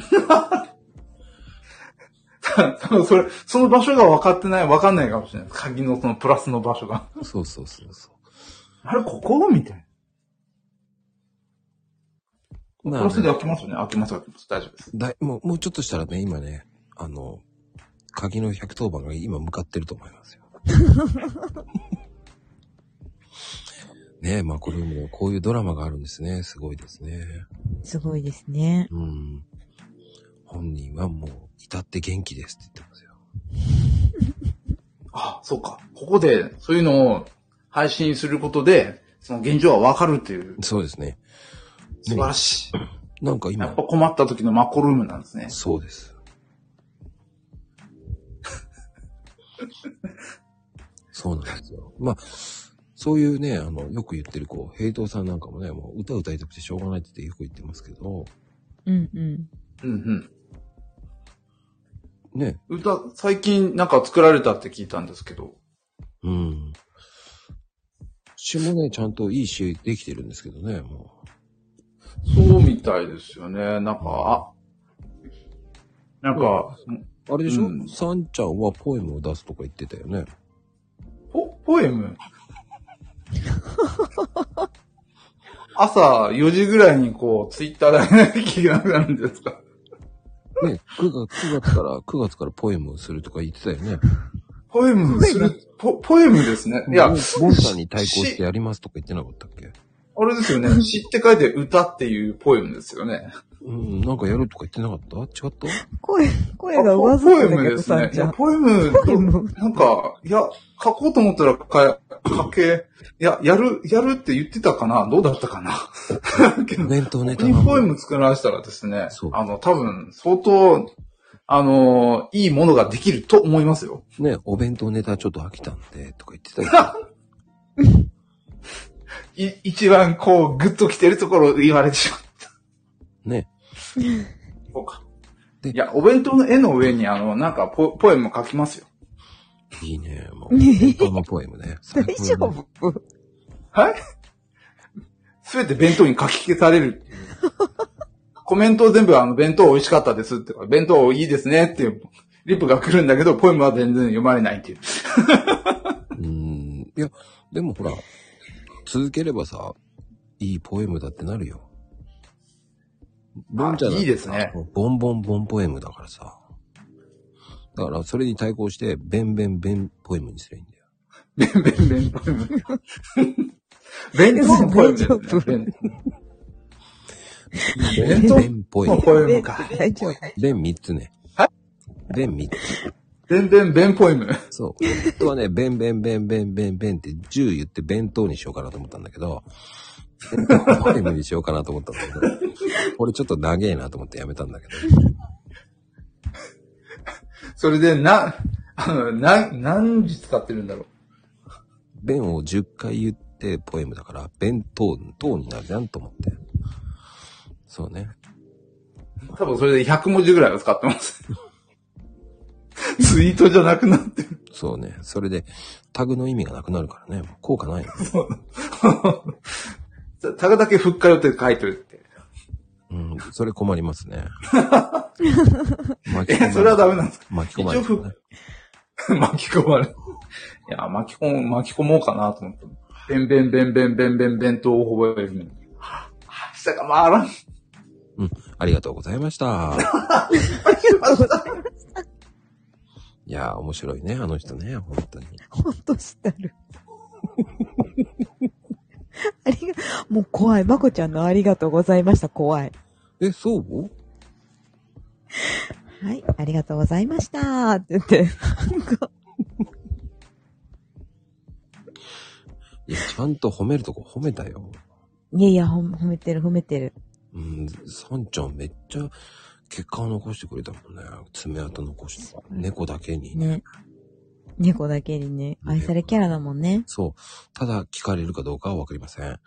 多分それ、その場所が分かってない、分かんないかもしれない。鍵のそのプラスの場所が。
そうそうそうそう。
あれ、ここみたいな。
まあ
プラスで開きますよね。開きます、開きます。大丈夫です。
だいもう、もうちょっとしたらね、今ね、あの、鍵のひゃくとおばんが今向かってると思いますよ。ねえ、まあこれもこういうドラマがあるんですね。すごいですね。
すごいですね。
うん。本人はもう、至って元気ですって言ってますよ。
あ、そうか。ここで、そういうのを配信することで、その現状は分かるっていう。
そうですね。
素晴らしい。
なんか今、
やっぱ困った時のマコルームなんですね。
そうです。そうなんですよ。まあ、そういうね、あの、よく言ってる、こう、平等さんなんかもね、もう歌歌いたくてしょうがないってよく言ってますけど、
うんうん。
うん
ね、
うん。歌、最近なんか作られたって聞いたんですけど。
うん。 詩もね、ちゃんといい詩できてるんですけどね、も
そうみたいですよね。なんか、あ、なんか、
う。あれでしょ、
うん、
サンちゃんはポエムを出すとか言ってたよね。
ポ、ポエム朝よじぐらいにこう、ツイッターで上げなきゃいけなくなるんですか？
ね、くがつ、くがつから、くがつからポエムをするとか言ってたよね。
ポエムする、ポ、ポエムですね。いや、
ボンさんに対抗してやりますとか言ってなかったっけ？
あれですよね。詩って書いて歌っていうポエムですよね。
うん、なんかやるとか言ってなかった？違った？
声、声が上ずってんだけど、さんちゃん。
ポエム、ポエム、なんか、いや、書こうと思ったらか、書け、いや、やる、やるって言ってたかな？どうだったかな？けど、
お弁当ネタ
にポエム作らせたらですね、
そう
あの、多分、相当、あの、いいものができると思いますよ。
ね、お弁当ネタちょっと飽きたんで、とか言ってたけど。
い、一番こう、グッと来てるところを言われてしまった。
ね。
そうか。
で
いや、お弁当の絵の上にあの、なんかポ、ポエム書きますよ。
いいね。もう、お弁当のポエムね。
大丈夫？
はい？すべて弁当に書き消される。コメント全部あの、弁当美味しかったですって、弁当いいですねっていう、リップが来るんだけど、ポエムは全然読まれないっていう。
うーん。いや、でもほら、続ければさ、いいポエムだってなるよ。ボンちゃんだってさ
いいですね。
ボンボンボンポエムだからさ。だから、それに対抗して、ベンベンベンポエムにすればいいんだよ。
ベンベンベンポエム。弁当のポエムですね。弁当
ベンポエム。
のポエムか。
大丈夫。
ベンみっつね。
はい
ベンみっつ。
ベンベンベンポエム。
そう。本当はね、ベンベンベンベンベンベンってじゅう言って弁当にしようかなと思ったんだけど、弁当ポエムにしようかなと思ったんだけど、俺ちょっと長えなと思ってやめたんだけど。
それで、な、あの、な、何時使ってるんだろう。
弁をじゅっかい言ってポエムだから、弁当、当になるじゃんと思って。そうね。
多分それでひゃくもじぐらいは使ってます。ツイートじゃなくなってる。
そうね。それで、タグの意味がなくなるからね。もう効果ないの。
タグだけふっかよって書いてるって。
うん、それ困りますね。
え、それはダメなんですか？
巻き込まれる、ね。
巻き込まれる。いや、巻き込む、巻き込もうかなと思った。ベンベンベンベンベンベン弁当を覚えるのに。下が回らん。
うん、ありがとうございました。
ありがとうございました。
いやー、面白いね、あの人ね、本当に。
ほんとしたる。ありが、もう怖い。まこちゃんのありがとうございました。怖い。
え、そう
はい、ありがとうございましたって言って。
いや、ちゃんと褒めるとこ褒めたよ。
いやいや、ほ褒めてる褒めてる。
うん、サンちゃんめっちゃ結果を残してくれたもんね。爪痕残して。猫だけに。
ね。猫だけにね、愛されキャラだもんね。
そう。ただ聞かれるかどうかはわかりません。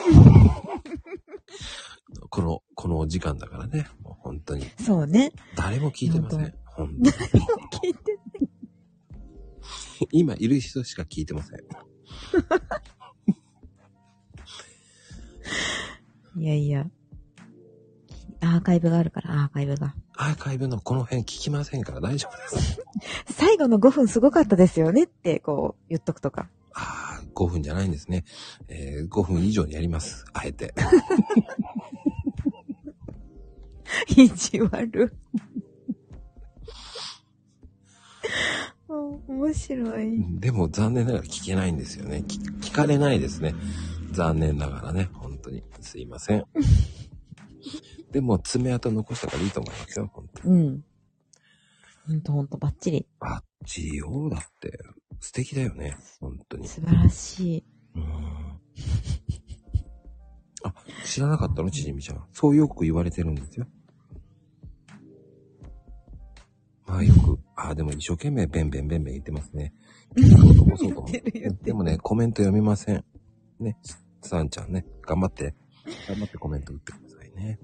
この、このお時間だからね。もう本当に。
そうね。
誰も聞いてません。本当に。
誰も聞いてない。
今いる人しか聞いてません。
いやいや。アーカイブがあるから、アーカイブが。
アーカイブのこの辺聞きませんから大丈夫です。
最後のごふんすごかったですよねって、こう、言っとくとか。
ああ、ごふんじゃないんですね。えー、ごふん以上にやります。あえて。
意地悪。面白い。
でも残念ながら聞けないんですよね。聞, 聞かれないですね。残念ながらね。本当に。すいません。でも爪痕残したからいいと思いますよ。本当に。
うん。ほんとほんとバッチリ。
バッチリよ。だって。素敵だよね。本当に。
素晴らしい。
うーん。あ、知らなかったのちじみちゃん。そうよく言われてるんですよ。まあよく、あ、でも一生懸命ベンベンベンベン言ってますね。残そうと思って。でもね、コメント読みません。ね、さんちゃんね、頑張って。頑張ってコメント打ってくださいね。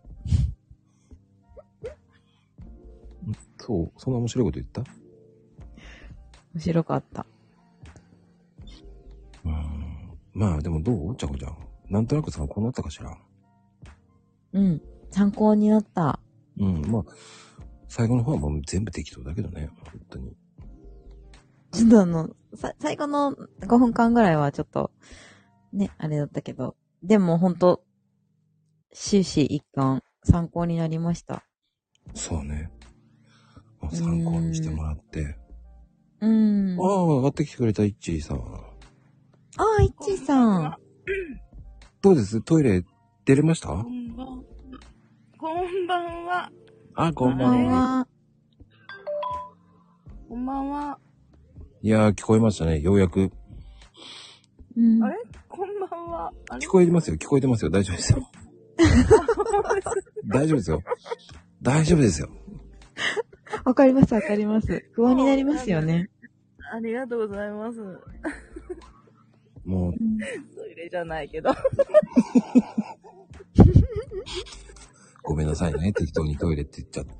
そう、そんな面白いこと言った？
面白かった。
うーん。 まあでもどうちゃこちゃん。なんとなく参考になったかしら。
うん。参考になった。
うん。まあ、最後の方はもう全部適当だけどね。本当に。
ちょっとあの、さ、最後のごふんかんぐらいはちょっと、ね、あれだったけど。でもほんと、終始一貫参考になりました。
そうね。参考にしてもらって。
うーん。
ああ、上がってきてくれたイッチーさん。
ああ、イッチーさん。
どうです？トイレ出れました？
こんばんは。こんばんは。
あ、こんばんは。
こんばんは。
いやー、聞こえましたね。ようやく。
うん、
あれこんばんは。
聞こえてますよ。聞こえてますよ。大丈夫ですよ。大丈夫ですよ。大丈夫ですよ。
わかります、わかります。不安になりますよね。
ありがとうございます。
もう。
トイレじゃないけど。
ごめんなさいね。適当にトイレって言っちゃって。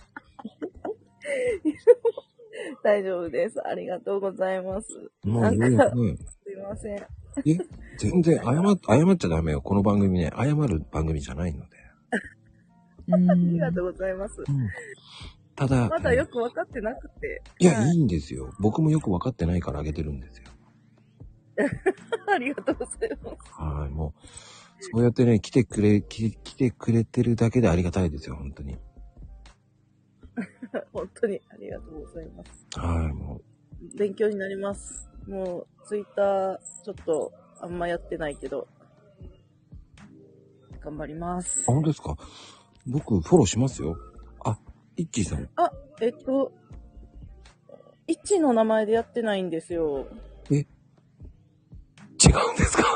大丈夫です。ありがとうございます。
もう、ね、
すいません。
え、全然謝っ、謝っちゃダメよ。この番組ね、謝る番組じゃないので。
ありがとうございます。うん、
ただ、
まだよく分かってなくて。
いや、はい、いいんですよ。僕もよく分かってないからあげてるんですよ。
ありがとうございます。
はい、もう、そうやってね、来てくれ、来、来てくれてるだけでありがたいですよ、本当に。
本当にありがとうございます。
はい、も
う。勉強になります。もう、ツイッター、ちょっと、あんまやってないけど、頑張ります。
あ、本当ですか？僕、フォローしますよ。あ、イッチーさん。
あ、えっと、イッチーの名前でやってないんですよ。
え？違うんですか？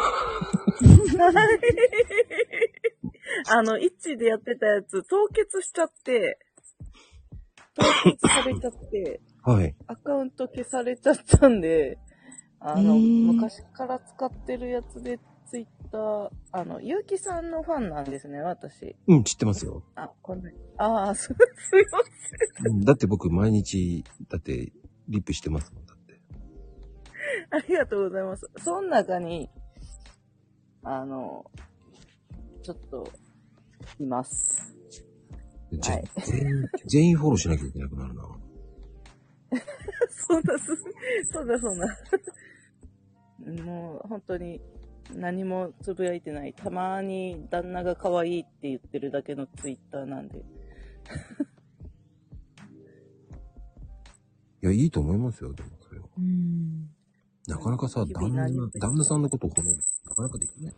あの、イッチーでやってたやつ、凍結しちゃって、凍結されちゃって、
はい。
アカウント消されちゃったんで、あの、昔から使ってるやつで、ツイッター、あの、ゆうきさんのファンなんですね、私。
うん、知ってますよ。
あ、こんなに。ああ、す、すいま
せん、うん。だって僕、毎日、だって、リップしてますもん、だって。
ありがとうございます。その中に、あの、ちょっと、います。
じゃ、はい、全員、全員フォローしなきゃいけなくなるな。
そうだ、そうだ、そうだ。もう、本当に、何もつぶやいてない。たまに旦那が可愛いって言ってるだけのツイッターなんで。い
や、いいと思いますよ、でもそれは。うん、なかなかさ、旦那、旦那さんのことを褒める。なかなかできない。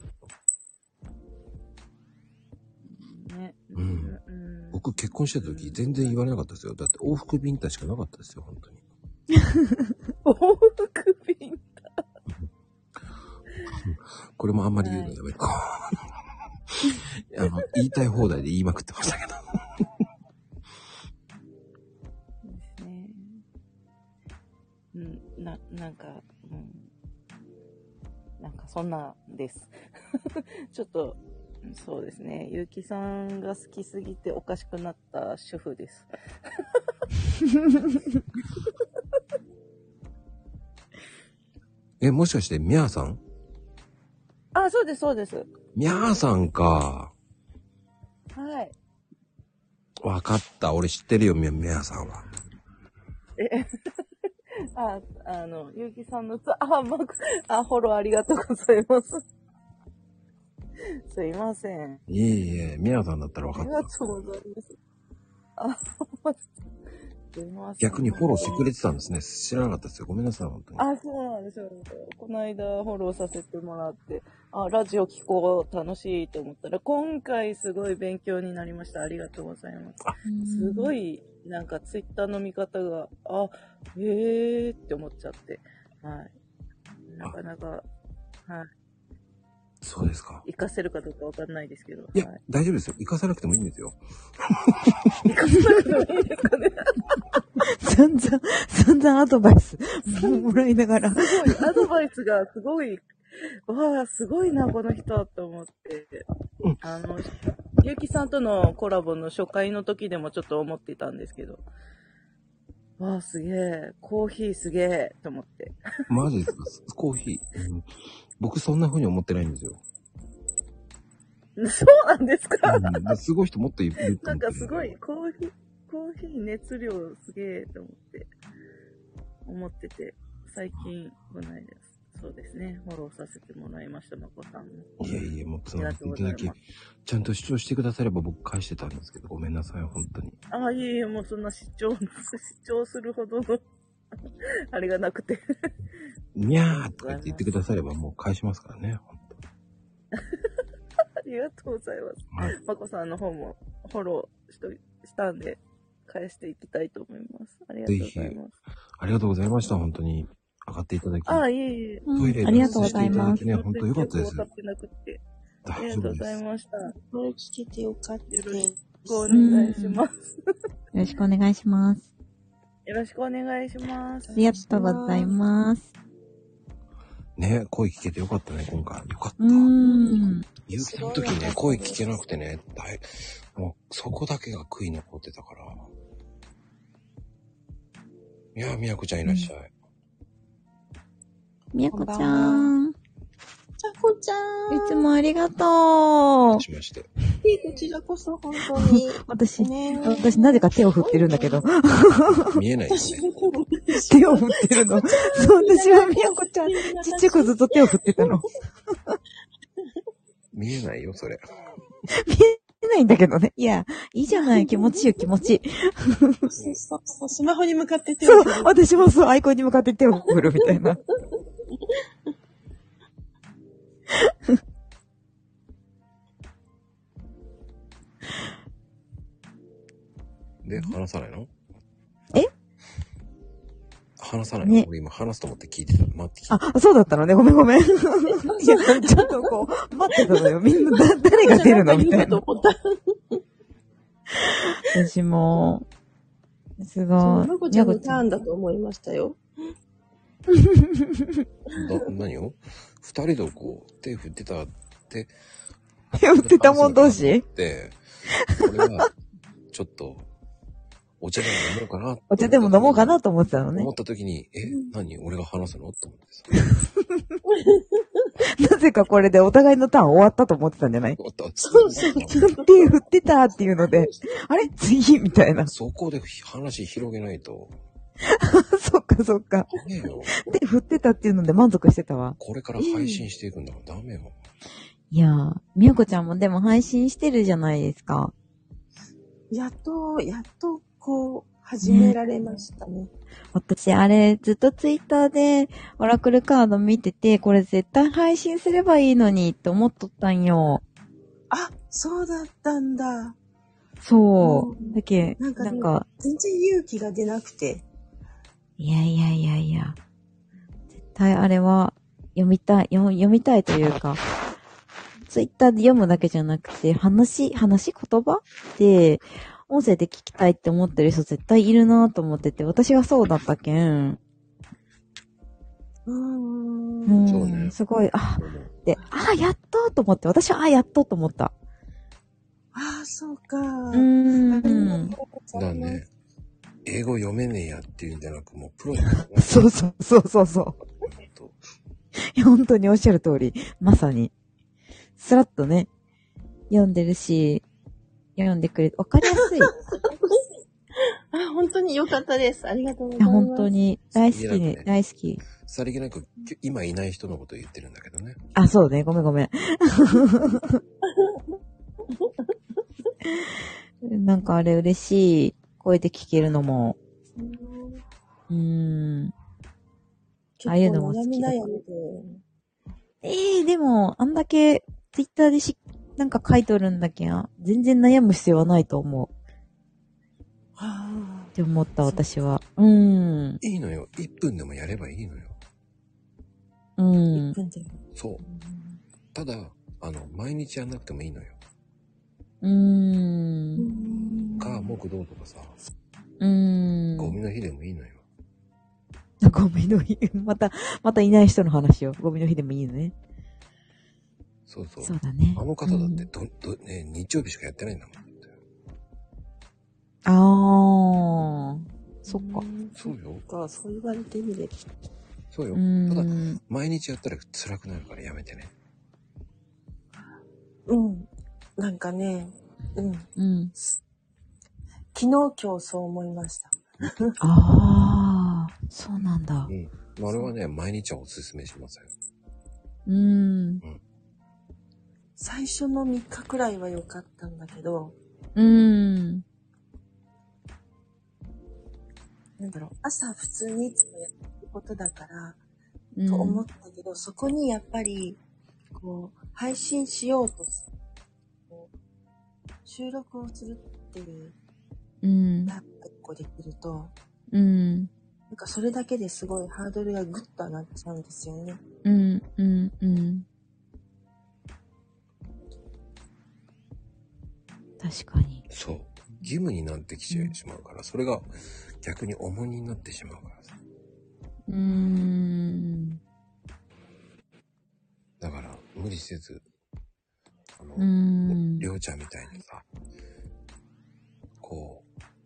ね。うん。うん、僕結婚してた時、全然言われなかったですよ。だって往復ビンタしかなかったですよ、本当に。
往復ビンタ
これもあんまり言うのやめるか。はい、あの、言いたい放題で言いまくってましたけど。
ですね。うん、な、なんか、うん。なんかそんなです。ちょっと、そうですね。ゆうきさんが好きすぎておかしくなった主婦です。
え、もしかしてみゃーさん？
あ、そうです、そうです。
みゃーさんか。
はい。
わかった。俺知ってるよ、みゃ、みゃーさんは。
え、あ、あの、ゆうきさんのつ、あ、僕、あ、フォローありがとうございます。すいません。
いえいえ、みやさんだったら分かった。
ありがとうございます。あ、すいません。
逆にフォローしてくれてたんですね。知らなかったですよ。ごめんなさい、本当に。
あ、そうなんですよ。この間フォローさせてもらって、あ、ラジオ聞こう、楽しいと思ったら、今回すごい勉強になりました。ありがとうございます。すごい、なんかツイッターの見方が、あ、へーって思っちゃって。はい。なかなか、はい。
そうですか。
活かせるかどうかわかんないですけど。
いや、
はい、
大丈夫ですよ。活かさなくてもいいんですよ。
活かさなくてもいいですかね。
散々、散々アドバイスもらいながら。
すごい、アドバイスがすごい、わあ、すごいな、この人と思って。うん、あの、ゆうきさんとのコラボの初回の時でもちょっと思ってたんですけど。 わあ、すげえ。コーヒーすげえ。と思って。
マジですか？コーヒー、うん。僕そんな風に思ってないんですよ。
そうなんですか？
うん、すごい人もっといると
なん
思ってる。
かすごい、コーヒー、コーヒー熱量すげえと思って、思ってて、最近、この間です。そうですね。フォローさせてもらいました、まこさんも。
いやいや、もうつながっていただき、
ありがとうございます。
ちゃんと主張してくだされば僕返してたんですけど、ごめんなさい、本当に。
ああ、いえいえ、もうそんな主張、主張するほどの、あれがなくて。
にゃーとか言って言ってくださればもう返しますからね、本当。
ありがとうございます。
はい。
まこさんの方もフォローしとしたんで、返していきたいと思います。ありがとうございます。
ありがとうございました、本当に。上がっていただき。
ああ、いえいえ。
トイレ
ありがとうございます。
ね、本当良かったです。
分かってなくて。あ
大
りがとうご
丈夫です。
ざいました。
これ聞けてよかったです。
よろしくお願いします。
よろしくお願いします。
よろしくお願いします。
ありがとうございます。
ね、声聞けてよかったね、今回。よかった。
うーん。
ゆうきの時ね、声聞けなくてね、大もうそこだけが悔い残ってたから。いやー、みやこちゃんいらっしゃい。
みやこちゃん。
ちゃこちゃん。
いつもありがとう。
しまして。
こちらこそ本当に。
私、
ね、
私なぜか手を振ってるんだけど。
見えないよね。
手を振ってるの。そう、私はみやこちゃん、ちっちゃくずっと手を振ってたの。
見えないよ、それ。
見えないんだけどね。いや、いいじゃない。気持ちいいよ、気持ちいい。
そうそうそう、スマホに向かって手を振る。
そう、私もそう、アイコンに向かって手を振るみたいな。
で、話さないの？
え？
話さないの？ね、俺今話すと思って聞いてた。待って聞いて。
あ、そうだったのね。ごめんごめん。いや、ちょっとこう、待ってたのよ。みんな、だ、誰が出るのみたいな。私も、すごい。
まこちゃんのターンだと思いましたよ。
な、何を？二人でこう、手振ってたって、
手振ってたもん同士？
で、これは、ちょっと、お茶でも飲もうかな。
お茶でも飲もうかなと思ってたのね。
思った時に、え、何？俺が話すの？と思って
さ。なぜかこれでお互いのターン終わったと思ってたんじゃない？
そうそう。
手振ってたっていうので、あれ次みたいな。
そこで話広げないと。
そっかそっか。
ダメよ。
手振ってたっていうので満足してたわ。
これから配信していくんだからダメよ。
いやー、みやこちゃんもでも配信してるじゃないですか。
やっと、やっと、こう、始められましたね。ね、
私、あれ、ずっとツイッターで、オラクルカード見てて、これ絶対配信すればいいのに、って思っとったんよ。
あ、そうだったんだ。
そう。うん、だけ、
なんか、
なんか、
全然勇気が出なくて。
いやいやいやいや。絶対あれは、読みたい、読、読みたいというか、ツイッターで読むだけじゃなくて、話、話、言葉で、音声で聞きたいって思ってる人絶対いるなと思ってて、私がそうだったけん。
うーん。
うん、
そうね。
すごい、あ、で、あ、やっとと思って、私は、あ、やっとと思った。
ああ、そうか。
うーん。
だね。英語読めねえやっていうんじゃなく、もうプロだ
からね。そうそうそうそうそう。いや、本当におっしゃる通り、まさに。スラッとね、読んでるし、読んでくれて、わかりやすい。
あ、本当に良かったです。ありがとうございます。
いや、本当に、大好きね、ね大好き。
さりげなく、今いない人のことを言ってるんだけどね。
あ、そうね、ごめんごめん。なんかあれ嬉しい。声で聞けるのも。うーん。ああいうのも好きだ。ええー、でも、あんだけ、ツイッターでし、なんか書いとるんだけん、全然悩む必要はないと思う。はぁ。って思った、私は。うーん。
いいのよ。いっぷんでもやればいいのよ。
うん。
いっぷんで。
そう。ただ、あの、毎日やんなくてもいいのよ。
うーん。
か、木道とかさ。
うーん。
ゴミの日でもいいのよ。
ゴミの日。また、またいない人の話を。ゴミの日でもいいのね。
そうそう。
そうだね。
あの方だってど、ど、ね、日曜日しかやってないんだもん。
ああ。 そっか。
そうよ。
か、そう言われてみれば。
そうよ。
うーん。
ただ、毎日やったら辛くなるからやめてね。
うん。なんかね、うん。
うん。
昨日今日そう思いました。
ああ、そうなんだ。
うん。あれはね、毎日はおすすめしますよ。
うーん。
最初のみっかくらいは良かったんだけど、
うーん。
なんだろう、朝普通にいつもやってることだから、
うん、
と思ったけど、そこにやっぱり、こう、配信しようとする、こう収録をするっていう、
うん。
やっぱ一個できると、
うん。
なんかそれだけですごいハードルがグッと上がっちゃうんですよね。
うん、うん、うん。確かに。
そう。義務になってきてしまうから、うん、それが逆に重荷になってしまうからさ。
うーん。
だから、無理せず、あの、
うーん。
りょうちゃんみたいにさ、こ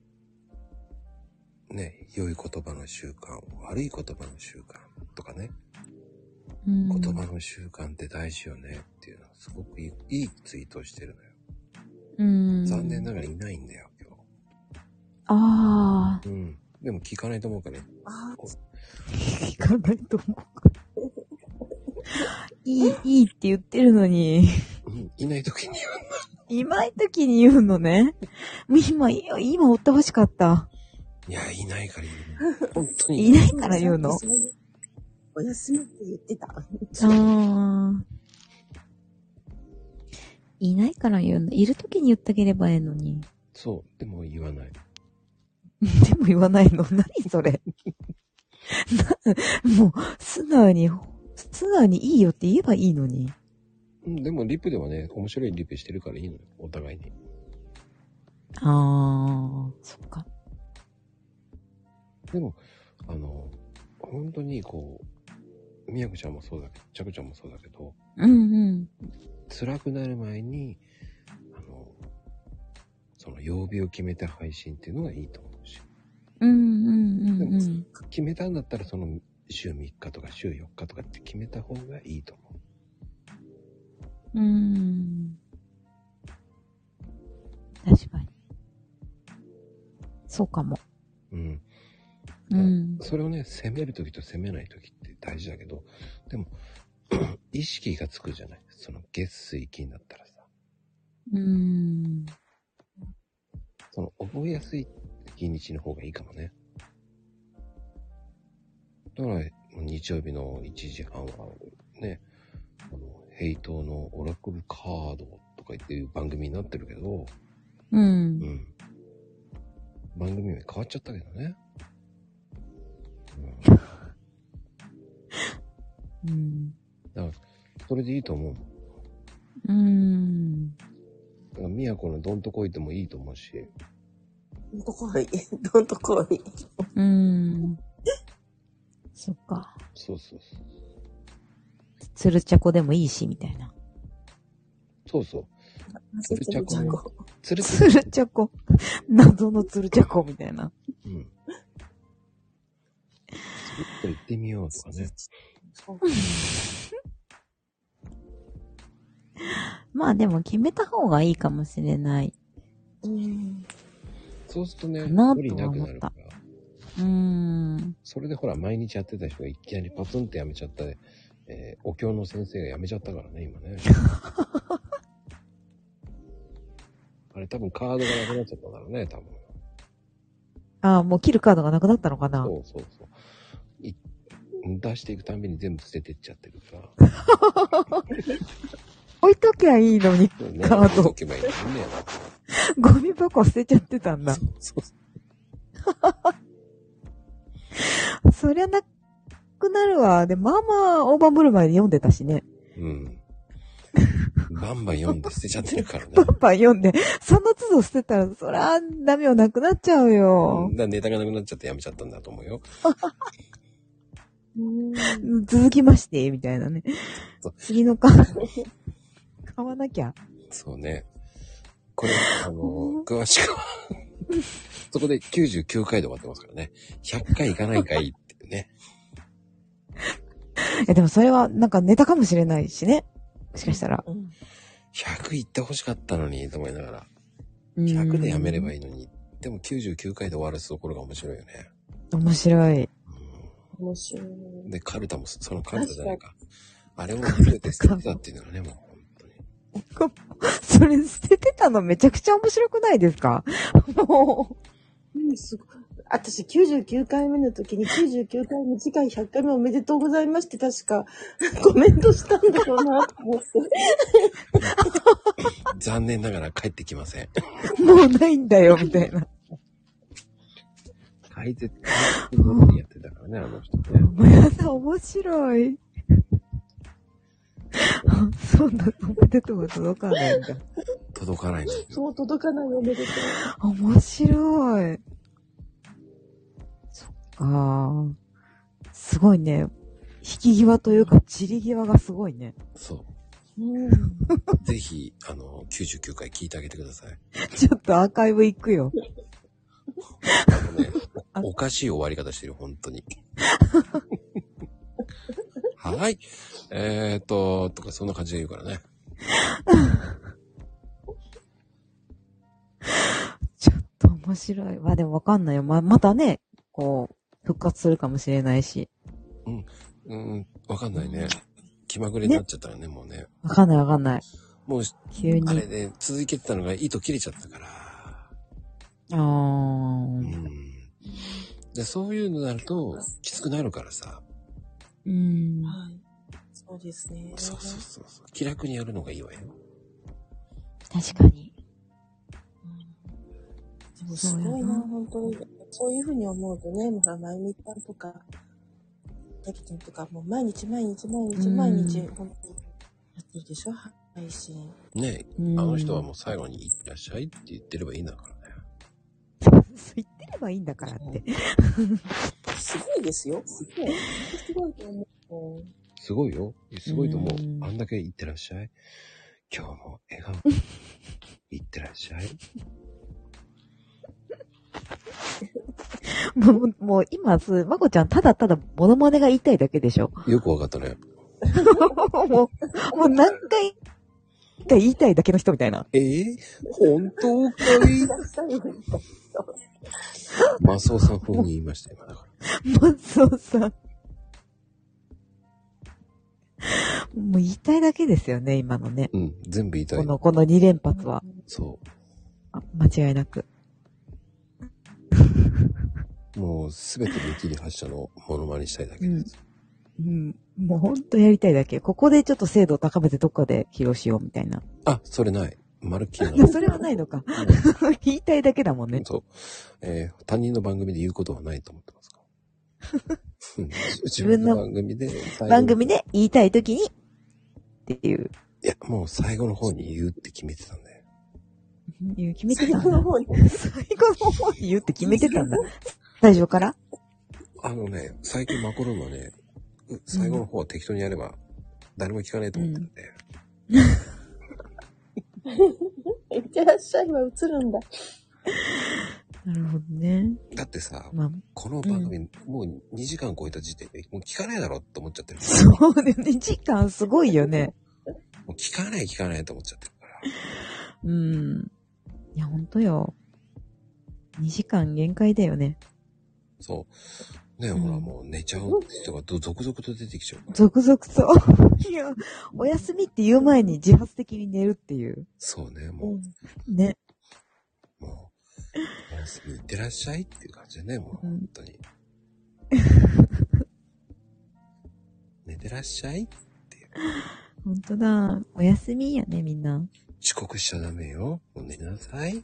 う、ね、良い言葉の習慣、悪い言葉の習慣とかね、うん、言葉の習慣って大事よねっていうのはすごくいい、いいツイートをしてるのよ。
うん、
残念ながらいないんだよ、今日。
ああ。
うん。でも聞かないと思うからね。
ああ。
聞かないと思うから。いい、いいって言ってるのに。
うん、いない時に言うの。
いない時に言うのね。今、今追ってほしかった。
いや、いないから言うの。本当に。
いないから言うの。
お休みって言ってた。あ
あ。いないから言うの。いる時に言ってあげればいいのに。
そう。でも言わない。
でも言わないの。何それ。もう、素直に、素直にいいよって言えばいいのに。
うん、でもリップではね、面白いリップしてるからいいのよ。お互いに。
あー、そっか。
でも、あの、本当にこう、みやこちゃんもそうだけど、ちゃこちゃんもそうだけど、
うんうん。
辛くなる前に、あの、その曜日を決めて配信っていうのがいいと思うし。
うんうんうんうん。でも
決めたんだったらその週みっかとか週よっかとかって決めた方がいいと思
う。うーん。確かに。そうかも。
うん。
うん、
それをね、責めるときと責めないときって大事だけど、でも、意識がつくじゃない。その月水金だったらさ。
うーん。
その覚えやすい日にちの方がいいかもね。だから、日曜日のいちじはんはね、あの、ヘイトのオラクルカードとか言っていう番組になってるけど、
うん。うん。
番組名変わっちゃったけどね。
うん。
だから、それでいいと思う。
うーん。
だから、みやこのどんとこいってもいいと思うし。
どんとこい。どんとこい。
うーん。そっか。
そうそうそう。
つるちゃこでもいいし、みたいな。
そうそう。つるちゃこ。
つるちゃこ。謎のつるちゃこみたいな。
うん。つるっと行ってみようとかね。
まあでも決めた方がいいかもしれない。
うん。
そうするとね、
無
理なくなるから。
うーん。
それでほら、毎日やってた人がいきなりパツンってやめちゃったで、えー、お経の先生がやめちゃったからね、今ね。あれ多分カードがなくなっちゃったんだろうね、多分。
ああ、もう切るカードがなくなったのかな。
そうそうそう。い出していくたんびに全部捨ててっちゃってるから。
置いときゃいいのに、
ね、
カード。
置いとけばいいのにね。
ゴミ箱捨てちゃってたんだ。
そうそうそう。
そりゃなくなるわ。で、まあまあ、大盤振る舞いで読んでたしね。
うん。バンバン読んで捨てちゃってるからね。
バンバン読んで、その都度捨てたら、そりゃダメよ、なくなっちゃうよ。
うん、だからネタがなくなっちゃってやめちゃったんだと思うよ。
うん続きまして、みたいなね。次のカード買わなきゃ。
そうね。これ、あの、詳しくは、 そこできゅうじゅうきゅうかいで終わってますからね。ひゃっかい行かないかいってね。
え、でもそれはなんかネタかもしれないしね。もしかしたら。
ひゃく行って欲しかったのにと思いながら。ひゃくでやめればいいのに。でもきゅうじゅうきゅうかいで終わるところが面白いよね。
面白い。
面白い。
で、カルタも、そのカルタじゃないか。あれも全て捨ててたっていうのがね、もう本当に。
それ捨ててたのめちゃくちゃ面白くないですか？も
う。うん、すごい。私きゅうじゅうきゅうかいめの時にきゅうじゅうきゅうかいめ、次回ひゃっかいめおめでとうございますって確かコメントしたんだろうなと思って。
残念ながら帰ってきません。
う、もうないんだよ、みたいな。
解説、やってたからね、あの人ね。
もやさん面白い。そうだ、おめでとうが届かないんだ。
届かないんだ。
そう、届かないおめでとう。
面白い。そっか。すごいね。引き際というか、散り際がすごいね。
そう。
うん、
ぜひ、あの、きゅうじゅうきゅうかい聞いてあげてください。
ちょっとアーカイブ行くよ。
あのね、おかしい終わり方してる、本当に。はい。えーっと、とかそんな感じで言うからね。
ちょっと面白い。まあでもわかんないよ。ま、またね、こう、復活するかもしれないし。
うん。うん、わかんないね。気まぐれになっちゃったらね、もうね。
わかんないわかんない。
もう、
急に。
あれで続けてたのが糸切れちゃったから。
あー。
うん。で、そういうのになると、きつくなるからさ。
うん。
はい。そうですね。
そうそうそうそう。気楽にやるのがいいわよ。
確かに。
でもすごいな、本当に。そういうふうに思うとね、もうほら、まゆみちゃんとか、たきちゃんとか、もう毎日毎日毎日毎日、本当にやってるでしょ、配信。
ねえ、あの人はもう最後にいってらっしゃいって言ってればいいんだからね。
そう言ってればいいんだからって。
すごいですよ。すごい。すごいと思う。
すごいよ。すごいと思う。あんだけいってらっしゃい。今日も笑顔。いってらっしゃい。
もう、もう今す、まこちゃんただただモノマネが言いたいだけでしょ。
よくわかったね。
もう、もう何回か言いたいだけの人みたいな。
えー、本当かい？マスオさん風に言いました、今だから。
マスオさん。もう言いたいだけですよね、今のね。
うん、全部言いたい。
この、このに連発は。
そう。
あ、間違いなく。
もうすべて見切り発車のモノマネしたいだけです。
うん。うん、もうほんとやりたいだけ。ここでちょっと精度を高めてどっかで披露しようみたいな。
あ、それない。まるっきりない。
それはないのか。言いたいだけだもんね。
そう。えー、他人の番組で言うことはないと思ってますか？自分の番組で。
番組で言いたいときにっていう。
いや、もう最後の方に言うって決めてたんだよ。
決めてたんだ。最後の方に。最後の方に言うって決めてたんだ。最初から
あのね、最近マコルームはね、最後の方は適当にやれば誰も聞かないと思ってるんで。
いってらっしゃいは映るんだ。
なるほどね。
だってさ、
まあ、
この番組、うん、もうにじかん超えた時点でもう聞かないだろって思っちゃってる。
そうだよね。にじかんすごいよね。
もう聞かない聞かないと思っちゃってるから。
うん。いや、ほんとよ。にじかん限界だよね。
そう。ねえ、うん、ほらもう寝ちゃう人が続々と出てきちゃうから。
続々と。いや、お休みって言う前に自発的に寝るっていう。
そうね、もう。うん、
ね。
もう、お休みいってらっしゃいっていう感じでね、もう、本当に。寝てらっしゃいっていう。
ほんとだ。お休みやね、みんな。
遅刻しちゃダメよ。もう寝なさい。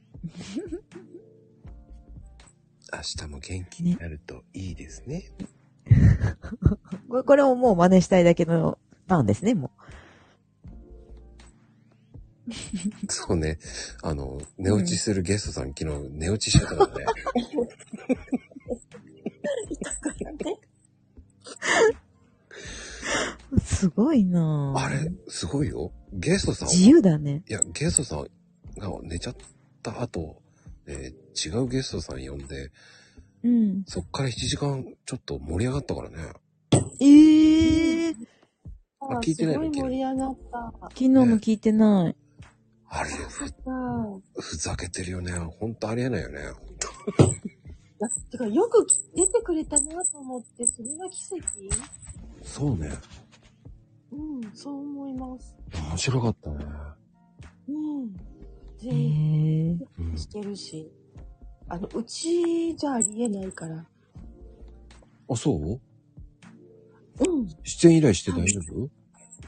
明日も元気になるといいですね。
ねこれをもう真似したいだけのパンですね、も
う。そうね。あの、寝落ちするゲストさん、うん、昨日寝落ちしちゃったからね。
すごいなぁ。
あれ、すごいよ。ゲストさん。
自由だね。
いや、ゲストさんが寝ちゃった後、 えー、違うゲストさん呼んで、
うん。
そっからいちじかんちょっと盛り上がったからね。
ええー。
あ、聞いてないの？
すごい盛り上がった。
昨日の聞いてない。
あれ、ふ、ふざけてるよね。ほんとありえないよね。
いや、てかよく出てくれたなと思って、それが奇跡？
そうね。
うん、そう思います。
面白かったね。
うん。
へ
全員
え。
してるし、あの、うちじゃありえないから。
あ、そう
うん。
出演依頼して大丈夫？ん？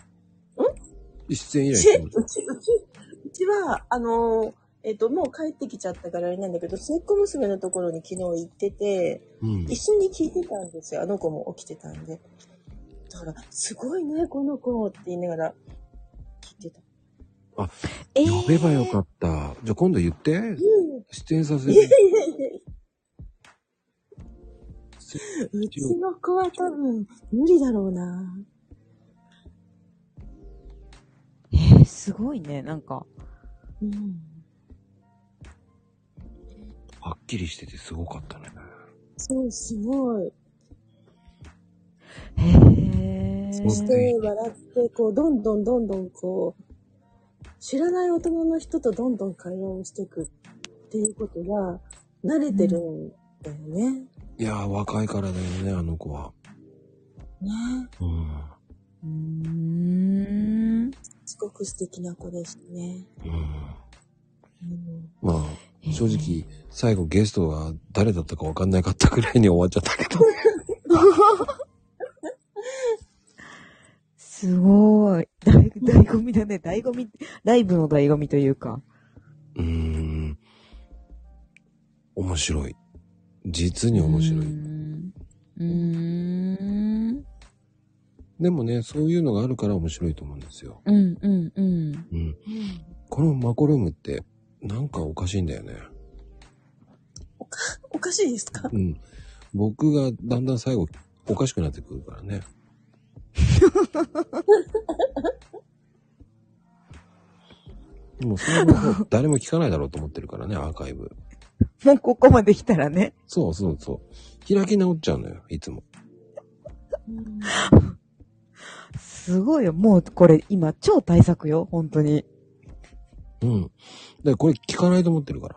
出演依頼
ち、
してる。
うち、うち、うちは、あの、えっと、もう帰ってきちゃったからあれなんだけど、末っ子娘のところに昨日行ってて、
うん。
一緒に聞いてたんですよ。あの子も起きてたんで。だから、すごいね、この子って言いながら聞いてた。
あ、呼べばよかった。えー、じゃあ今度言って。うん、出演させる。
いやいやいやうちの子は多分無理だろうな。
えー、すごいね、なんか。
うん。
はっきりしててすごかったね。
そう、すごい。
へえ。
そして笑って、こう、どんどんどんどんこう、知らない大人の人とどんどん会話をしていくっていうことが慣れてるんだよね。うん、
いやー、若いからだよね、あの子は。
ね。
うん。
うーん。
すごく素敵な子ですね。
うん。
うん、
まあ、正直、最後ゲストが誰だったか分かんなかったくらいに終わっちゃったけど。
すごい。だい、醍醐味だね。醍醐味、ライブの醍醐味というか。
うーん。面白い。実に面白い。うーん。うーん。でもね、そういうのがあるから面白いと思うんですよ。
うんうんうん。うん。
このマコルームって、なんかおかしいんだよね。
おか、おかしいですか？
うん。僕がだんだん最後おかしくなってくるからね。もうそれも誰も聞かないだろうと思ってるからね、アーカイブ。
もうここまで来たらね。
そうそうそう。開き直っちゃうのよ、いつも。
すごいよ。もうこれ今超対策よ、本当に。
うん。で、これ聞かないと思ってるから。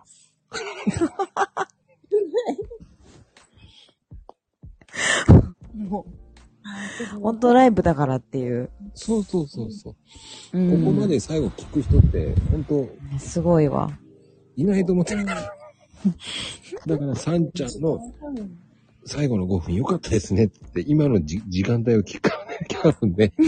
もう、本当ライブだからっていう。
そうそうそうそう。
うん、
ここまで最後聞く人って、本当
すごいわ。
いないと思ってるから。だから、さんちゃんの最後のごふん良かったですねって、今のじ時間帯を聞くからあるんで。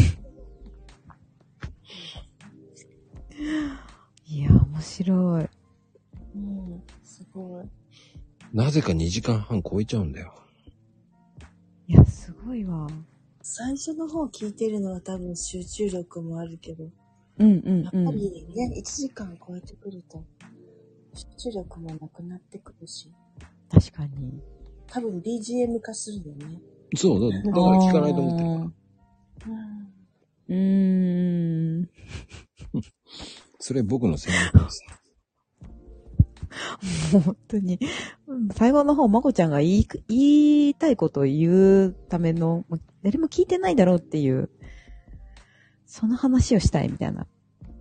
いや、面白い。
うん、すごい。
なぜかにじかんはん超えちゃうんだよ。
いや、すごいわ。
最初の方聞いてるのは多分集中力もあるけど、
うんうんうん。
やっぱりね、いちじかん超えてくると、集中力もなくなってくるし。
確かに。
多分 ビージーエム 化するよね。
そうだ、だから聞かないと思ってるから。
うーん。
それ僕の戦略です。
もう本当に、最後の方、まこちゃんが言い、言いたいことを言うための、誰も聞いてないだろうっていう、その話をしたいみたいな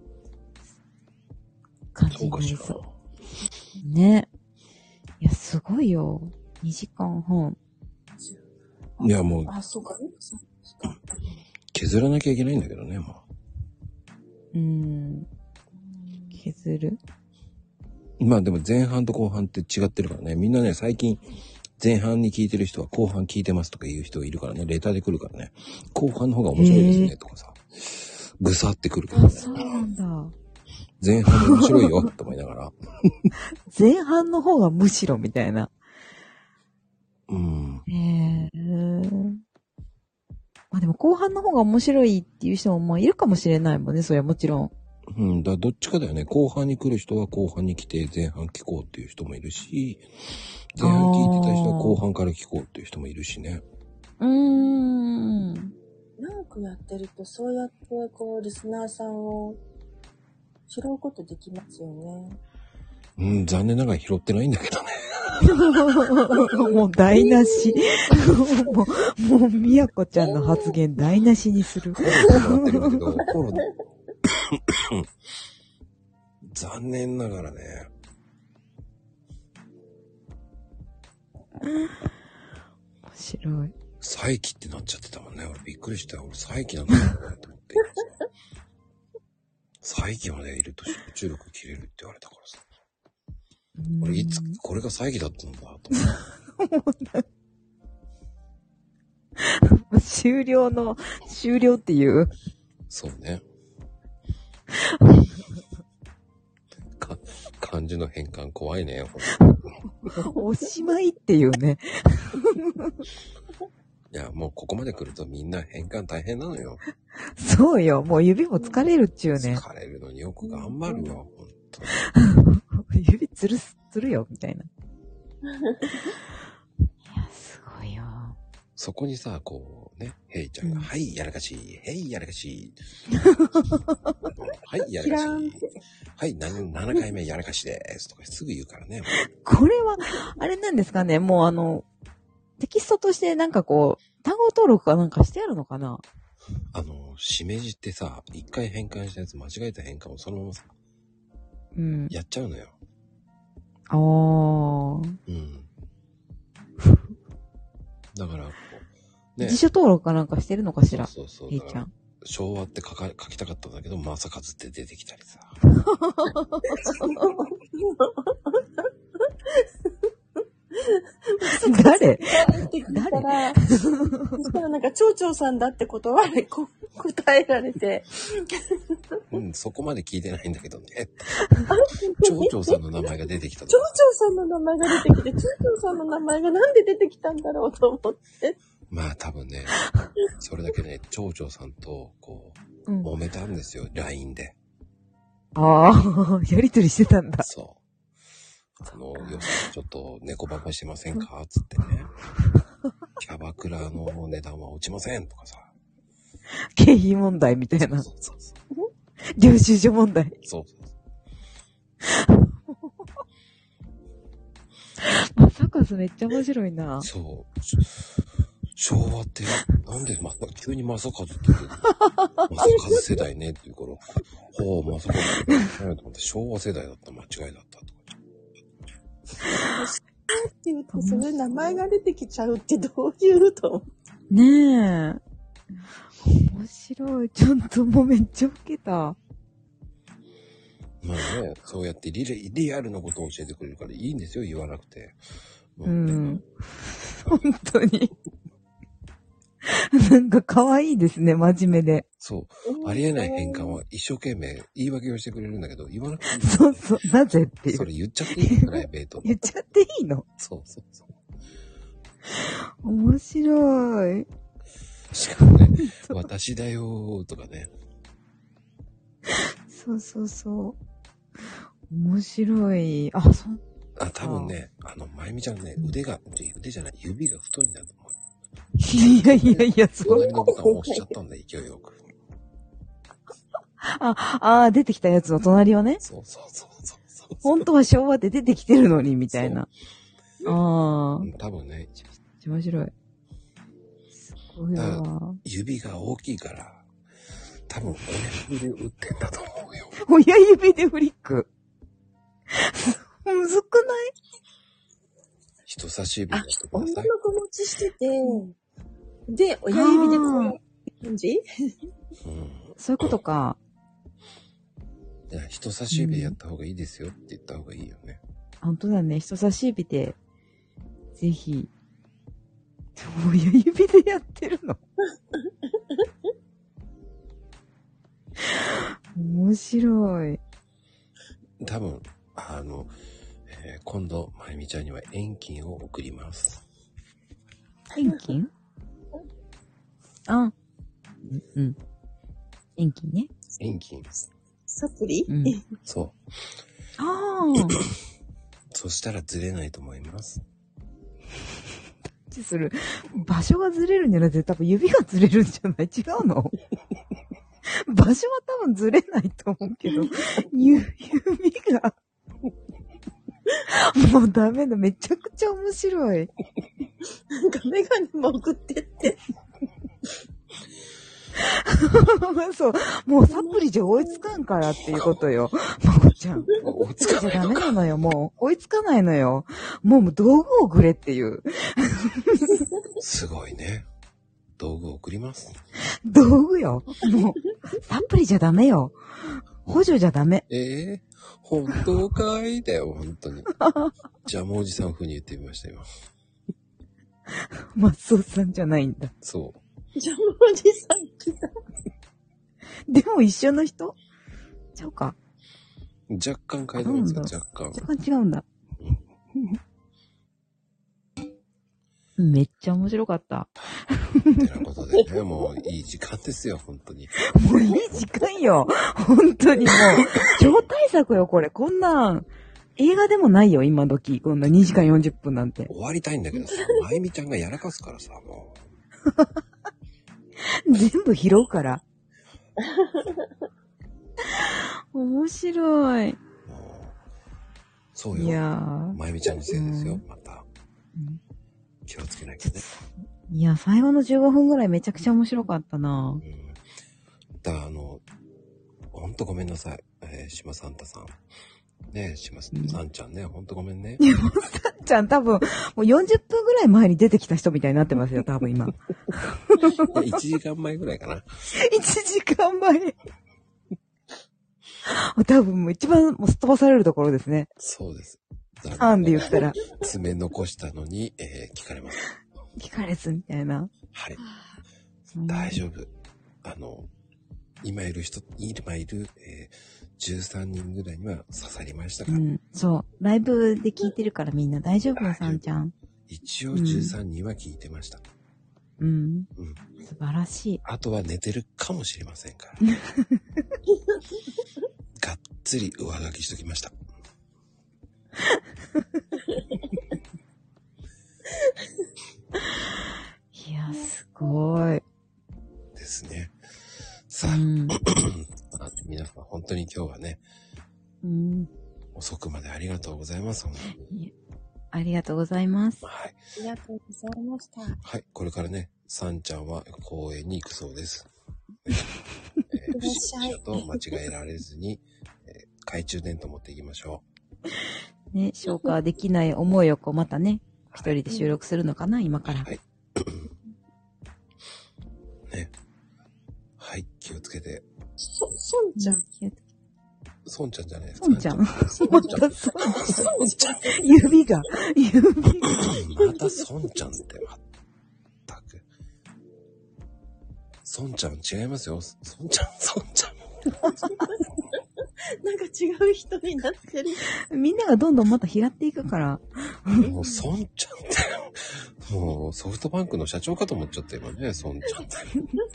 感じになりそう。そうね。いや、すごいよ。にじかんはん。
いや、もう、
あ、そうか。
削らなきゃいけないんだけどね、も
う。うーん。削る？
まあでも前半と後半って違ってるからね。みんなね、最近前半に聞いてる人は後半聞いてますとか言う人がいるからね。レターで来るからね。後半の方が面白いですねとかさ。ぐさってくるからね。
そうなんだ。
前半面白いよと思いながら。
前半の方がむしろみたいな。
うん。
へー。まあでも後半の方が面白いっていう人もまあいるかもしれないもんね。それはもちろん。
うん、だどっちかだよね。後半に来る人は後半に来て前半聞こうっていう人もいるし、前半聞いてた人は後半から聞こうっていう人もいるしね。
うーん。
長くやってるとそうやってこうリスナーさんを拾うことできますよね。
うん、残念ながら拾ってないんだけどね。
もう台無し。もう、もう、みやこちゃんの発言台無しにする。
フォローしてもらってるんだけど、フォロー残念ながらね。
面白い。
再起ってなっちゃってたもんね。俺びっくりしたよ。俺再起なんだなと思って。再起までいると集中力切れるって言われたからさ。俺いつ、これが再起だったんだと思って。
終了の、終了っていう。
そうね。か、漢字の変換怖いね。
おしまいっていうね。
いや、もうここまで来るとみんな変換大変なのよ。
そうよ。もう指も疲れるっちゅうね。
疲れるのによく頑張るよ。本当
に指つるす、つるよ、みたいな。いや、すごいよ。
そこにさ、こうね、ヘイちゃんが、うん、はい、やらかしい、ヘイ、やらかしい。はい、やらかしい。はい、ななかいめやらかしです。とかすぐ言うからね。
これは、あれなんですかね、もうあの、テキストとしてなんかこう、単語登録かなんかしてあるのかな？
あの、しめじってさ、一回変換したやつ間違えた変換をそのままさ、うん、やっちゃうのよ。
あー。
うん。だから、
ね。辞書登録かなんかしてるのかしら？
そうそうそう。
ひーちゃん。
昭和って書か、書きたかったんだけど、まさかずって出てきたりさ。
誰
誰そしたらなんか、町長さんだってことは、こ答えられて。
うん、そこまで聞いてないんだけどね。町長さんの名前が出てきた。
町長さんの名前が出てきて、町長さんの名前がなんで出てきたんだろうと思って。
まあ多分ね、それだけね、町長さんと、こう、うん、揉めたんですよ、ライン で。
ああ、やりとりしてたんだ。
そう。あの、よし、ちょっと猫ババしてませんかつってね。キャバクラの値段は落ちませんとかさ。
経費問題みたいな。
そうそうそう。
領収書問題。
そうそう
そう。まさかすめっちゃ面白いな。
そう。昭和って、なんでま、急にまさかずって言ってるまさかず世代ねって言うから、ほう、まさかず世代ねと思って、昭和世代だった、間違いだったとか。
って言うと、それ名前が出てきちゃうってどういうと
ねえ。面白い。ちょっともうめっちゃウケた。
まあね、そうやってリレリアルなことを教えてくれるからいいんですよ、言わなくて。
うん。本当に。なんか可愛いですね、真面目で。
そう。ありえない変換は一生懸命言い訳をしてくれるんだけど、言わなくていい。
そうそう、なぜっていう。
それ言っちゃっていいのプライベート。
言っちゃっていいの？
そうそうそう。
面白い。
しかもね、私だよーとかね。
そうそうそう。面白い。あ、そう。
あ、多分ね、あの、まゆみちゃんね、腕が、腕じゃない、指が太いんだと思う。
いやいやいや、そう。
隣のボタンを押しちゃったんだ、勢いよく。
あ、ああ、出てきたやつの隣をね。
そうそうそうそうそう。
本当は昭和で出てきてるのに、みたいな。ああ。
多分ね。
面白い。すごいわ。
指が大きいから、多分親指で打ってんだと思うよ。
親指でフリック。むずくない？
人差し指でしてください。
女の子持ちしてて、で、親指でこう、感じ？
うん。そういうことか。
いや、人差し指でやった方がいいですよって言った方がいいよね。
うん、本当だね。人差し指で、ぜひ。親指でやってるの面白い。
多分、あの、えー、今度、まゆみちゃんには遠近を送ります。
遠近？あ、うん。遠近ね。
遠近。
サプリ？
うん、
そう。
ああ。
そしたらずれないと思います。
する。場所がずれるんじゃなくて多分指がずれるんじゃない？違うの？場所は多分ずれないと思うけど、指が。 もうダメだ。めちゃくちゃ面白い。
なんかメガネも送ってって。
そう。もうサプリじゃ追いつかんからっていうことよ。まこちゃん。
追いつかない
ダ
のか。
メなのよ、もう。追いつかないのよ。もう道具をくれっていう。
すごいね。道具を送ります。
道具よ。もう、サプリじゃダメよ。補助じゃダメ。
ええー、本当かいだよ、本当に。じゃあもうおじさん風に言ってみました、今。
マスオさんじゃないんだ。
そう。
ジャムおじさん来た。
でも一緒の人ちゃうか。
若干変えてますよ、若干。
若干違うんだ。めっちゃ面白かった。
ってなことでね、もういい時間ですよ、本当に。
もういい時間よ。本当にもう、超大作よ、これ。こんなん、映画でもないよ、今時。こんなにじかんよんじゅっぷんなんて。
終わりたいんだけどさ、まゆみちゃんがやらかすからさ、もう。
全部拾うから。面白い。もう
そうよ。
いやー。
まゆみちゃんのせいですよ、
うん、
また。
うん、
気をつけなきゃね。
いや、最後のじゅうごふんぐらいめちゃくちゃ面白かったな。うん、
だからあの、ほんとごめんなさい。えー、島サンタさん。ねえ、島さんちゃんね、ほんとごめんね。
島さんちゃん多分、もうよんじゅっぷんぐらい前に出てきた人みたいになってますよ、多分今。
いちじかんまえぐらいかな。
いちじかんまえ。多分もう一番もうすっ飛ばされるところですね。
そうです。
あんで言ったら。
爪残したのに、えー、聞かれます。
聞かれずみたいな。
はい。大丈夫。あの、今いる人、今いる、えー、じゅうさんにんぐらいには刺さりましたから。うん、
そう。ライブで聞いてるからみんな大丈夫よ、さんちゃん。
一応じゅうさんにんは聞いてました。
うん。うん。素晴らしい。
あとは寝てるかもしれませんから。がっつり上書きしときました。
いや、すごい。
ですね。さあ、うん、皆さん本当に今日はね、うん、遅くまでありがとうございます。
ありがとうございます。
はい。ありがとうございました。
はい、これからね、さんちゃんは公園に行くそうです。えー、いらっしゃい。と間違えられずに、えー、懐中電灯持っていきましょ
う。ね、消化できない思いをこうまたね、一人で収録するのかな、今から。はい。
ね。はい、気をつけて。
そ、そんちゃん。
そんちゃんじゃないです
か。そんちゃん。またそんちゃん。指が、指が。
またそんちゃんって、まったく。そんちゃん違いますよ。そんちゃん、そんちゃん。
なんか違う人になってる。
みんながどんどんまた拾っていくから。
もう、そんちゃんって、もうソフトバンクの社長かと思っちゃった今ね、そんちゃんって。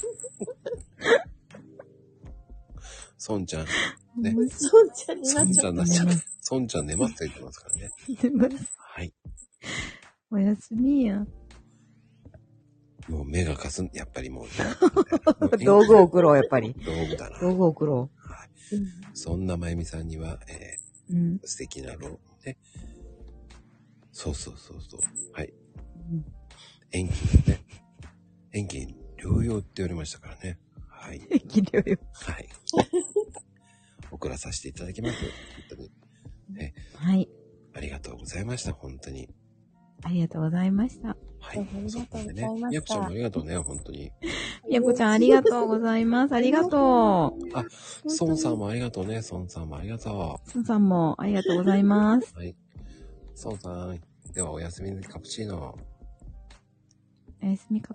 そんちゃん。ね。
そんちゃんになっちゃった。
そんちゃんになっちゃった。そんちゃん寝ますって言ってますからね。
寝ます。
はい。
おやすみや。
もう目がかすん、やっぱりもう、
ね。道具を送ろう、やっぱり。
道具だな。
道具を送ろう。
はい。うん、そんなまゆみさんには、えー、うん、素敵なロね。そうそうそうそう。はい。うん、遠近ね。遠近療養って言われましたからね。はい。
遠近療養。
はい。送らさせていただきます。本当に。ね。
はい。
ありがとうございました。本当に。
ありがとうございました。
はい。ありがとうございました。
みやこちゃんもありがとうね、本当に。
みやこちゃんありがとうございます。ありがとう。
あ、ソンさんもありがとうね。ソンさんもありがと
う。ソンさんもありがとうございます。
はい。ソンさん、ではおやすみカプチーノ。
おやすみカプチーノ。